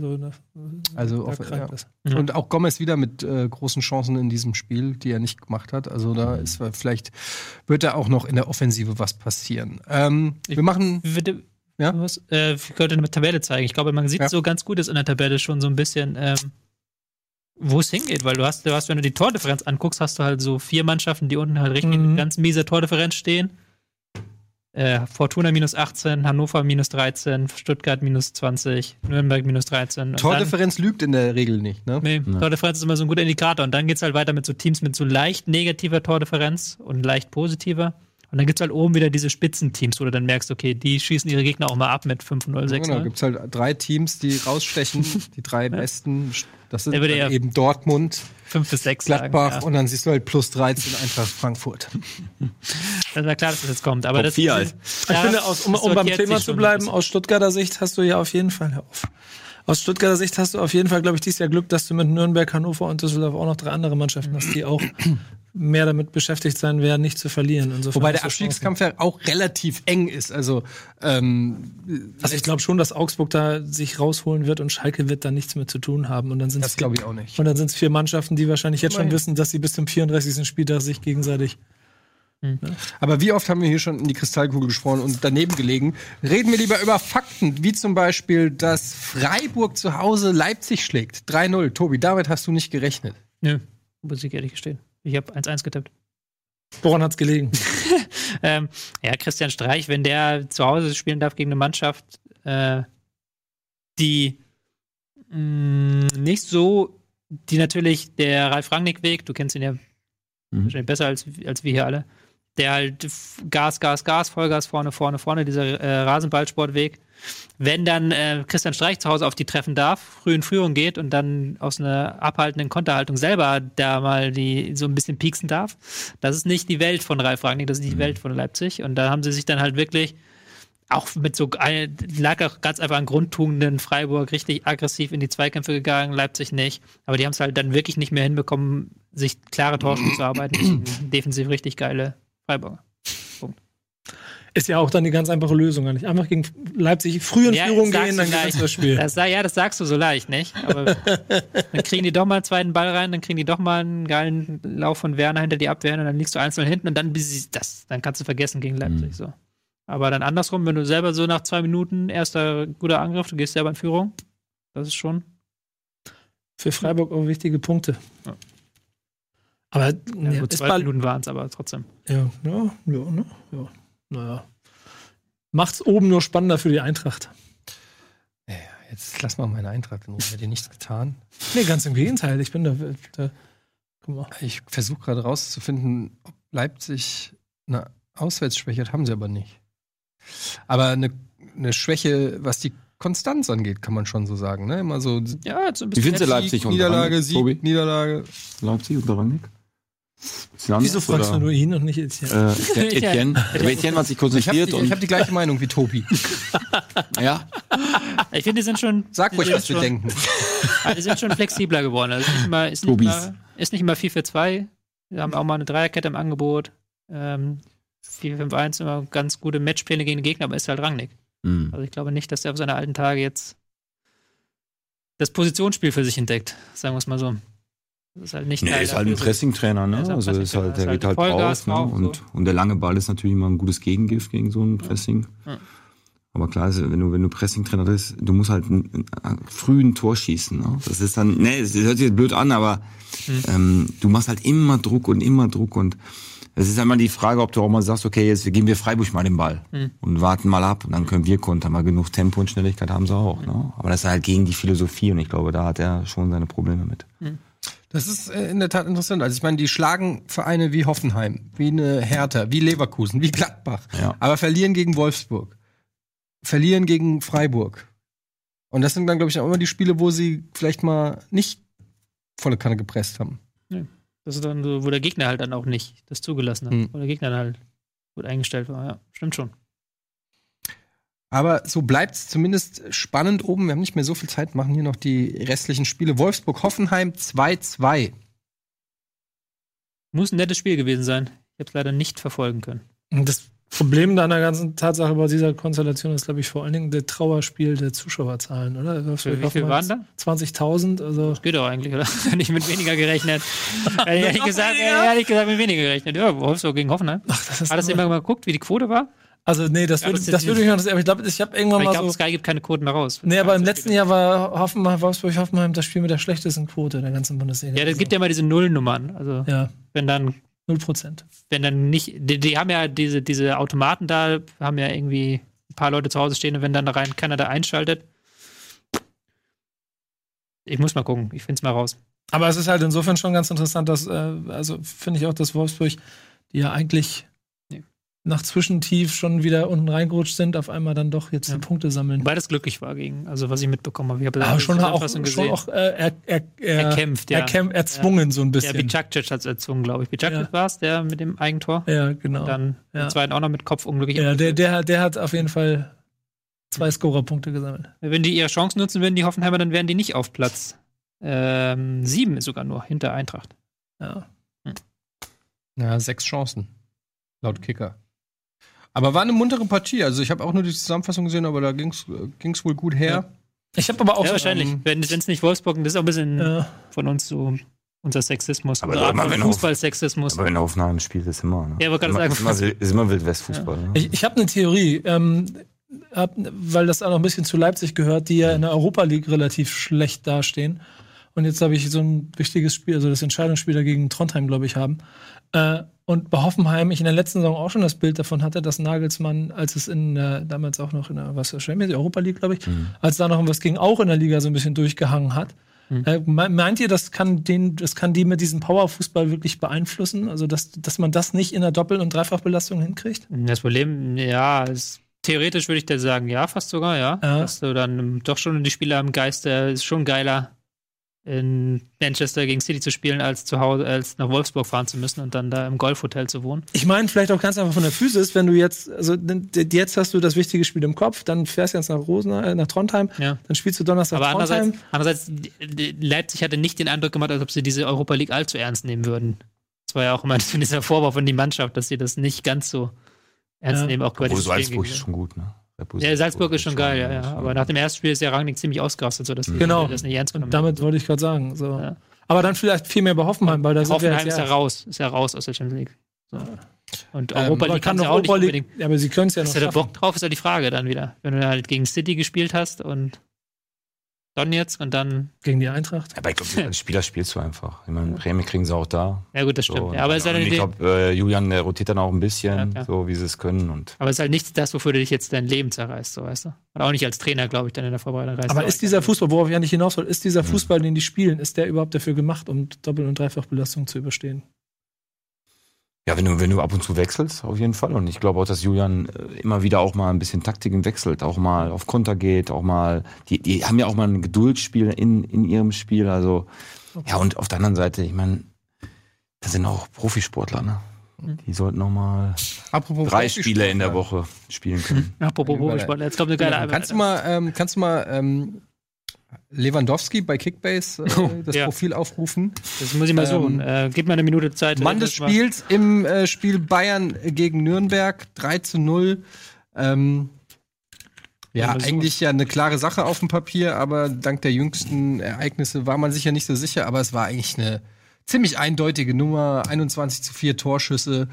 Speaker 1: Und auch Gomez wieder mit großen Chancen in diesem Spiel, die er nicht gemacht hat. Also da ist vielleicht wird da auch noch in der Offensive was passieren. Wir machen.
Speaker 5: Ja? Ich könnte eine Tabelle zeigen. Ich glaube, man sieht so ganz gut ist in der Tabelle schon so ein bisschen, wo es hingeht, weil du hast, wenn du die Tordifferenz anguckst, hast du halt so 4 Mannschaften, die unten halt richtig mit ganz mieser Tordifferenz stehen. Fortuna minus 18, Hannover minus 13, Stuttgart minus 20, Nürnberg minus 13.
Speaker 1: Tordifferenz lügt in der Regel nicht, ne?
Speaker 5: Nee, Tordifferenz ist immer so ein guter Indikator. Und dann geht's halt weiter mit so Teams mit so leicht negativer Tordifferenz und leicht positiver. Und dann gibt's halt oben wieder diese Spitzenteams, wo du dann merkst, okay, die schießen ihre Gegner auch mal ab mit 5-0, 6-0.
Speaker 1: Genau, gibt's halt 3 Teams, die rausstechen, die 3 besten. Das sind eben Dortmund,
Speaker 5: 5 bis 6
Speaker 1: Gladbach
Speaker 5: sagen,
Speaker 1: und dann siehst du halt plus 13 Eintracht Frankfurt.
Speaker 5: Das war klar, dass das jetzt kommt. Aber das
Speaker 4: 4 halt.
Speaker 6: Ich finde, um beim Thema zu bleiben, aus Stuttgarter Sicht hast du ja auf jeden Fall Aus Stuttgarter Sicht hast du auf jeden Fall, glaube ich, dieses Jahr Glück, dass du mit Nürnberg, Hannover und Düsseldorf auch noch 3 andere Mannschaften hast, die auch mehr damit beschäftigt sein werden, nicht zu verlieren. Insofern
Speaker 1: wobei der Abstiegskampf ja auch relativ eng ist. Also
Speaker 6: ich glaube schon, dass Augsburg da sich rausholen wird und Schalke wird da nichts mehr zu tun haben. Und dann
Speaker 1: das glaube ich auch nicht.
Speaker 6: Und dann sind es 4 Mannschaften, die wahrscheinlich jetzt schon wissen, dass sie bis zum 34. Spieltag sich gegenseitig.
Speaker 1: Aber wie oft haben wir hier schon in die Kristallkugel gesprochen und daneben gelegen? Reden wir lieber über Fakten, wie zum Beispiel, dass Freiburg zu Hause Leipzig schlägt. 3-0. Tobi, damit hast du nicht gerechnet.
Speaker 5: Nö, muss ich ehrlich gestehen. Ich habe 1-1 getippt.
Speaker 6: Woran hat's gelegen?
Speaker 5: Christian Streich, wenn der zu Hause spielen darf gegen eine Mannschaft, die nicht so, die natürlich der Ralf Rangnick-Weg, du kennst ihn ja wahrscheinlich besser als wir hier alle, der halt Gas, Vollgas, vorne, dieser Rasenballsportweg. Wenn dann Christian Streich zu Hause auf die treffen darf, früh in Führung geht und dann aus einer abhaltenden Konterhaltung selber da mal die so ein bisschen pieksen darf, das ist nicht die Welt von Ralf Rangnick, das ist nicht die Welt von Leipzig. Und da haben sie sich dann halt wirklich auch mit lag auch ganz einfach an Grundtugenden Freiburg richtig aggressiv in die Zweikämpfe gegangen, Leipzig nicht. Aber die haben es halt dann wirklich nicht mehr hinbekommen, sich klare Torchancen zu arbeiten. Defensiv richtig geile Freiburger. Punkt.
Speaker 6: Ist ja auch dann die ganz einfache Lösung. Nicht einfach gegen Leipzig früh in Führung gehen, dann gewinnt das Spiel.
Speaker 5: Das sagst du so leicht, nicht? Aber dann kriegen die doch mal einen zweiten Ball rein, dann kriegen die doch mal einen geilen Lauf von Werner hinter die Abwehr und dann liegst du 1-0 hinten und dann kannst du vergessen gegen Leipzig. So. Aber dann andersrum, wenn du selber so nach 2 Minuten, erster guter Angriff, du gehst selber in Führung, das ist schon
Speaker 6: für Freiburg auch wichtige Punkte.
Speaker 5: Ja.
Speaker 6: Aber
Speaker 5: gut, 2 Minuten waren es, aber trotzdem.
Speaker 6: Ja. Naja. Macht's oben nur spannender für die Eintracht.
Speaker 1: Ja, jetzt lass mal meine Eintracht in Ruhe. Hat dir nichts getan?
Speaker 6: Nee, ganz im Gegenteil. Ich bin da guck mal.
Speaker 1: Ich versuche gerade rauszufinden, ob Leipzig eine Auswärtsschwäche hat. Haben sie aber nicht. Aber eine Schwäche, was die Konstanz angeht, kann man schon so sagen. Ne? Immer so.
Speaker 5: Ja, so ein
Speaker 4: Wie
Speaker 5: bisschen.
Speaker 4: findest du Leipzig unter
Speaker 1: Niederlage, Sieg,
Speaker 4: Tobi?
Speaker 1: Niederlage.
Speaker 4: Leipzig unter Rangnick?
Speaker 6: Wieso fragst du nur ihn und nicht Etienne?
Speaker 4: Etienne. Aber Etienne hat sich konzentriert.
Speaker 1: Ich hab die gleiche Meinung wie Tobi.
Speaker 4: Ja.
Speaker 5: Ich finde, die sind schon.
Speaker 1: Sag ruhig, was wir denken.
Speaker 5: Die sind schon flexibler geworden. Also ist nicht immer 4-4-2. Wir haben auch mal eine Dreierkette im Angebot. 4-5-1 immer ganz gute Matchpläne gegen den Gegner, aber ist halt Rangnick. Also ich glaube nicht, dass er auf seine alten Tage jetzt das Positionsspiel für sich entdeckt. Sagen wir es mal so. Das ist halt nicht
Speaker 4: er ist halt ein Pressing-Trainer, ne? Also der geht halt drauf, ne? Und der lange Ball ist natürlich immer ein gutes Gegengift gegen so ein Pressing. Ja. Aber klar, wenn du Pressing-Trainer bist, du musst halt früh ein Tor schießen. Ne? Das ist dann, das hört sich jetzt blöd an, aber du machst halt immer Druck und es ist einmal die Frage, ob du auch mal sagst, okay, jetzt geben wir Freiburg mal den Ball und warten mal ab und dann können wir kontern. Mal genug Tempo und Schnelligkeit haben sie auch. Ne? Aber das ist halt gegen die Philosophie und ich glaube, da hat er schon seine Probleme mit.
Speaker 1: Das ist in der Tat interessant. Also ich meine, die schlagen Vereine wie Hoffenheim, wie eine Hertha, wie Leverkusen, wie Gladbach, aber verlieren gegen Wolfsburg, verlieren gegen Freiburg. Und das sind dann, glaube ich, auch immer die Spiele, wo sie vielleicht mal nicht volle Kanne gepresst haben.
Speaker 5: Ja. Das ist dann so, wo der Gegner halt dann auch nicht das zugelassen hat. Wo der Gegner dann halt gut eingestellt war. Ja, stimmt schon.
Speaker 1: Aber so bleibt es zumindest spannend oben. Wir haben nicht mehr so viel Zeit, machen hier noch die restlichen Spiele. Wolfsburg-Hoffenheim 2-2.
Speaker 5: Muss ein nettes Spiel gewesen sein. Ich habe es leider nicht verfolgen können.
Speaker 6: Das Problem an der ganzen Tatsache bei dieser Konstellation ist, glaube ich, vor allen Dingen der Trauerspiel der Zuschauerzahlen, oder?
Speaker 5: Wie viel waren da?
Speaker 6: 20.000. Also
Speaker 5: Das geht doch eigentlich, oder? Nicht mit weniger gerechnet. Ehrlich gesagt, mit weniger gerechnet. Ja, Wolfsburg gegen Hoffenheim. Hat das immer mal geguckt, wie die Quote war?
Speaker 6: Also, nee, das würde mich noch interessieren. Ich habe irgendwann mal so.
Speaker 5: Sky gibt keine Quoten mehr raus.
Speaker 6: Nee, aber im letzten Jahr war Wolfsburg-Hoffenheim das Spiel mit der schlechtesten Quote der ganzen Bundesliga.
Speaker 5: Ja, das gibt ja mal diese Nullnummern. Also,
Speaker 6: ja.
Speaker 5: Wenn dann
Speaker 6: 0%.
Speaker 5: Wenn dann nicht, die haben ja diese Automaten da, haben ja irgendwie ein paar Leute zu Hause stehen und wenn dann da rein keiner da einschaltet. Ich muss mal gucken, ich finde es mal raus.
Speaker 6: Aber es ist halt insofern schon ganz interessant, dass, also finde ich auch, dass Wolfsburg, die ja eigentlich nach Zwischentief schon wieder unten reingerutscht sind, auf einmal dann doch jetzt die Punkte sammeln.
Speaker 5: Wobei das glücklich war gegen, also was ich mitbekommen habe. Ich habe
Speaker 6: erkämpft, erzwungen so ein bisschen.
Speaker 5: Ja, Bicakcic hat es erzwungen, glaube ich. Bicakcic war es, der mit dem Eigentor.
Speaker 6: Ja, genau.
Speaker 5: Und dann den zweiten auch noch mit Kopf unglücklich.
Speaker 6: Ja, der hat auf jeden Fall 2 Scorerpunkte gesammelt.
Speaker 5: Wenn die ihre Chancen nutzen würden, die Hoffenheimer, dann wären die nicht auf Platz 7 ist sogar nur, hinter Eintracht.
Speaker 1: Ja, 6 Chancen. Laut Kicker. Aber war eine muntere Partie. Also ich habe auch nur die Zusammenfassung gesehen, aber da ging's wohl gut her.
Speaker 6: Ja. Ich habe aber auch
Speaker 5: wahrscheinlich. Wenn es nicht Wolfsburg, das ist auch ein bisschen von uns so unser Sexismus.
Speaker 4: Aber
Speaker 5: Fußball-Sexismus.
Speaker 4: Aber wenn Aufnahmen spielt, ist immer. Ne?
Speaker 5: Ja, aber kann sagen.
Speaker 4: Ist immer Wildwest-Fußball.
Speaker 6: Ja.
Speaker 4: Ne?
Speaker 6: Ich habe eine Theorie, weil das auch noch ein bisschen zu Leipzig gehört, die ja in der Europa League relativ schlecht dastehen. Und jetzt habe ich so ein wichtiges Spiel, also das Entscheidungsspiel dagegen Trondheim, glaube ich, haben. Und bei Hoffenheim, ich in der letzten Saison auch schon das Bild davon hatte, dass Nagelsmann, als es damals auch noch in der Europa League, glaube ich, als da noch was ging, auch in der Liga so ein bisschen durchgehangen hat. Meint ihr, das kann die mit diesem Powerfußball wirklich beeinflussen? Also, dass man das nicht in der Doppel- und Dreifachbelastung hinkriegt?
Speaker 5: Das Problem, theoretisch würde ich da sagen, ja, fast sogar, ja. Dass du dann doch schon die Spieler im Geist, ist schon geiler, in Manchester gegen City zu spielen, als zu Hause, als nach Wolfsburg fahren zu müssen und dann da im Golfhotel zu wohnen.
Speaker 6: Ich meine, vielleicht auch ganz einfach von der Physis, wenn du jetzt hast du das wichtige Spiel im Kopf, dann fährst du jetzt nach Trondheim, dann spielst du Donnerstag
Speaker 5: aber
Speaker 6: Trondheim.
Speaker 5: Andererseits, Leipzig hatte nicht den Eindruck gemacht, als ob sie diese Europa League allzu ernst nehmen würden. Das war ja auch immer dieser Vorwurf von die Mannschaft, dass sie das nicht ganz so ernst nehmen. Auch bei
Speaker 4: Salzburg ist schon gut, ne?
Speaker 5: Ja, Salzburg ist schon geil, ja. Aber nach dem ersten Spiel ist der Rangnick ziemlich ausgerastet, sodass die das nicht ernst genommen haben.
Speaker 6: Damit wollte ich gerade sagen. So. Ja. Aber dann vielleicht viel mehr bei Hoffenheim, weil da sind
Speaker 5: Hoffenheim ist ja raus aus der Champions League. So. Und Europa League kann ja auch nicht unbedingt.
Speaker 6: Ja, aber sie können es ja noch
Speaker 5: schaffen. Ist ja der Bock drauf, ist ja die Frage dann wieder. Wenn du halt gegen City gespielt hast und Donetsk und dann
Speaker 6: gegen die Eintracht.
Speaker 4: Aber ich glaube, als Spieler spielst du einfach. Ich meine, Prämie kriegen sie auch da.
Speaker 5: Ja gut, das stimmt.
Speaker 4: So,
Speaker 5: ja, aber ist halt
Speaker 4: ich glaube, Julian, der rotiert dann auch ein bisschen, so wie sie es können.
Speaker 5: Aber es ist halt nichts das, wofür du dich jetzt dein Leben zerreißt, so, weißt du? Und auch nicht als Trainer, glaube ich, dann in der Vorbereitung reißt.
Speaker 6: Aber ist dieser Fußball, worauf ich ja nicht hinaus will, ist dieser Fußball, den die spielen, ist der überhaupt dafür gemacht, um Doppel- und Dreifachbelastung zu überstehen?
Speaker 4: Ja, wenn du ab und zu wechselst, auf jeden Fall. Und ich glaube auch, dass Julian immer wieder auch mal ein bisschen Taktiken wechselt, auch mal auf Konter geht, auch mal, die haben ja auch mal ein Geduldsspiel in ihrem Spiel, also, ja, und auf der anderen Seite, ich meine, das sind auch Profisportler, ne? Die sollten auch mal 3 Spiele in der Woche spielen können.
Speaker 5: Apropos Profisportler, jetzt kommt eine geile Arbeit.
Speaker 1: Kannst du mal Lewandowski bei Kickbase das Profil aufrufen? Das
Speaker 5: muss ich mal suchen. Gib mir eine Minute Zeit.
Speaker 1: Mann des Spiels im Spiel Bayern gegen Nürnberg 3-0. Eigentlich ja eine klare Sache auf dem Papier, aber dank der jüngsten Ereignisse war man sich ja nicht so sicher, aber es war eigentlich eine ziemlich eindeutige Nummer. 21:4 Torschüsse,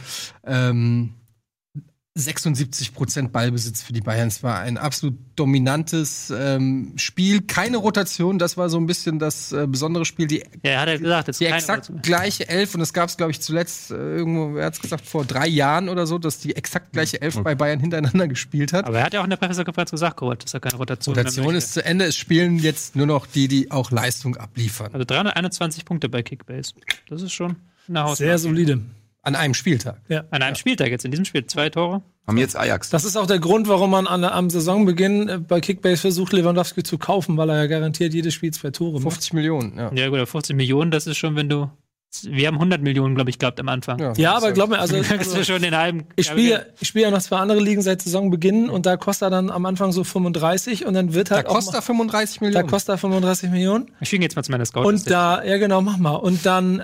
Speaker 1: 76% Ballbesitz für die Bayern. Es war ein absolut dominantes Spiel. Keine Rotation, das war so ein bisschen das besondere Spiel.
Speaker 5: Hat er gesagt,
Speaker 1: die exakt gleiche Elf, und das gab es, glaube ich, zuletzt irgendwo, er hat es gesagt, vor 3 Jahren oder so, dass die exakt gleiche Elf bei Bayern hintereinander gespielt hat.
Speaker 5: Aber er hat ja auch in der Pressekonferenz gesagt, dass er keine Rotation
Speaker 1: ist zu Ende. Es spielen jetzt nur noch die auch Leistung abliefern.
Speaker 5: Also 321 Punkte bei Kickbase. Das ist schon eine Hausmarke.
Speaker 6: Sehr solide.
Speaker 1: An einem Spieltag.
Speaker 5: Ja. An einem Spieltag jetzt, in diesem Spiel 2 Tore.
Speaker 4: Haben jetzt Ajax.
Speaker 6: Das ist auch der Grund, warum man am Saisonbeginn bei Kickbase versucht, Lewandowski zu kaufen, weil er ja garantiert jedes Spiel 2 Tore macht.
Speaker 1: 50 Millionen,
Speaker 5: Ja gut, 50 Millionen, das ist schon, wenn du wir haben 100 Millionen, glaube ich, gehabt am Anfang.
Speaker 6: Ja, aber glaub mir, also
Speaker 5: schon den halben.
Speaker 6: ich spiele ja noch 2 andere Ligen seit Saisonbeginn und da kostet er dann am Anfang so 35 und dann wird halt
Speaker 1: da kostet er 35 Millionen.
Speaker 6: Da kostet er 35 Millionen.
Speaker 5: Ich schwinge jetzt mal zu meiner Scout.
Speaker 6: Und da, ja genau, mach mal. Und dann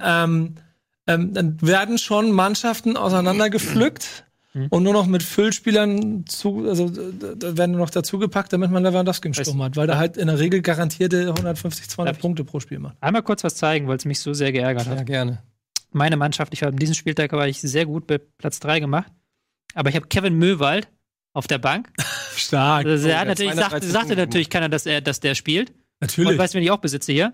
Speaker 6: werden schon Mannschaften auseinandergepflückt und nur noch mit Füllspielern da werden nur noch dazugepackt, damit man Lewandowski im Sturm hat, weil der halt in der Regel garantierte 150, 200 Punkte pro Spiel macht.
Speaker 5: Einmal kurz was zeigen, weil es mich so sehr geärgert hat.
Speaker 1: Ja, gerne.
Speaker 5: Meine Mannschaft, ich habe diesen Spieltag war ich sehr gut bei Platz 3 gemacht, aber ich habe Kevin Möwald auf der Bank.
Speaker 6: Stark.
Speaker 5: Also er hat natürlich, sagte natürlich keiner, dass der spielt.
Speaker 6: Natürlich.
Speaker 5: Und weißt du, wen ich auch besitze hier?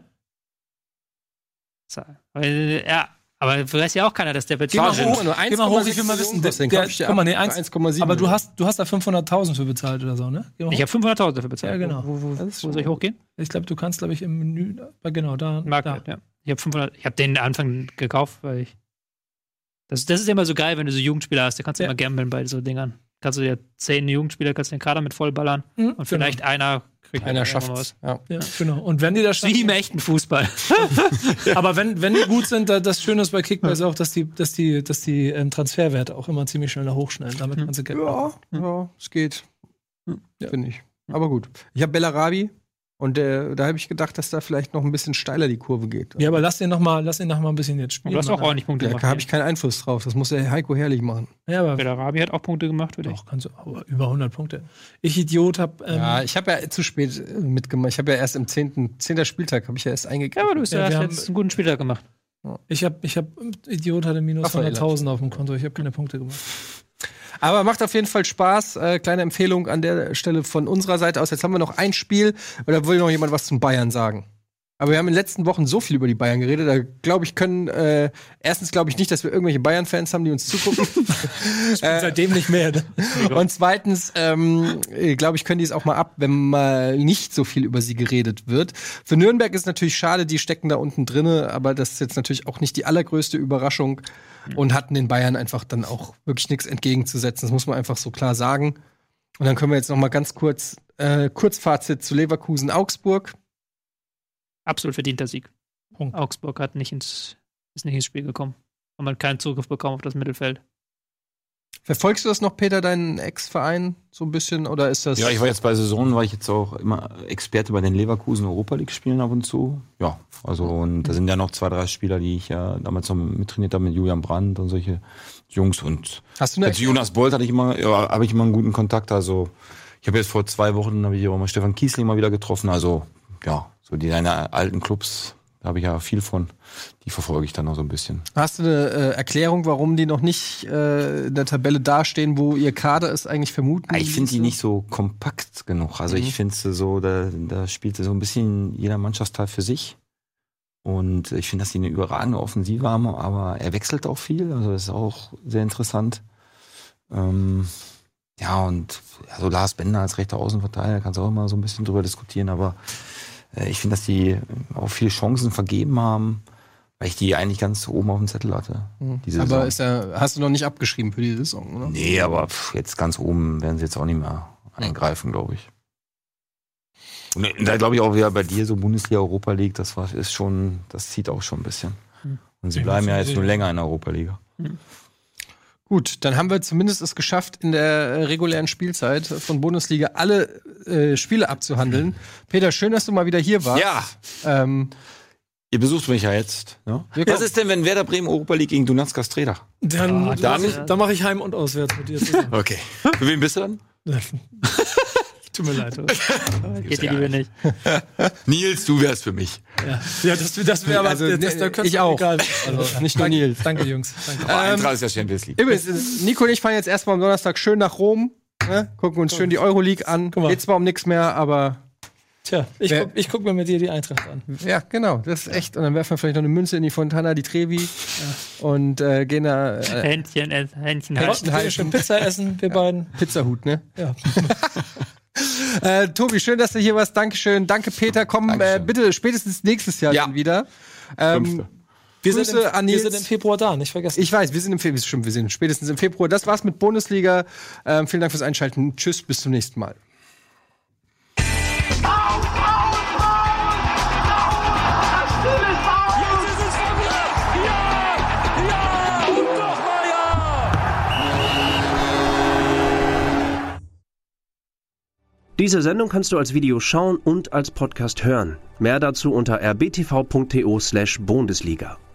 Speaker 5: So. Ja, aber weiß ja auch keiner, dass der
Speaker 6: Geh mal hoch, ich will mal wissen. Guck mal, 1,7. Aber du hast da 500.000 für bezahlt oder so, ne?
Speaker 5: Ich habe 500.000 dafür bezahlt.
Speaker 6: Ja, genau.
Speaker 5: Wo soll ich hochgehen?
Speaker 6: Ich glaube, du kannst, im Menü, genau, da.
Speaker 5: Market, ja. Ich habe den Anfang gekauft, weil ich. Das ist immer so geil, wenn du so Jugendspieler hast, da kannst du immer gamblen bei so Dingern. Kannst du dir 10 Jugendspieler, kannst du den Kader mit vollballern und vielleicht einer kriegt
Speaker 1: einer schafft was.
Speaker 6: Ja, genau. Und wenn die das
Speaker 5: wie im echten Fußball.
Speaker 6: Aber wenn die gut sind, das Schöne ist bei Kickbase auch, dass die Transferwerte auch immer ziemlich schnell hochschnellen. Damit kannst du Geld machen.
Speaker 1: Ja, es geht. Finde ich. Aber gut. Ich habe Bellarabi und da habe ich gedacht, dass da vielleicht noch ein bisschen steiler die Kurve geht.
Speaker 6: Ja, aber lass ihn noch mal ein bisschen jetzt spielen.
Speaker 5: Du hast auch ordentlich Punkte gemacht.
Speaker 1: Da habe ich keinen Einfluss drauf. Das muss der Heiko Herrlich machen.
Speaker 6: Ja, aber
Speaker 5: Bellarabi hat auch Punkte gemacht für dich.
Speaker 6: Auch kannst du über 100 Punkte. Ich Idiot habe.
Speaker 1: Ich habe ja zu spät mitgemacht. Ich habe ja erst im 10. Spieltag habe ich ja erst eingegeben.
Speaker 5: Ja, aber du hast jetzt einen guten Spieltag gemacht.
Speaker 6: Ich hab Idiot hatte minus 100.000 auf dem Konto. Ich habe keine Punkte gemacht.
Speaker 1: Aber macht auf jeden Fall Spaß. Kleine Empfehlung an der Stelle von unserer Seite aus. Jetzt haben wir noch ein Spiel. Oder will noch jemand was zum Bayern sagen? Aber wir haben in den letzten Wochen so viel über die Bayern geredet. Da glaube ich, erstens glaube ich nicht, dass wir irgendwelche Bayern-Fans haben, die uns zugucken.
Speaker 6: Seitdem nicht mehr. Ne?
Speaker 1: Und zweitens, glaube ich, können die es auch mal ab, wenn mal nicht so viel über sie geredet wird. Für Nürnberg ist natürlich schade, die stecken da unten drinne, aber das ist jetzt natürlich auch nicht die allergrößte Überraschung und hatten den Bayern einfach dann auch wirklich nichts entgegenzusetzen. Das muss man einfach so klar sagen. Und dann können wir jetzt noch mal ganz kurz Kurzfazit zu Leverkusen-Augsburg.
Speaker 5: Absolut verdienter Sieg.
Speaker 6: Punkt.
Speaker 5: Augsburg ist nicht ins Spiel gekommen. Und man hat keinen Zugriff bekommen auf das Mittelfeld.
Speaker 1: Verfolgst du das noch, Peter, deinen Ex-Verein so ein bisschen? Oder ist das.
Speaker 4: Ja, ich war jetzt bei Saison, war ich jetzt auch immer Experte bei den Leverkusen Europa League Spielen ab und zu. Ja, also und da sind ja noch 2, 3 Spieler, die ich ja damals noch mittrainiert habe mit Julian Brandt und solche Jungs. Und
Speaker 1: hast du eine
Speaker 4: mit Jonas Bolt habe ich immer einen guten Kontakt. Also ich habe jetzt vor 2 Wochen habe ich auch mal Stefan Kiesling mal wieder getroffen. Also ja, so deine alten Clubs, da habe ich ja viel von. Die verfolge ich dann noch so ein bisschen.
Speaker 1: Hast du eine Erklärung, warum die noch nicht in der Tabelle dastehen, wo ihr Kader es eigentlich vermuten?
Speaker 4: Ich finde die nicht so kompakt genug. Also ich finde so, da spielt so ein bisschen jeder Mannschaftsteil für sich. Und ich finde, dass die eine überragende Offensive haben, aber er wechselt auch viel. Also das ist auch sehr interessant. Ja, und also Lars Bender als rechter Außenverteidiger, kannst du auch immer so ein bisschen drüber diskutieren, aber ich finde, dass die auch viele Chancen vergeben haben, weil ich die eigentlich ganz oben auf dem Zettel hatte.
Speaker 1: Aber hast du noch nicht abgeschrieben für die Saison, oder?
Speaker 4: Nee, aber jetzt ganz oben werden sie jetzt auch nicht mehr eingreifen, glaube ich. Und da glaube ich auch wieder bei dir so Bundesliga, Europa League, das zieht auch schon ein bisschen. Und sie bleiben ja jetzt nur länger in der Europa Liga.
Speaker 1: Gut, dann haben wir zumindest es geschafft, in der regulären Spielzeit von Bundesliga alle Spiele abzuhandeln. Peter, schön, dass du mal wieder hier warst.
Speaker 4: Ja. Ihr besucht mich ja jetzt. Ja? Was ist denn, wenn Werder Bremen Europa League gegen Donetsk Kastreda?
Speaker 6: Dann mache ich Heim- und Auswärts mit dir zusammen.
Speaker 4: Okay. Für wen bist du dann?
Speaker 6: Tut mir leid.
Speaker 5: Geht die Liebe nicht.
Speaker 4: Nils, du wärst für mich.
Speaker 6: Ja, das wäre aber
Speaker 1: also,
Speaker 6: das
Speaker 1: ich auch.
Speaker 6: Egal.
Speaker 1: Also, nicht nur Nils.
Speaker 6: Danke, Jungs. Danke.
Speaker 4: Aber Eintracht ist ja Champions League.
Speaker 1: Übrigens, Nico und ich fahren jetzt erstmal am Donnerstag schön nach Rom. Ne? Gucken uns schön die Euroleague an. Geht zwar um nichts mehr, aber.
Speaker 6: Tja, ich guck mir mit dir die Eintracht an.
Speaker 1: Ja, genau, das ist echt. Und dann werfen wir vielleicht noch eine Münze in die Fontana di Trevi und gehen da.
Speaker 5: Händchen
Speaker 6: halten. Pizza essen, wir beiden.
Speaker 1: Pizzahut, ne?
Speaker 6: Ja.
Speaker 1: Tobi, schön, dass du hier warst. Dankeschön. Danke, Peter. Komm bitte spätestens nächstes Jahr dann wieder.
Speaker 6: Wir sind im Februar da, nicht vergessen.
Speaker 1: Ich weiß, wir sind spätestens im Februar. Das war's mit Bundesliga. Vielen Dank fürs Einschalten. Tschüss, bis zum nächsten Mal.
Speaker 8: Jetzt ist es verblüfft! Ja! Diese Sendung kannst du als Video schauen und als Podcast hören. Mehr dazu unter rbtv.to/Bundesliga.